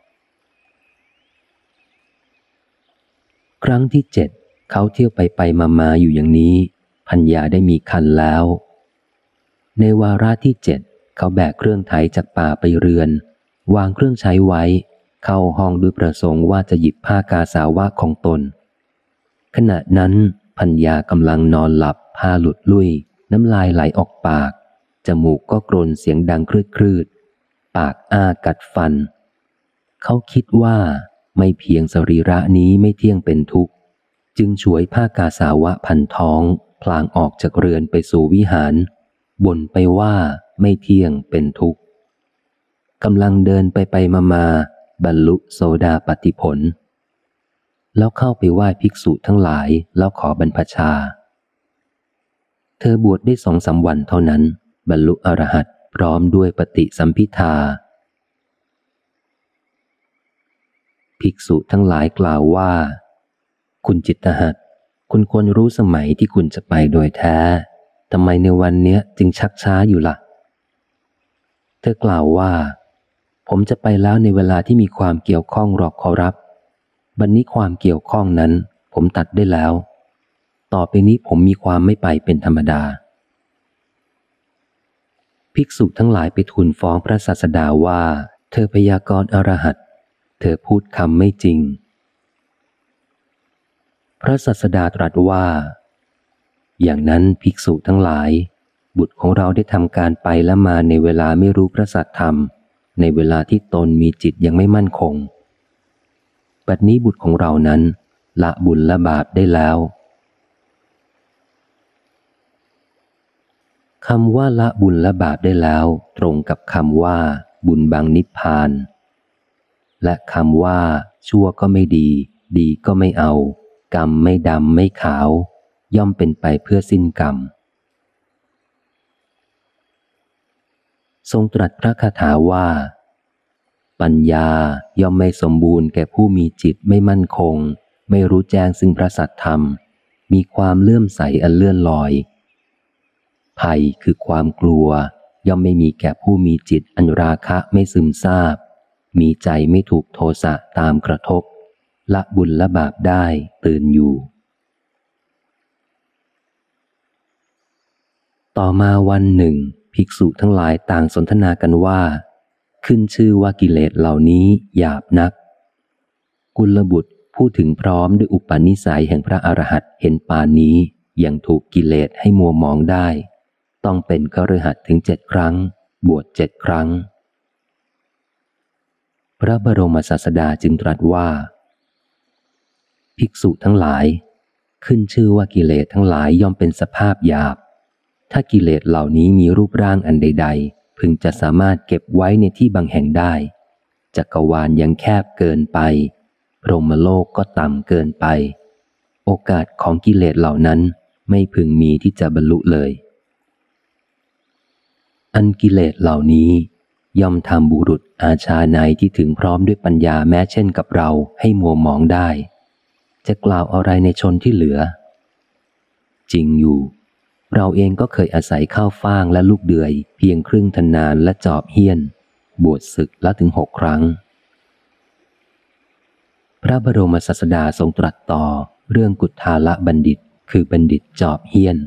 ครั้งที่เจ็ดเขาเที่ยวไปไปมามาอยู่อย่างนี้ภรรยาได้มีครรภ์แล้วในวาระที่เจ็ดเขาแบกเครื่องไถจากป่าไปเรือนวางเครื่องใช้ไว้เข้าห้องด้วยประสงค์ว่าจะหยิบผ้ากาสาวะของตนขณะนั้นพัญญากำลังนอนหลับผ้าหลุดลุ่ยน้ำลายไหลออกปากจมูกก็กรนเสียงดังครืดๆปากอ้ากัดฟันเขาคิดว่าไม่เพียงสรีระนี้ไม่เที่ยงเป็นทุกข์จึงฉวยผ้ากาสาวะพันท้องพลางออกจากเรือนไปสู่วิหารบ่นไปว่าไม่เที่ยงเป็นทุกข์กำลังเดินไปไปมามาบรรลุโสดาปัตติผลแล้วเข้าไปไหว้ภิกษุทั้งหลายแล้วขอบรรพชาเธอบวชได้สองสามวันเท่านั้นบรรลุอรหัตพร้อมด้วยปฏิสัมภิทาภิกษุทั้งหลายกล่าวว่าคุณจิตตหัตถ์คุณควรรู้สมัยที่คุณจะไปโดยแท้ทำไมในวันเนี้ยจึงชักช้าอยู่ล่ะเธอกล่าวว่าผมจะไปแล้วในเวลาที่มีความเกี่ยวข้องหรอกขอรับบัดนี้ความเกี่ยวข้องนั้นผมตัดได้แล้วต่อไปนี้ผมมีความไม่ไปเป็นธรรมดาภิกษุทั้งหลายไปทูลฟ้องพระศาสดาว่าเธอพยากรณ์อรหัตเธอพูดคำไม่จริงพระศาสดาตรัสว่าอย่างนั้นภิกษุทั้งหลายบุตรของเราได้ทำการไปและมาในเวลาไม่รู้พระสัทธรรมในเวลาที่ตนมีจิตยังไม่มั่นคงบัดนี้บุตรของเรานั้นละบุญละบาปได้แล้วคำว่าละบุญละบาปได้แล้วตรงกับคำว่าบุญบังนิพพานและคำว่าชั่วก็ไม่ดีดีก็ไม่เอากรรมไม่ดำไม่ขาวย่อมเป็นไปเพื่อสิ้นกรรมทรงตรัสพระคาถาว่าปัญญาย่อมไม่สมบูรณ์แก่ผู้มีจิตไม่มั่นคงไม่รู้แจ้งซึ่งพระสัทธรรมมีความเลื่อมใสอันเลื่อนลอยภัยคือความกลัวย่อมไม่มีแก่ผู้มีจิตอันราคะไม่ซึมซาบมีใจไม่ถูกโทสะตามกระทบละบุญละบาปได้ตื่นอยู่ต่อมาวันหนึ่งภิกษุทั้งหลายต่างสนทนากันว่าขึ้นชื่อว่ากิเลสเหล่านี้หยาบนักกุลบุตรพูดถึงพร้อมด้วยอุปนิสัยแห่งพระอรหันต์เห็นปานนี้ยังถูกกิเลสให้มัวมองได้ต้องเป็นคฤหัสถ์ถึงเจ็ดครั้งบวชเจ็ดครั้งพระบรมศาสดาจึงตรัสว่าภิกษุทั้งหลายขึ้นชื่อว่ากิเลสทั้งหลายย่อมเป็นสภาพหยาบถ้ากิเลสเหล่านี้มีรูปร่างอันใดๆพึงจะสามารถเก็บไว้ในที่บางแห่งได้จักรวาลยังแคบเกินไปพรหมโลกก็ต่ำเกินไปโอกาสของกิเลสเหล่านั้นไม่พึงมีที่จะบรรลุเลยอันกิเลสเหล่านี้ย่อมทำบุรุษอาชาในที่ถึงพร้อมด้วยปัญญาแม้เช่นกับเราให้มัวมองได้จะกล่าวอะไรในชนที่เหลือจริงอยู่เราเองก็เคยอาศัยข้าวฟ่างและลูกเดือยเพียงครึ่งทนานและจอบเฮี้ยนบวชศึกละถึงหกครั้งพระบรมศาสดาทรงตรัสต่อเรื่องกุฏทาละบัณฑิตคือบัณฑิตจอบเฮี้ยน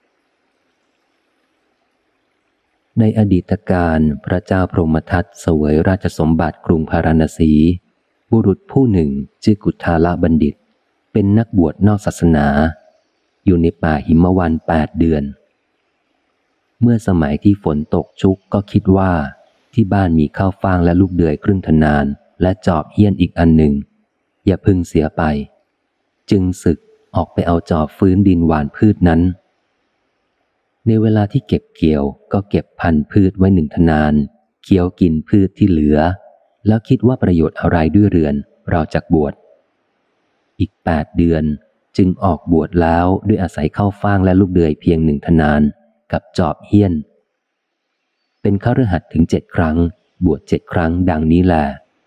ในอดีตการพระเจ้าพรหมทัตเสวยราชสมบัติกรุงพาราณสีบุรุษผู้หนึ่งชื่อกุฏทาละบัณฑิตเป็นนักบวชนอกศาสนาอยู่ในป่าหิมวันแปดเดือนเมื่อสมัยที่ฝนตกชุกก็คิดว่าที่บ้านมีข้าวฟ่างและลูกเดือยครึ่งทนานและจอบเฮี้ยนอีกอันหนึ่งอย่าพึงเสียไปจึงสึกออกไปเอาจอบฟื้นดินหว่านพืชนั้นในเวลาที่เก็บเกี่ยวก็เก็บพันธุ์พืชไว้หนึ่งทนานเคี้ยวกินพืชที่เหลือแล้วคิดว่าประโยชน์อะไรด้วยเรือนเราจักบวชอีกแปดเดือนจึงออกบวชแล้วด้วยอาศัยข้าวฟ่างและลูกเดือยเพียงหนึ่งทนานกับจอบเฮี้ยนเป็นคฤหัสถ์ถึงเจ็ดครั้งบวชเจ็ดครั้งดังนี้แล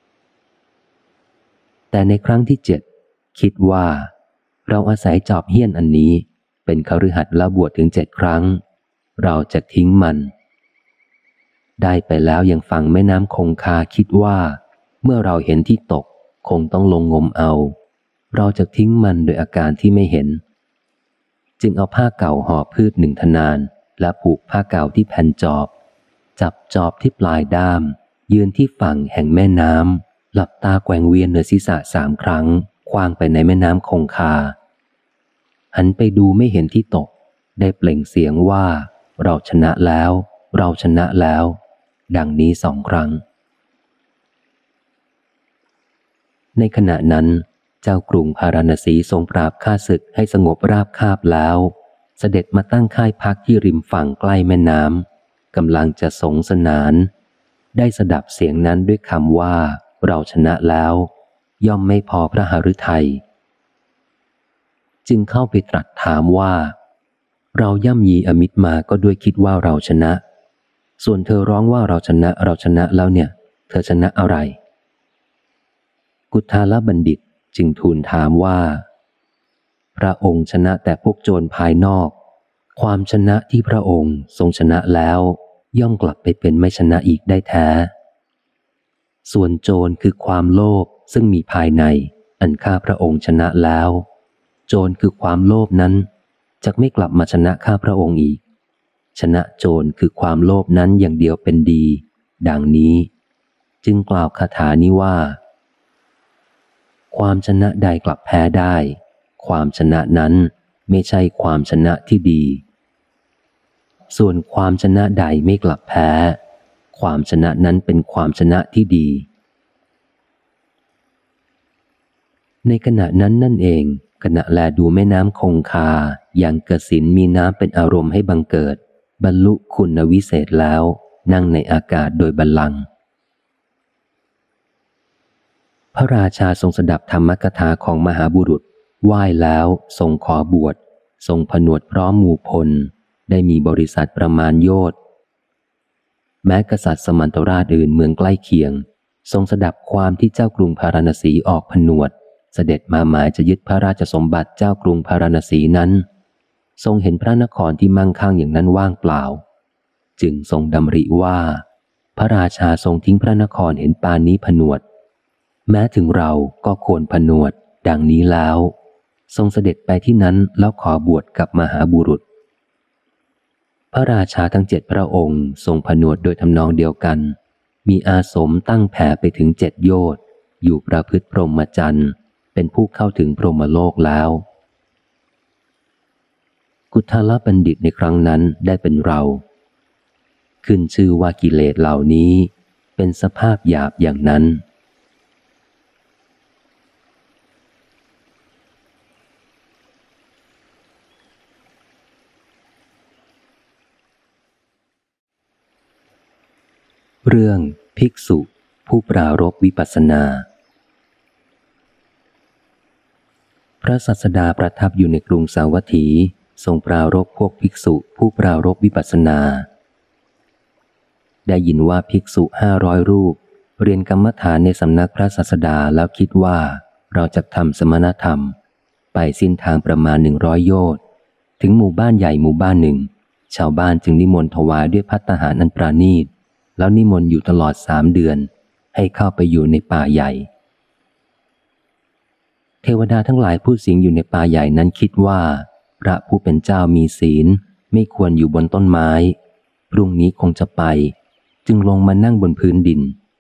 แต่ในครั้งที่เจ็ดคิดว่าเราอาศัยจอบเฮี้ยนอันนี้เป็นคฤหัสถ์แล้วบวชถึงเจ็ดครั้งเราจะทิ้งมันได้ไปแล้วยังฟังแม่น้ำคงคาคิดว่าเมื่อเราเห็นที่ตกคงต้องลงงมเอาเราจะทิ้งมันโดยอาการที่ไม่เห็นจึงเอาผ้าเก่าห่อพืชหนึ่งทนานและผูกผ้าเก่าที่แผ่นจอบจับจอบที่ปลายด้ามยืนที่ฝั่งแห่งแม่น้ำหลับตาแกว่งเวียนเหนือศีรษะสามครั้งคว้างไปในแม่น้ำคงคาหันไปดูไม่เห็นที่ตกได้เปล่งเสียงว่าเราชนะแล้วเราชนะแล้วดังนี้สองครั้งในขณะนั้นเจ้ากรุงพาราณสีทรงปราบข้าศึกให้สงบราบคาบแล้วเสด็จมาตั้งค่ายพักที่ริมฝั่งใกล้แม่น้ำกำลังจะสงสนานได้สดับเสียงนั้นด้วยคำว่าเราชนะแล้วย่อมไม่พอพระหฤทัยจึงเข้าไปตรัสถามว่าเราย่ำยีอมิตรมาก็ด้วยคิดว่าเราชนะส่วนเธอร้องว่าเราชนะเราชนะแล้วเนี่ยเธอชนะอะไรกุทาลบัณฑิตจึงทูลถามว่าพระองค์ชนะแต่พวกโจรภายนอกความชนะที่พระองค์ทรงชนะแล้วย่อมกลับไปเป็นไม่ชนะอีกได้แท้ส่วนโจรคือความโลภซึ่งมีภายในอันข้าพระองค์ชนะแล้วโจรคือความโลภนั้นจะไม่กลับมาชนะข้าพระองค์อีกชนะโจรคือความโลภนั้นอย่างเดียวเป็นดีดังนี้จึงกล่าวคาถานี้ว่าความชนะใดกลับแพ้ได้ความชนะนั้นไม่ใช่ความชนะที่ดีส่วนความชนะใดไม่กลับแพ้ความชนะนั้นเป็นความชนะที่ดีในขณะนั้นนั่นเองขณะแลดูแม่น้ำคงคาอย่างกสิณมีน้ำเป็นอารมณ์ให้บังเกิดบรรลุคุณวิเศษแล้วนั่งในอากาศโดยบัลลังก์พระราชาทรงสดับธรรมกถาของมหาบุรุษไหว้แล้วทรงขอบวชทรงผนวดพร้อมหมู่พลได้มีบริษัทประมาณโยชน์แม้กษัตริย์สมันตราชอื่นเมืองใกล้เคียงทรงสดับความที่เจ้ากรุงพาราณสีออกผนวดเสด็จมาหมายจะยึดพระราชสมบัติเจ้ากรุงพาราณสีนั้นทรงเห็นพระนครที่มั่งคั่งอย่างนั้นว่างเปล่าจึงทรงดำริว่าพระราชาทรงทิ้งพระนครเห็นปานนี้ผนวดแม้ถึงเราก็ควรผนวดดังนี้แล้วทรงเสด็จไปที่นั้นแล้วขอบวชกับมหาบุรุษพระราชาทั้งเจ็ดพระองค์ทรงผนวดโดยทำนองเดียวกันมีอาสมตั้งแผ่ไปถึงเจ็ดโยชน์อยู่ประพฤติพรหมจรรย์เป็นผู้เข้าถึงพรหมโลกแล้วกุทาลบัณฑิตในครั้งนั้นได้เป็นเราขึ้นชื่อว่ากิเลสเหล่านี้เป็นสภาพหยาบอย่างนั้นเรื่องภิกษุผู้ปรารภวิปัสสนาพระศาสดาประทับอยู่ในกรุงสาวัตถีทรงปรารภพวกภิกษุผู้ปรารภวิปัสสนาได้ยินว่าภิกษุห้าร้อยรูปเรียนกรรมฐานในสำนักพระศาสดาแล้วคิดว่าเราจะทำสมณธรรมไปสิ้นทางประมาณหนึ่งร้อยโยชน์ถึงหมู่บ้านใหญ่หมู่บ้านหนึ่งชาวบ้านจึงนิมนต์ถวายด้วยภัตตาหารอันปราณีตแล้วนิมนต์อยู่ตลอดสามเดือนให้เข้าไปอยู่ในป่าใหญ่เทวดาทั้งหลายผู้สิงอยู่ในป่าใหญ่นั้นคิดว่าพระผู้เป็นเจ้ามีศีลไม่ควรอยู่บนต้นไม้พรุ่งนี้คงจะไปจึงลงมานั่งบนพื้นดิน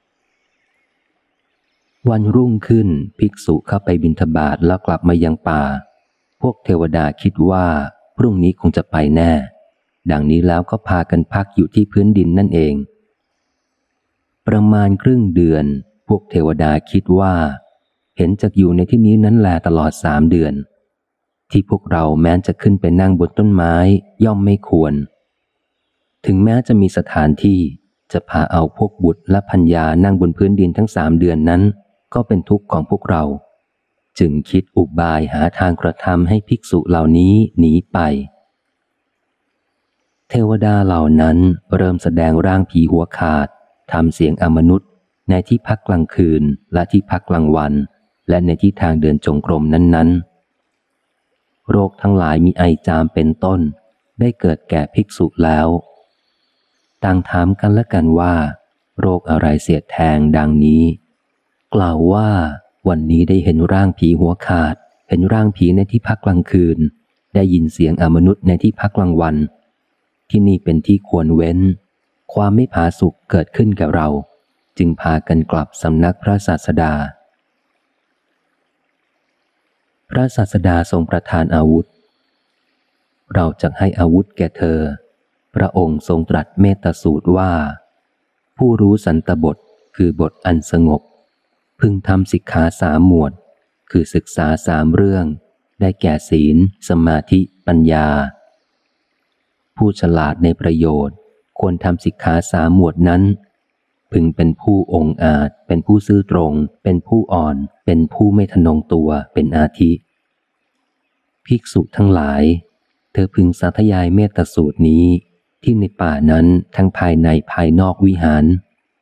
วันรุ่งขึ้นภิกษุเข้าไปบิณฑบาตแล้วกลับมายังป่าพวกเทวดาคิดว่าพรุ่งนี้คงจะไปแน่ดังนี้แล้วก็พากันพักอยู่ที่พื้นดินนั่นเองประมาณครึ่งเดือนพวกเทวดาคิดว่าเห็นจะอยู่ในที่นี้นั้นแลตลอดสามเดือนที่พวกเราแม้จะขึ้นไปนั่งบนต้นไม้ย่อมไม่ควรถึงแม้จะมีสถานที่จะพาเอาพวกบุตรและภรรยานั่งบนพื้นดินทั้งสามเดือนนั้นก็เป็นทุกข์ของพวกเราจึงคิดอุบายหาทางกระทำให้ภิกษุเหล่านี้หนีไปเทวดาเหล่านั้นเริ่มแสดงร่างผีหัวขาดทำเสียงอมนุษย์ในที่พักกลางคืนและที่พักกลางวันและในที่ทางเดินจงกรมนั้นๆโรคทั้งหลายมีไอจามเป็นต้นได้เกิดแก่ภิกษุแล้วต่างถามกันและกันว่าโรคอะไรเสียดแทงดังนี้กล่าวว่าวันนี้ได้เห็นร่างผีหัวขาดเห็นร่างผีในที่พักกลางคืนได้ยินเสียงอมนุษย์ในที่พักกลางวันที่นี่เป็นที่ควรเว้นความไม่ผาสุกเกิดขึ้นแก่เราจึงพากันกลับสำนักพระศาสดาพระศาสดาทรงประทานอาวุธเราจะให้อาวุธแก่เธอพระองค์ทรงตรัสเมตสูตรว่าผู้รู้สันตบทคือบทอันสงบพึงทำสิกขาสามหมวดคือศึกษาสามเรื่องได้แก่ศีลสมาธิปัญญาผู้ฉลาดในประโยชน์ควรทำสิกขาสามหมวดนั้นพึงเป็นผู้องอาจเป็นผู้ซื่อตรงเป็นผู้อ่อนเป็นผู้ไม่ทะนงตัวเป็นอาทิภิกษุทั้งหลายเธอพึงสาธยายเมตสูตรนี้ที่ในป่านั้นทั้งภายในภายนอกวิหาร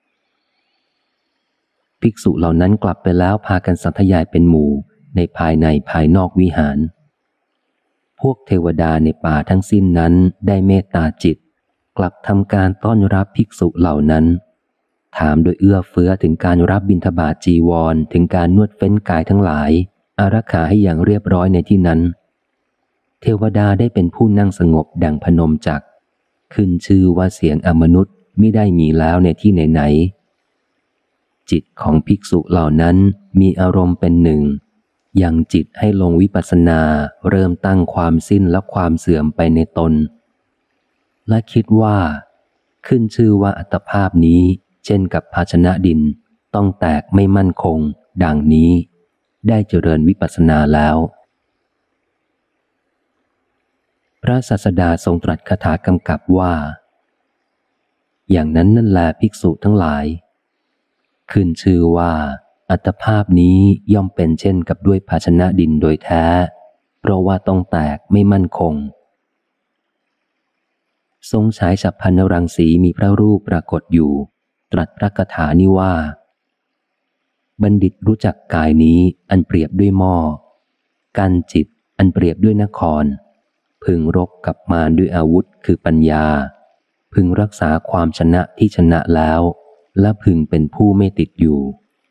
ภิกษุเหล่านั้นกลับไปแล้วพากันสาธยายเป็นหมู่ในภายในภายนอกวิหารพวกเทวดาในป่าทั้งสิ้นนั้นได้เมตตาจิตกลับทำการต้อนรับภิกษุเหล่านั้นถามโดยเอื้อเฟื้อถึงการรับบิณฑบาตจีวรถึงการนวดเฟ้นกายทั้งหลายอารักขาให้อย่างเรียบร้อยในที่นั้นเทวดาได้เป็นผู้นั่งสงบดังพนมจักรขึ้นชื่อว่าเสียงอมนุษย์มิได้มีแล้วในที่ไหนๆจิตของภิกษุเหล่านั้นมีอารมณ์เป็นหนึ่งยังจิตให้ลงวิปัสสนาเริ่มตั้งความสิ้นและความเสื่อมไปในตนและคิดว่าขึ้นชื่อว่าอัตภาพนี้เช่นกับภาชนะดินต้องแตกไม่มั่นคงดังนี้ได้เจริญวิปัสสนาแล้วพระศาสดาทรงตรัสคาถากำกับว่าอย่างนั้นนั่นแลภิกษุทั้งหลายขึ้นชื่อว่าอัตภาพนี้ย่อมเป็นเช่นกับด้วยภาชนะดินโดยแท้เพราะว่าต้องแตกไม่มั่นคงทรงฉายฉัพพรรณรังสีมีพระรูปปรากฏอยู่ตรัสพระคาถานี้ว่าบัณฑิตรู้จักกายนี้อันเปรียบด้วยหม้อกั้นจิตอันเปรียบด้วยนครพึงรบกับมารด้วยอาวุธคือปัญญาพึงรักษาความชนะที่ชนะแล้วและพึงเป็นผู้ไม่ติดอยู่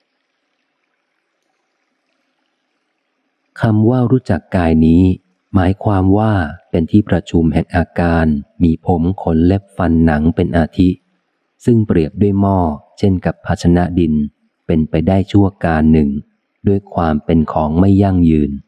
คำว่ารู้จักกายนี้หมายความว่าเป็นที่ประชุมแห่งอาการมีผมขนเล็บฟันหนังเป็นอาทิซึ่งเปรียบด้วยหม้อเช่นกับภาชนะดินเป็นไปได้ชั่วการหนึ่งด้วยความเป็นของไม่ยั่งยืน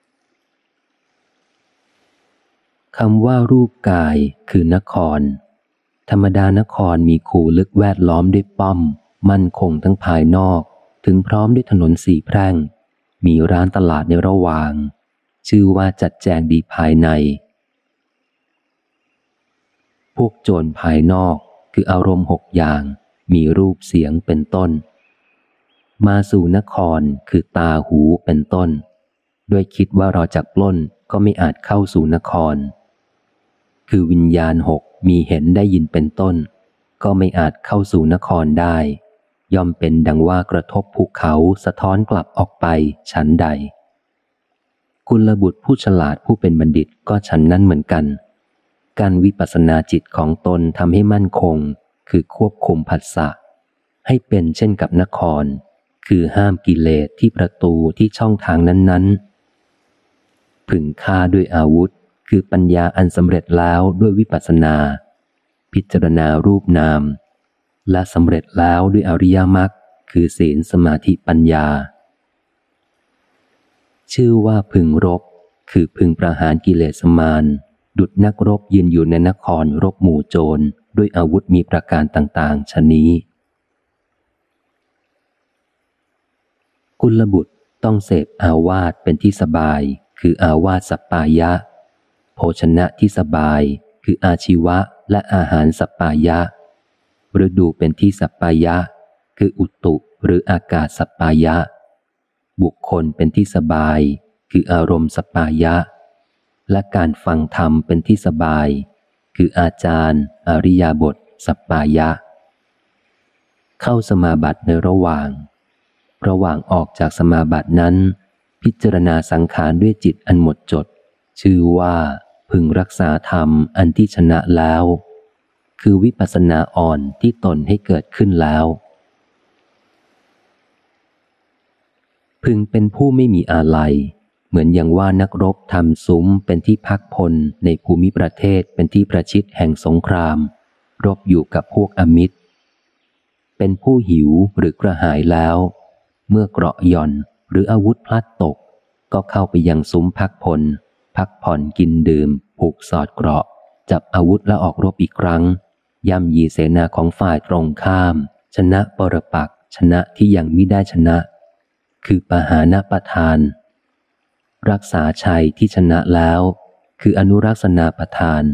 คำว่ารูปกายคือนครธรรมดานครมีคูลึกแวดล้อมด้วยป้อมมั่นคงทั้งภายนอกถึงพร้อมด้วยถนนสี่แพร่งมีร้านตลาดในระหว่างชื่อว่าจัดแจงดีภายในพวกโจรภายนอกคืออารมณ์หกอย่างมีรูปเสียงเป็นต้นมาสู่นครคือตาหูเป็นต้นด้วยคิดว่าเราจักปล้นก็ไม่อาจเข้าสู่นครคือวิญญาณหกมีเห็นได้ยินเป็นต้นก็ไม่อาจเข้าสู่นครได้ย่อมเป็นดังว่ากระทบภูเขาสะท้อนกลับออกไปฉันใดกุลบุตรผู้ฉลาดผู้เป็นบัณฑิตก็ฉันนั้นเหมือนกันการวิปัสสนาจิตของตนทำให้มั่นคงคือควบคุมผัสสะให้เป็นเช่นกับนครคือห้ามกิเลสที่ประตูที่ช่องทางนั้นๆพึงฆ่าด้วยอาวุธคือปัญญาอันสำเร็จแล้วด้วยวิปัสสนาพิจารณารูปนามและสำเร็จแล้วด้วยอริยมรรคคือศีลสมาธิปัญญาชื่อว่าพึงรบคือพึงประหารกิเลสมารดุจนักรบยืนอยู่ในนครรบหมู่โจรด้วยอาวุธมีประการต่างๆชะนี้กุลบุตรต้องเสพอาวาสเป็นที่สบายคืออาวาสสัปปายะโภชนะที่สบายคืออาชีวะและอาหารสัปปายะฤดูเป็นที่สัปปายะคืออุตุหรืออากาศสัปปายะบุคคลเป็นที่สบายคืออารมณ์สัปปายะและการฟังธรรมเป็นที่สบายคืออาจารย์อริยบทสัปปายะเข้าสมาบัติในระหว่างระหว่างออกจากสมาบัตินั้นพิจารณาสังขารด้วยจิตอันหมดจดชื่อว่าพึงรักษาธรรมอันที่ชนะแล้วคือวิปัสสนาอ่อนที่ตนให้เกิดขึ้นแล้วพึงเป็นผู้ไม่มีอาลัยเหมือนอย่างว่านักรบทำซุ้มเป็นที่พักพลในภูมิประเทศเป็นที่ประชิดแห่งสงครามรบอยู่กับพวกอมิตรเป็นผู้หิวหรือกระหายแล้วเมื่อเกราะหย่อนหรืออาวุธพลัดตกก็เข้าไปยังซุ้มพักพลพักผ่อนกินดื่มผูกสอดเกราะจับอาวุธและออกรบอีกครั้งย่ำยีเสนาของฝ่ายตรงข้ามชนะปรปักษ์ชนะที่ยังมิได้ชนะคือปหานประทานรักษาชัยที่ชนะแล้วคืออนุรักษณาประทาน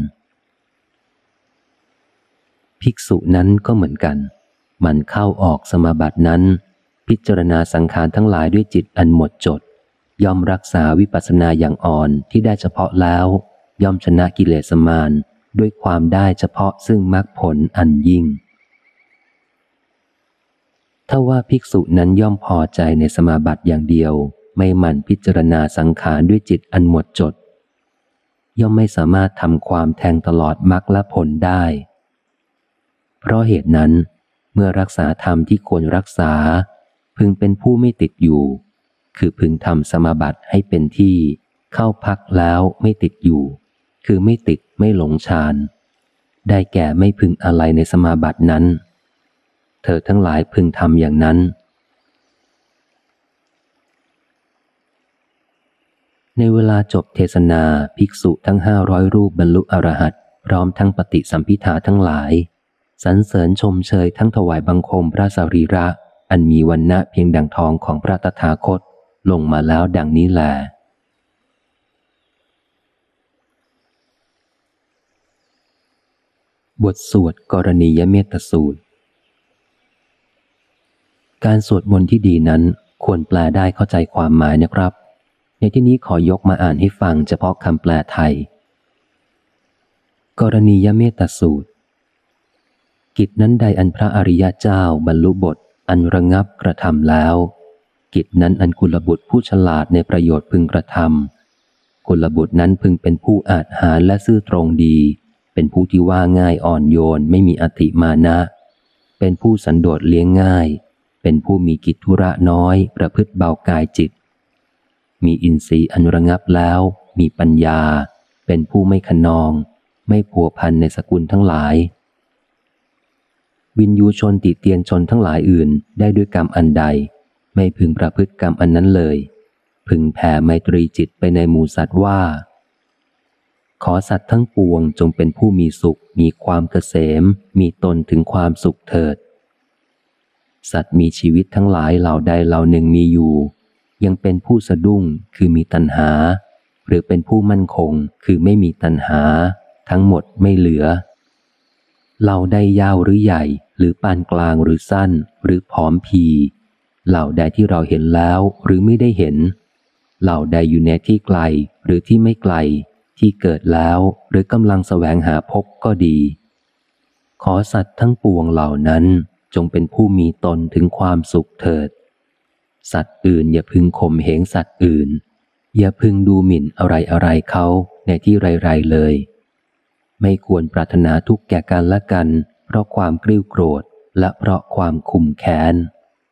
ภิกษุนั้นก็เหมือนกันมันเข้าออกสมาบัตินั้นพิจารณาสังขารทั้งหลายด้วยจิตอันหมดจดย่อมรักษาวิปัสสนาอย่างอ่อนที่ได้เฉพาะแล้วย่อมชนะกิเลสมารด้วยความได้เฉพาะซึ่งมรรคผลอันยิ่งถ้าว่าภิกษุนั้นย่อมพอใจในสมาบัติอย่างเดียวไม่หมั่นพิจารณาสังขารด้วยจิตอันหมดจดย่อมไม่สามารถทำความแทงตลอดมรรคและผลได้เพราะเหตุนั้นเมื่อรักษาธรรมที่ควรรักษาพึงเป็นผู้ไม่ติดอยู่คือพึงทำสมาบัติให้เป็นที่เข้าพักแล้วไม่ติดอยู่คือไม่ติดไม่หลงฌานได้แก่ไม่พึงอะไรในสมาบัตินั้นเธอทั้งหลายพึงทำอย่างนั้นในเวลาจบเทศนาภิกษุทั้งห้าร้อยรูปบรรลุอรหัตพร้อมทั้งปฏิสัมภิทาทั้งหลายสรรเสริญชมเชยทั้งถวายบังคมพระสรีระอันมีวรรณะเพียงดังทองของพระตถาคตลงมาแล้วดังนี้แลบทสวดกรณียเมตสูตรการสวดมนต์ที่ดีนั้นควรแปลได้เข้าใจความหมายนะครับในที่นี้ขอยกมาอ่านให้ฟังเฉพาะคำแปลไทยกรณียเมตสูตรกิจนั้นใดอันพระอริยเจ้าบรรลุบทอันระงับกระทำแล้วกิจนั้นอันกุลบุตรผู้ฉลาดในประโยชน์พึงกระทำกุลบุตรนั้นพึงเป็นผู้อาจหาญและซื่อตรงดีเป็นผู้ที่ว่าง่ายอ่อนโยนไม่มีอติมานะเป็นผู้สันโดษเลี้ยงง่ายเป็นผู้มีกิจธุระน้อยประพฤติเบากายจิตมีอินทรีย์อันระงับแล้วมีปัญญาเป็นผู้ไม่ขนองไม่พัวพันในสกุลทั้งหลายวินยูชนติเตียนชนทั้งหลายอื่นได้ด้วยกรรมอันใดไม่พึงประพฤติกรรมอันนั้นเลยพึงแผ่ไมตรีจิตไปในหมู่สัตว์ว่าขอสัตว์ทั้งปวงจงเป็นผู้มีสุขมีความเกษมมีตนถึงความสุขเถิดสัตว์มีชีวิตทั้งหลายเหล่าใดเหล่าหนึ่งมีอยู่ยังเป็นผู้สะดุ้งคือมีตัณหาหรือเป็นผู้มั่นคงคือไม่มีตัณหาทั้งหมดไม่เหลือเหล่าใดยาวหรือใหญ่หรือปานกลางหรือสั้นหรือผอมพีเหล่าใดที่เราเห็นแล้วหรือไม่ได้เห็นเหล่าใดอยู่ในที่ไกลหรือที่ไม่ไกลที่เกิดแล้วหรือกำลังแสวงหาพบก็ดีขอสัตว์ทั้งปวงเหล่านั้นจงเป็นผู้มีตนถึงความสุขเถิดสัตว์อื่นอย่าพึงข่มเหงสัตว์อื่นอย่าพึงดูหมิ่นอะไรอะไรเขาในที่ไรๆเลยไม่ควรปรารถนาทุกข์แก่กันและกันเพราะความกริ้วโกรธและเพราะความขุ่มแค้น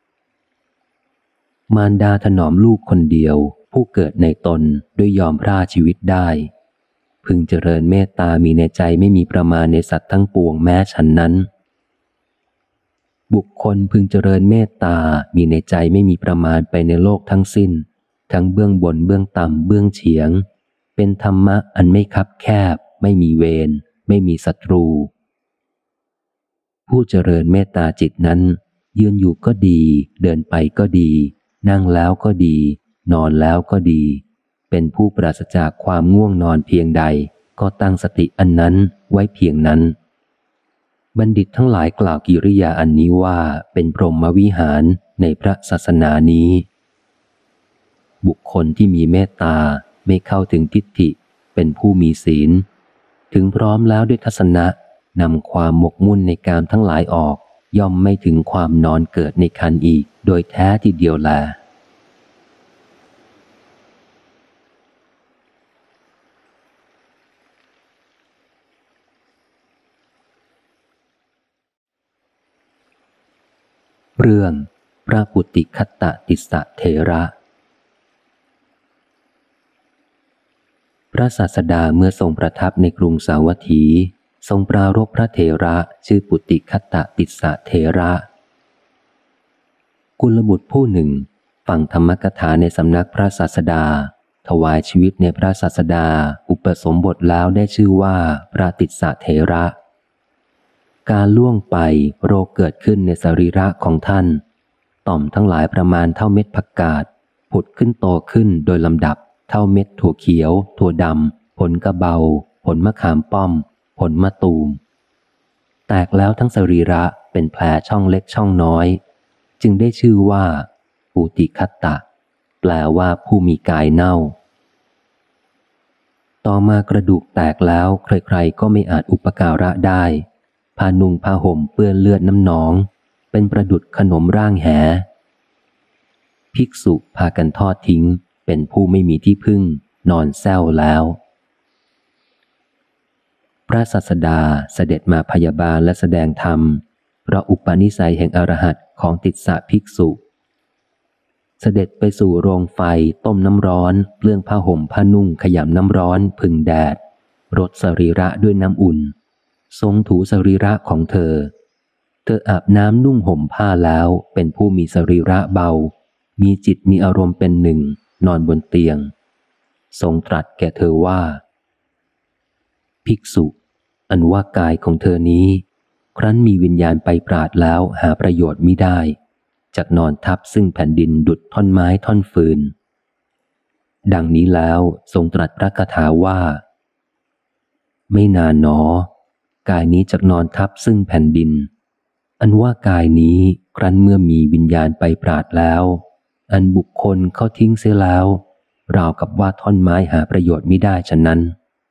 มารดาถนอมลูกคนเดียวผู้เกิดในตนด้วยยอมพราชีวิตได้พึงเจริญเมตตามีในใจไม่มีประมาณในสัตว์ทั้งปวงแม้ฉันนั้นบุคคลพึงเจริญเมตตามีในใจไม่มีประมาณไปในโลกทั้งสิ้นทั้งเบื้องบนเบื้องต่ำเบื้องเฉียงเป็นธรรมะอันไม่คับแคบไม่มีเวรไม่มีศัตรูผู้เจริญเมตตาจิตนั้นยืนอยู่ก็ดีเดินไปก็ดีนั่งแล้วก็ดีนอนแล้วก็ดีเป็นผู้ปราศจากความง่วงนอนเพียงใดก็ตั้งสติอันนั้นไว้เพียงนั้นบัณฑิตทั้งหลายกล่าวกิริยาอันนี้ว่าเป็นพรหมวิหารในพระศาสนานี้บุคคลที่มีเมตตาไม่เข้าถึงทิฏฐิเป็นผู้มีศีลถึงพร้อมแล้วด้วยทัศนะนำความหมกมุ่นในกามทั้งหลายออกย่อมไม่ถึงความนอนเกิดในคันอีกโดยแท้ทีเดียวแลเรื่องพระปุตติคัตตติสสะเถระพระศาสดาเมื่อทรงประทับในกรุงสาวัตถีทรงปรารภพระเถระชื่อปุติคัตตติสสะเถระกุลบุตรผู้หนึ่งฟังธรรมกถาในสำนักพระศาสดาถวายชีวิตในพระศาสดาอุปสมบทแล้วได้ชื่อว่าพระติสสะเถระการล่วงไปโรคเกิดขึ้นในสรีระของท่านต่อมทั้งหลายประมาณเท่าเม็ดผักกาดผุดขึ้นโตขึ้นโดยลำดับเท่าเม็ดถั่วเขียวถั่วดำผลกระเบาผลมะขามป้อมผลมะตูมแตกแล้วทั้งสรีระเป็นแผลช่องเล็กช่องน้อยจึงได้ชื่อว่าปุติคัตตะแปลว่าผู้มีกายเน่าต่อมากระดูกแตกแล้วใครๆก็ไม่อาจอุปการะได้ผ้านุ่งผ้าห่มเปื้อนเลือดน้ำหนองเป็นประดุจขนมร่างแหภิกษุพากันทอดทิ้งเป็นผู้ไม่มีที่พึ่งนอนแซวแล้วพระศาสดาเสด็จมาพยาบาลและแสดงธรรมเพราะอุปนิสัยแห่งอรหัตของติสสะภิกษุเสด็จไปสู่โรงไฟต้มน้ำร้อนเปลื้องผ้าห่มผ้านุ่งขยำน้ำร้อนพึ่งแดดรดสรีระด้วยน้ำอุ่นทรงถูสรีระของเธอเธออาบน้ำนุ่งห่มผ้าแล้วเป็นผู้มีสรีระเบามีจิตมีอารมณ์เป็นหนึ่งนอนบนเตียงทรงตรัสแก่เธอว่าภิกษุอันว่ากายของเธอนี้ครั้นมีวิญญาณไปปราดแล้วหาประโยชน์มิได้จักนอนทับซึ่งแผ่นดินดุจท่อนไม้ท่อนฟืนดังนี้แล้วทรงตรัสพระคาถาว่าไม่นานหนอกายนี้จักนอนทับซึ่งแผ่นดินอันว่ากายนี้ครั้นเมื่อมีวิญญาณไปปราดแล้วอันบุคคลเขาทิ้งเสียแล้วราวกับว่าท่อนไม้หาประโยชน์มิได้ฉะนั้น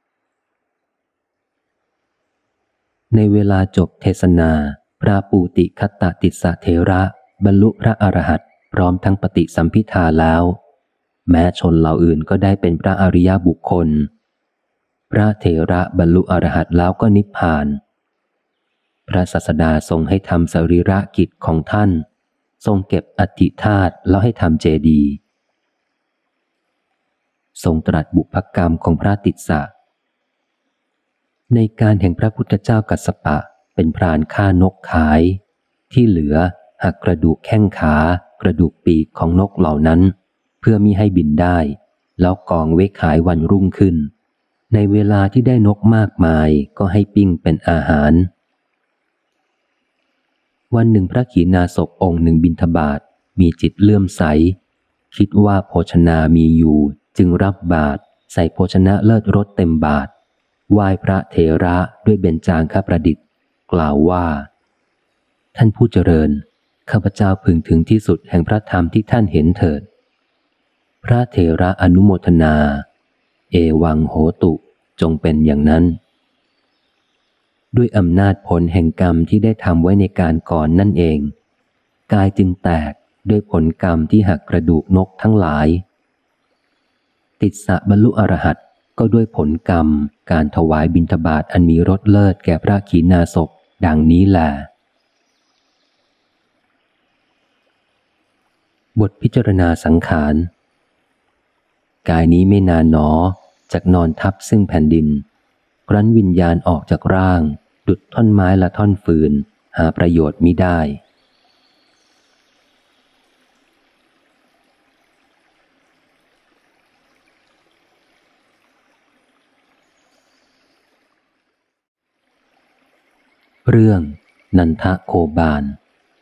ในเวลาจบเทศนาพระปุติคัตตติสสะเถระบรรลุพระอรหันต์พร้อมทั้งปฏิสัมภิทาแล้วแม้ชนเหล่าอื่นก็ได้เป็นพระอริยบุคคลพระเถระบรรลุอรหันต์แล้วก็นิพพานพระศาสดาทรงให้ทำสรีระกิจของท่านทรงเก็บอธิธาตุแล้วให้ทำเจดีย์ทรงตรัสบุพกรรมของพระติสสะในการแห่งพระพุทธเจ้ากัสสปะเป็นพรานฆ่านกขายที่เหลือหักกระดูกแข้งขากระดูกปีกของนกเหล่านั้นเพื่อมิให้บินได้แล้วกองไว้ขายวันรุ่งขึ้นในเวลาที่ได้นกมากมายก็ให้ปิ้งเป็นอาหารวันหนึ่งพระขีณาสพองค์หนึ่งบิณฑบาตมีจิตเลื่อมใสคิดว่าโภชนามีอยู่จึงรับบาตรใส่โภชนะเลิศรสเต็มบาตรไหว้พระเถระด้วยเบญจางคประดิษฐ์กล่าวว่าท่านผู้เจริญข้าพเจ้าพึงถึงที่สุดแห่งพระธรรมที่ท่านเห็นเถิดพระเถระอนุโมทนาเอวังโหตุจงเป็นอย่างนั้นด้วยอำนาจผลแห่งกรรมที่ได้ทำไว้ในการก่อนนั่นเองกายจึงแตกด้วยผลกรรมที่หักกระดูกนกทั้งหลายติสสะบรรลุอรหันต์ก็ด้วยผลกรรมการถวายบิณฑบาตอันมีรสเลิศแก่พระขีณาสพดังนี้แลบทพิจารณาสังขารกายนี้ไม่นานหนอจักนอนทับซึ่งแผ่นดินครั้นวิญญาณออกจากร่างดุจท่อนไม้และท่อนฟืนหาประโยชน์มิได้เรื่องนันทโคบาล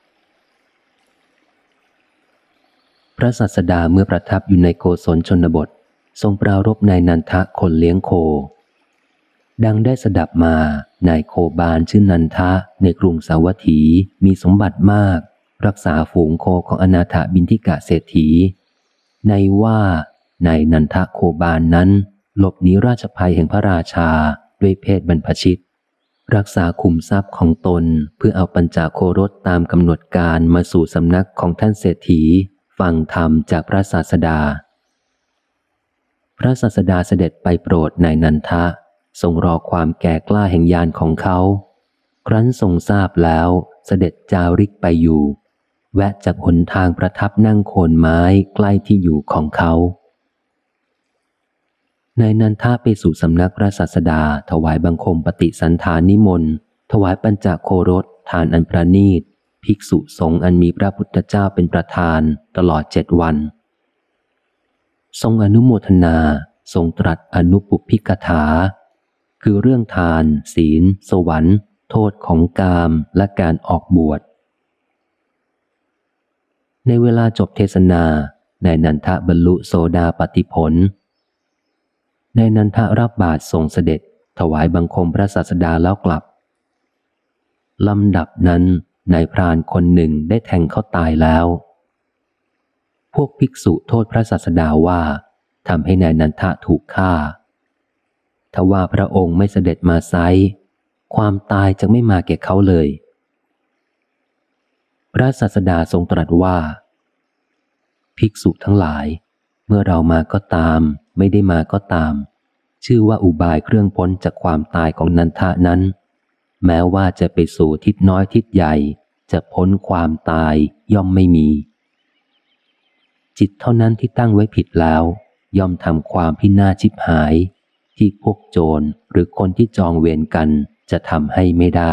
พระศาสดาเมื่อประทับอยู่ในโกศลชนบททรงปรารภนายนันทะคนเลี้ยงโคดังได้สดับมานายโคบาลชื่อนันทะในกรุงสาวัตถีมีสมบัติมากรักษาฝูงโคของอนาถบิณฑิกะเศรษฐีในว่านายนันทะโคบาลนั้นหลบหนีราชภัยแห่งพระราชาด้วยเพศบรรพชิตรักษาขุมทรัพย์ของตนเพื่อเอาปัญจโครสตามกำหนดการมาสู่สำนักของท่านเศรษฐีฟังธรรมจากพระศาสดาพระศาสดาเสด็จไปโปรดนายนันทะทรงรอความแก่กล้าแห่งญาณของเขาครั้นทรงทราบแล้วเสด็จจาริกไปอยู่แวะจากหนทางประทับนั่งโคนไม้ใกล้ที่อยู่ของเขานายนันทาไปสู่สำนักพระศาสดาถวายบังคมปฏิสันฐานนิมนต์ถวายปัญจโครสทานอันประณีตภิกษุสงฆ์อันมีพระพุทธเจ้าเป็นประธานตลอดเจ็ดวันทรงอนุโมทนาทรงตรัสอนุปุพพิกถาคือเรื่องทานศีลสวรรค์โทษของกามและการออกบวชในเวลาจบเทศนานายนันทะบรรลุโสดาปัตติผลนายนันทะรับบาตรส่งเสด็จถวายบังคมพระศาสดาแล้วกลับลำดับนั้นนายพรานคนหนึ่งได้แทงเขาตายแล้วพวกภิกษุโทษพระศาสดาว่าทำให้นายนันทะถูกฆ่าทว่าพระองค์ไม่เสด็จมาไซร้ความตายจะไม่มาแก่เขาเลยพระศาสดาทรงตรัสว่าภิกษุทั้งหลายเมื่อเรามาก็ตามไม่ได้มาก็ตามชื่อว่าอุบายเครื่องพ้นจากความตายของนันทะนั้นแม้ว่าจะไปสู่ทิศน้อยทิศใหญ่จะพ้นความตายย่อมไม่มีจิตเท่านั้นที่ตั้งไว้ผิดแล้วย่อมทำความพินาศชิบหายที่พวกโจรหรือคนที่จองเวรกันจะทำให้ไม่ได้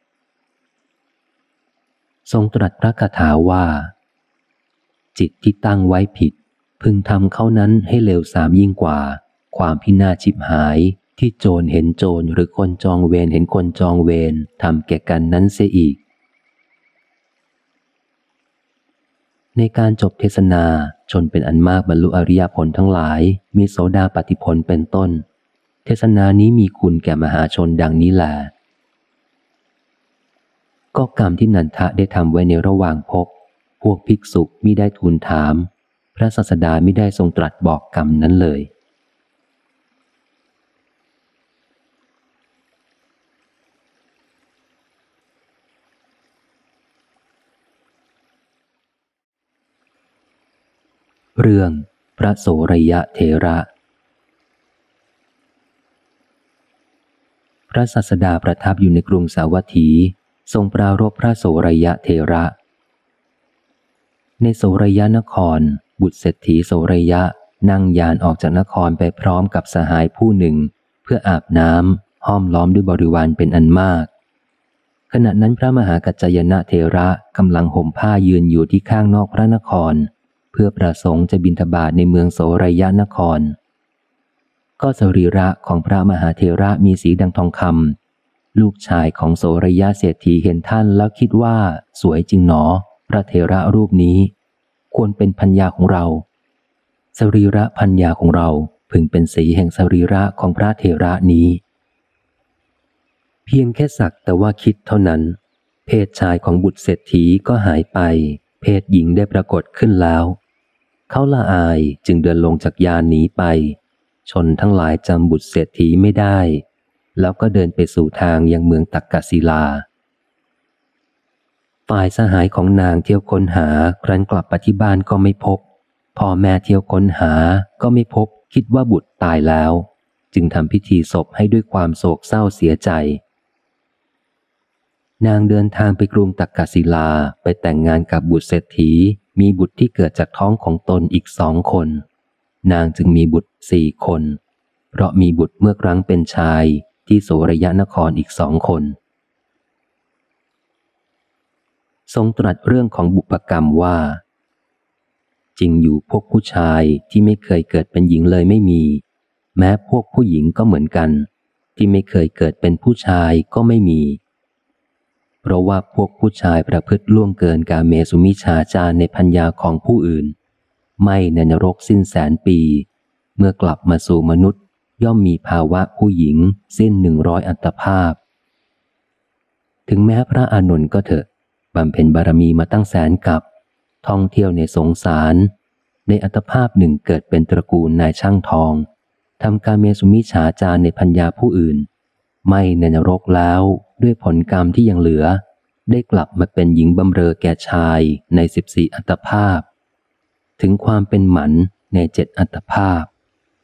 ทรงตรัสพระคาถาว่าจิตที่ตั้งไว้ผิดพึงทำเขานั้นให้เลวทรามยิ่งกว่าความพินาศชิบหายที่โจรเห็นโจรหรือคนจองเวรเห็นคนจองเวรทำแก่กันนั้นเสียอีกในการจบเทศนาชนเป็นอันมากบรรลุอริยผลทั้งหลายมีโสดาปัตติผลเป็นต้นเทศนานี้มีคุณแก่มหาชนดังนี้แลก็กรรมที่นันทะได้ทำไว้ในระหว่างภพพวกภิกษุมิได้ทูลถามพระศาสดามิได้ทรงตรัสบอกกรรมนั้นเลยเรื่องพระโสรยเถระพระศาสดาประทับอยู่ในกรุงสาวัตถีทรงปรารภพระโสรยเถระในโสรยนครบุตรเศรษฐีโสรยะนั่งยานออกจากนครไปพร้อมกับสหายผู้หนึ่งเพื่ออาบน้ำห้อมล้อมด้วยบริวารเป็นอันมากขณะนั้นพระมหากัจจายนะเถระกำลังห่มผ้ายืนอยู่ที่ข้างนอกพระนครเพื่อประสงค์จะบิณฑบาตในเมืองโสรยนครก็สรีระของพระมหาเถระมีสีดังทองคำลูกชายของโสรยเศรษฐีเห็นท่านแล้วคิดว่าสวยจริงหนอพระเถระรูปนี้ควรเป็นพัญญาของเราสรีระพัญญาของเราพึงเป็นสีแห่งสรีระของพระเถระนี้เพียงแค่สักแต่ว่าคิดเท่านั้นเพศชายของบุตรเศรษฐีก็หายไปเพศหญิงได้ปรากฏขึ้นแล้วเขาละอายจึงเดินลงจากยานหนีไปชนทั้งหลายจำบุตรเศรษฐีไม่ได้แล้วก็เดินไปสู่ทางยังเมืองตักกศิลาฝ่ายสหายของนางเที่ยวค้นหาครั้นกลับไปที่บ้านก็ไม่พบพ่อแม่เที่ยวค้นหาก็ไม่พบคิดว่าบุตรตายแล้วจึงทำพิธีศพให้ด้วยความโศกเศร้าเสียใจนางเดินทางไปกรุงตักกศิลาไปแต่งงานกับบุตรเศรษฐีมีบุตรที่เกิดจากท้องของตนอีกสองคนนางจึงมีบุตรสี่คนเพราะมีบุตรเมื่อครั้งเป็นชายที่โสรยนครอีกสองคนทรงตรัสเรื่องของบุพกรรมว่าจริงอยู่พวกผู้ชายที่ไม่เคยเกิดเป็นหญิงเลยไม่มีแม้พวกผู้หญิงก็เหมือนกันที่ไม่เคยเกิดเป็นผู้ชายก็ไม่มีเพราะว่าพวกผู้ชายประพฤติล่วงเกินกาเมสุมิจฉาจารในพัญญาของผู้อื่นไม่ในนรกสิ้นแสนปีเมื่อกลับมาสู่มนุษย์ย่อมมีภาวะผู้หญิงสิ้นหนึ่งร้อยอัตภาพถึงแม้พระอานนท์ก็เถอะบำเพ็ญบารมีมาตั้งแสนกับท่องเที่ยวในสงสารในอัตภาพหนึ่งเกิดเป็นตระกูลนายช่างทองทำกาเมสุมิจฉาจารในพัญญาผู้อื่นไม่ในนรกแล้วด้วยผลกรรมที่ยังเหลือได้กลับมาเป็นหญิงบำเรอแก่ชายในสิบสี่อัตภาพถึงความเป็นหมันในเจ็ดอัตภาพ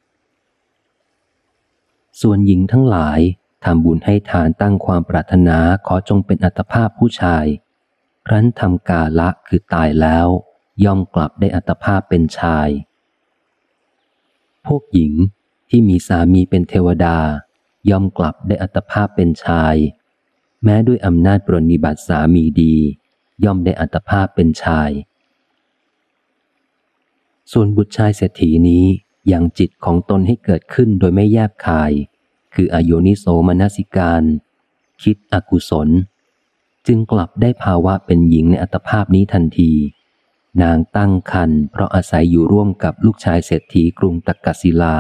ส่วนหญิงทั้งหลายทำบุญให้ทานตั้งความปรารถนาขอจงเป็นอัตภาพผู้ชายครั้นทำกาละคือตายแล้วย่อมกลับได้อัตภาพเป็นชายพวกหญิงที่มีสามีเป็นเทวดาย่อมกลับได้อัตภาพเป็นชายแม้ด้วยอำนาจปรนนิบัติสามีดีย่อมได้อัตภาพเป็นชายส่วนบุตรชายเศรษฐีนี้ยังจิตของตนให้เกิดขึ้นโดยไม่แยบคายคืออโยนิโสมนสิการคิดอกุศลจึงกลับได้ภาวะเป็นหญิงในอัตภาพนี้ทันทีนางตั้งครรภ์เพราะอาศัยอยู่ร่วมกับลูกชายเศรษฐีกรุงตักกศิลา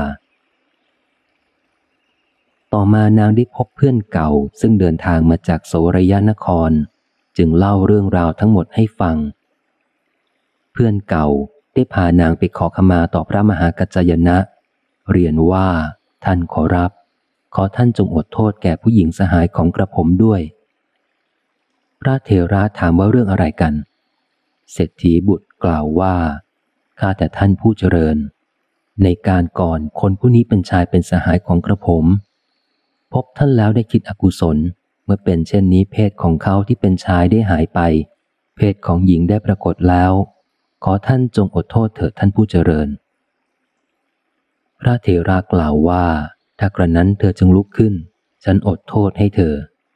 ต่อมานางได้พบเพื่อนเก่าซึ่งเดินทางมาจากโสรยนครจึงเล่าเรื่องราวทั้งหมดให้ฟังเพื่อนเก่าได้พานางไปขอขมาต่อพระมหากัจจายนะเรียนว่าท่านขอรับขอท่านจงอดโทษแก่ผู้หญิงสหายของกระผมด้วยพระเถระถามว่าเรื่องอะไรกันเศรษฐีบุตรกล่าวว่าข้าแต่ท่านผู้เจริญในการก่อนคนผู้นี้เป็นชายเป็นสหายของกระผมพบท่านแล้วได้คิดอกุศลเมื่อเป็นเช่นนี้เพศของเขาที่เป็นชายได้หายไปเพศของหญิงได้ปรากฏแล้วขอท่านจงอดโทษเถิดท่านผู้เจริญพระเถระกล่าวว่าถ้ากระนั้นเธอจงลุกขึ้นฉันอดโทษให้เธอ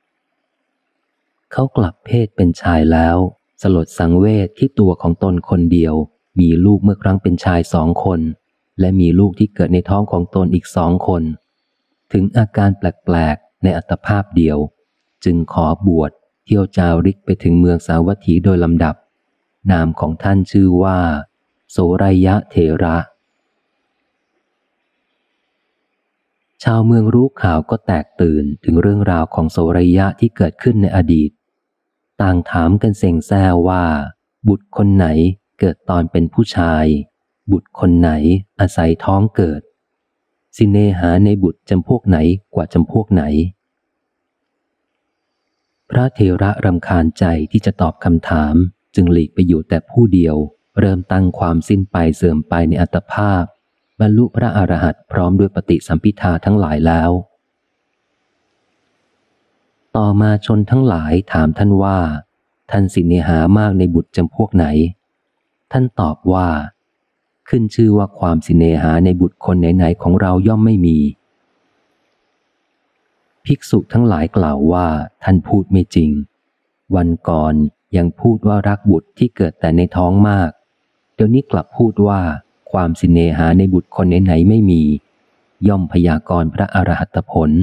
เขากลับเพศเป็นชายแล้วสลดสังเวชที่ตัวของตนคนเดียวมีลูกเมื่อครั้งเป็นชายสองคนและมีลูกที่เกิดในท้องของตนอีกสองคนถึงอาการแปลกๆในอัตภาพเดียวจึงขอบวชเที่ยวจาริกไปถึงเมืองสาวัตถีโดยลำดับนามของท่านชื่อว่าโสรยเถระชาวเมืองรู้ข่าวก็แตกตื่นถึงเรื่องราวของโสรยะที่เกิดขึ้นในอดีตต่างถามกันเซ็งแซ่ว่าบุตรคนไหนเกิดตอนเป็นผู้ชายบุตรคนไหนอาศัยท้องเกิดสิเนหาในบุตรจำพวกไหนกว่าจำพวกไหนพระเถระรำคาญใจที่จะตอบคำถามจึงหลีกไปอยู่แต่ผู้เดียวเริ่มตั้งความสิ้นไปเสื่อมไปในอัตภาพบรรลุพระอรหันต์พร้อมด้วยปฏิสัมภิทาทั้งหลายแล้วต่อมาชนทั้งหลายถามท่านว่าท่านสิเนหามากในบุตรจำพวกไหนท่านตอบว่าขึ้นชื่อว่าความสิเนหาในบุตรคนไหนๆของเราย่อมไม่มีภิกษุทั้งหลายกล่าวว่าท่านพูดไม่จริงวันก่อนยังพูดว่ารักบุตรที่เกิดแต่ในท้องมากเดี๋ยวนี้กลับพูดว่าความสิเนหาในบุตรคนไหนๆไม่มีย่อมพยากรณ์พระอรหัตผล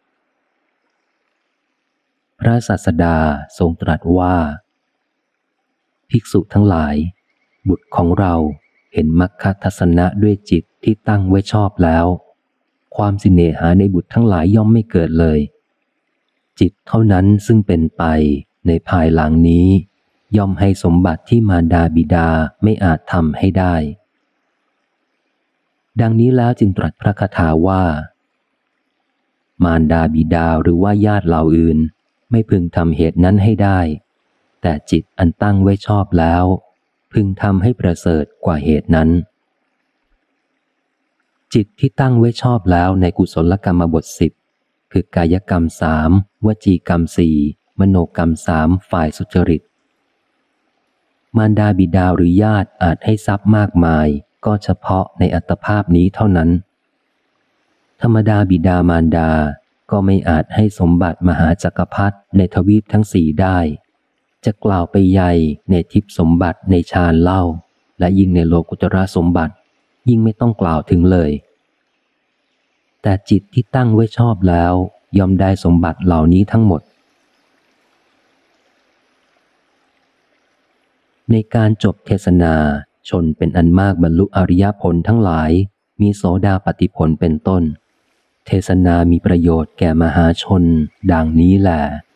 พระศาสดาทรงตรัสว่าภิกษุทั้งหลายบุตรของเราเห็นมัคคทัสสนะด้วยจิตที่ตั้งไว้ชอบแล้วความสิเนหาในบุตรทั้งหลายย่อมไม่เกิดเลยจิตเท่านั้นซึ่งเป็นไปในภายหลังนี้ย่อมให้สมบัติที่มารดาบิดาไม่อาจทำให้ได้ดังนี้แล้วจึงตรัสพระคาถาว่ามารดาบิดาหรือว่าญาติเหล่าอื่นไม่พึงทำเหตุนั้นให้ได้แต่จิตอันตั้งไว้ชอบแล้วพึงทำให้ประเสริฐกว่าเหตุนั้นจิตที่ตั้งไว้ชอบแล้วในกุศลกรรมบทสิบคือกายกรรมสามวจีกรรมสี่มโนกรรมสามฝ่ายสุจริตมารดาบิดาหรือญาติอาจให้ทรัพย์มากมายก็เฉพาะในอัตภาพนี้เท่านั้นธรรมดาบิดามารดาก็ไม่อาจให้สมบัติมหาจักรพรรดิในทวีปทั้งสี่ได้จะกล่าวไปใหญ่ในทิพย์สมบัติในฌานเล่าและยิ่งในโลกุตระสมบัติยิ่งไม่ต้องกล่าวถึงเลยแต่จิตที่ตั้งไว้ชอบแล้วย่อมได้สมบัติเหล่านี้ทั้งหมดในการจบเทศนาชนเป็นอันมากบรรลุอริยผลทั้งหลายมีโสดาปัตติผลเป็นต้นเทศนามีประโยชน์แก่มหาชนดังนี้แหละ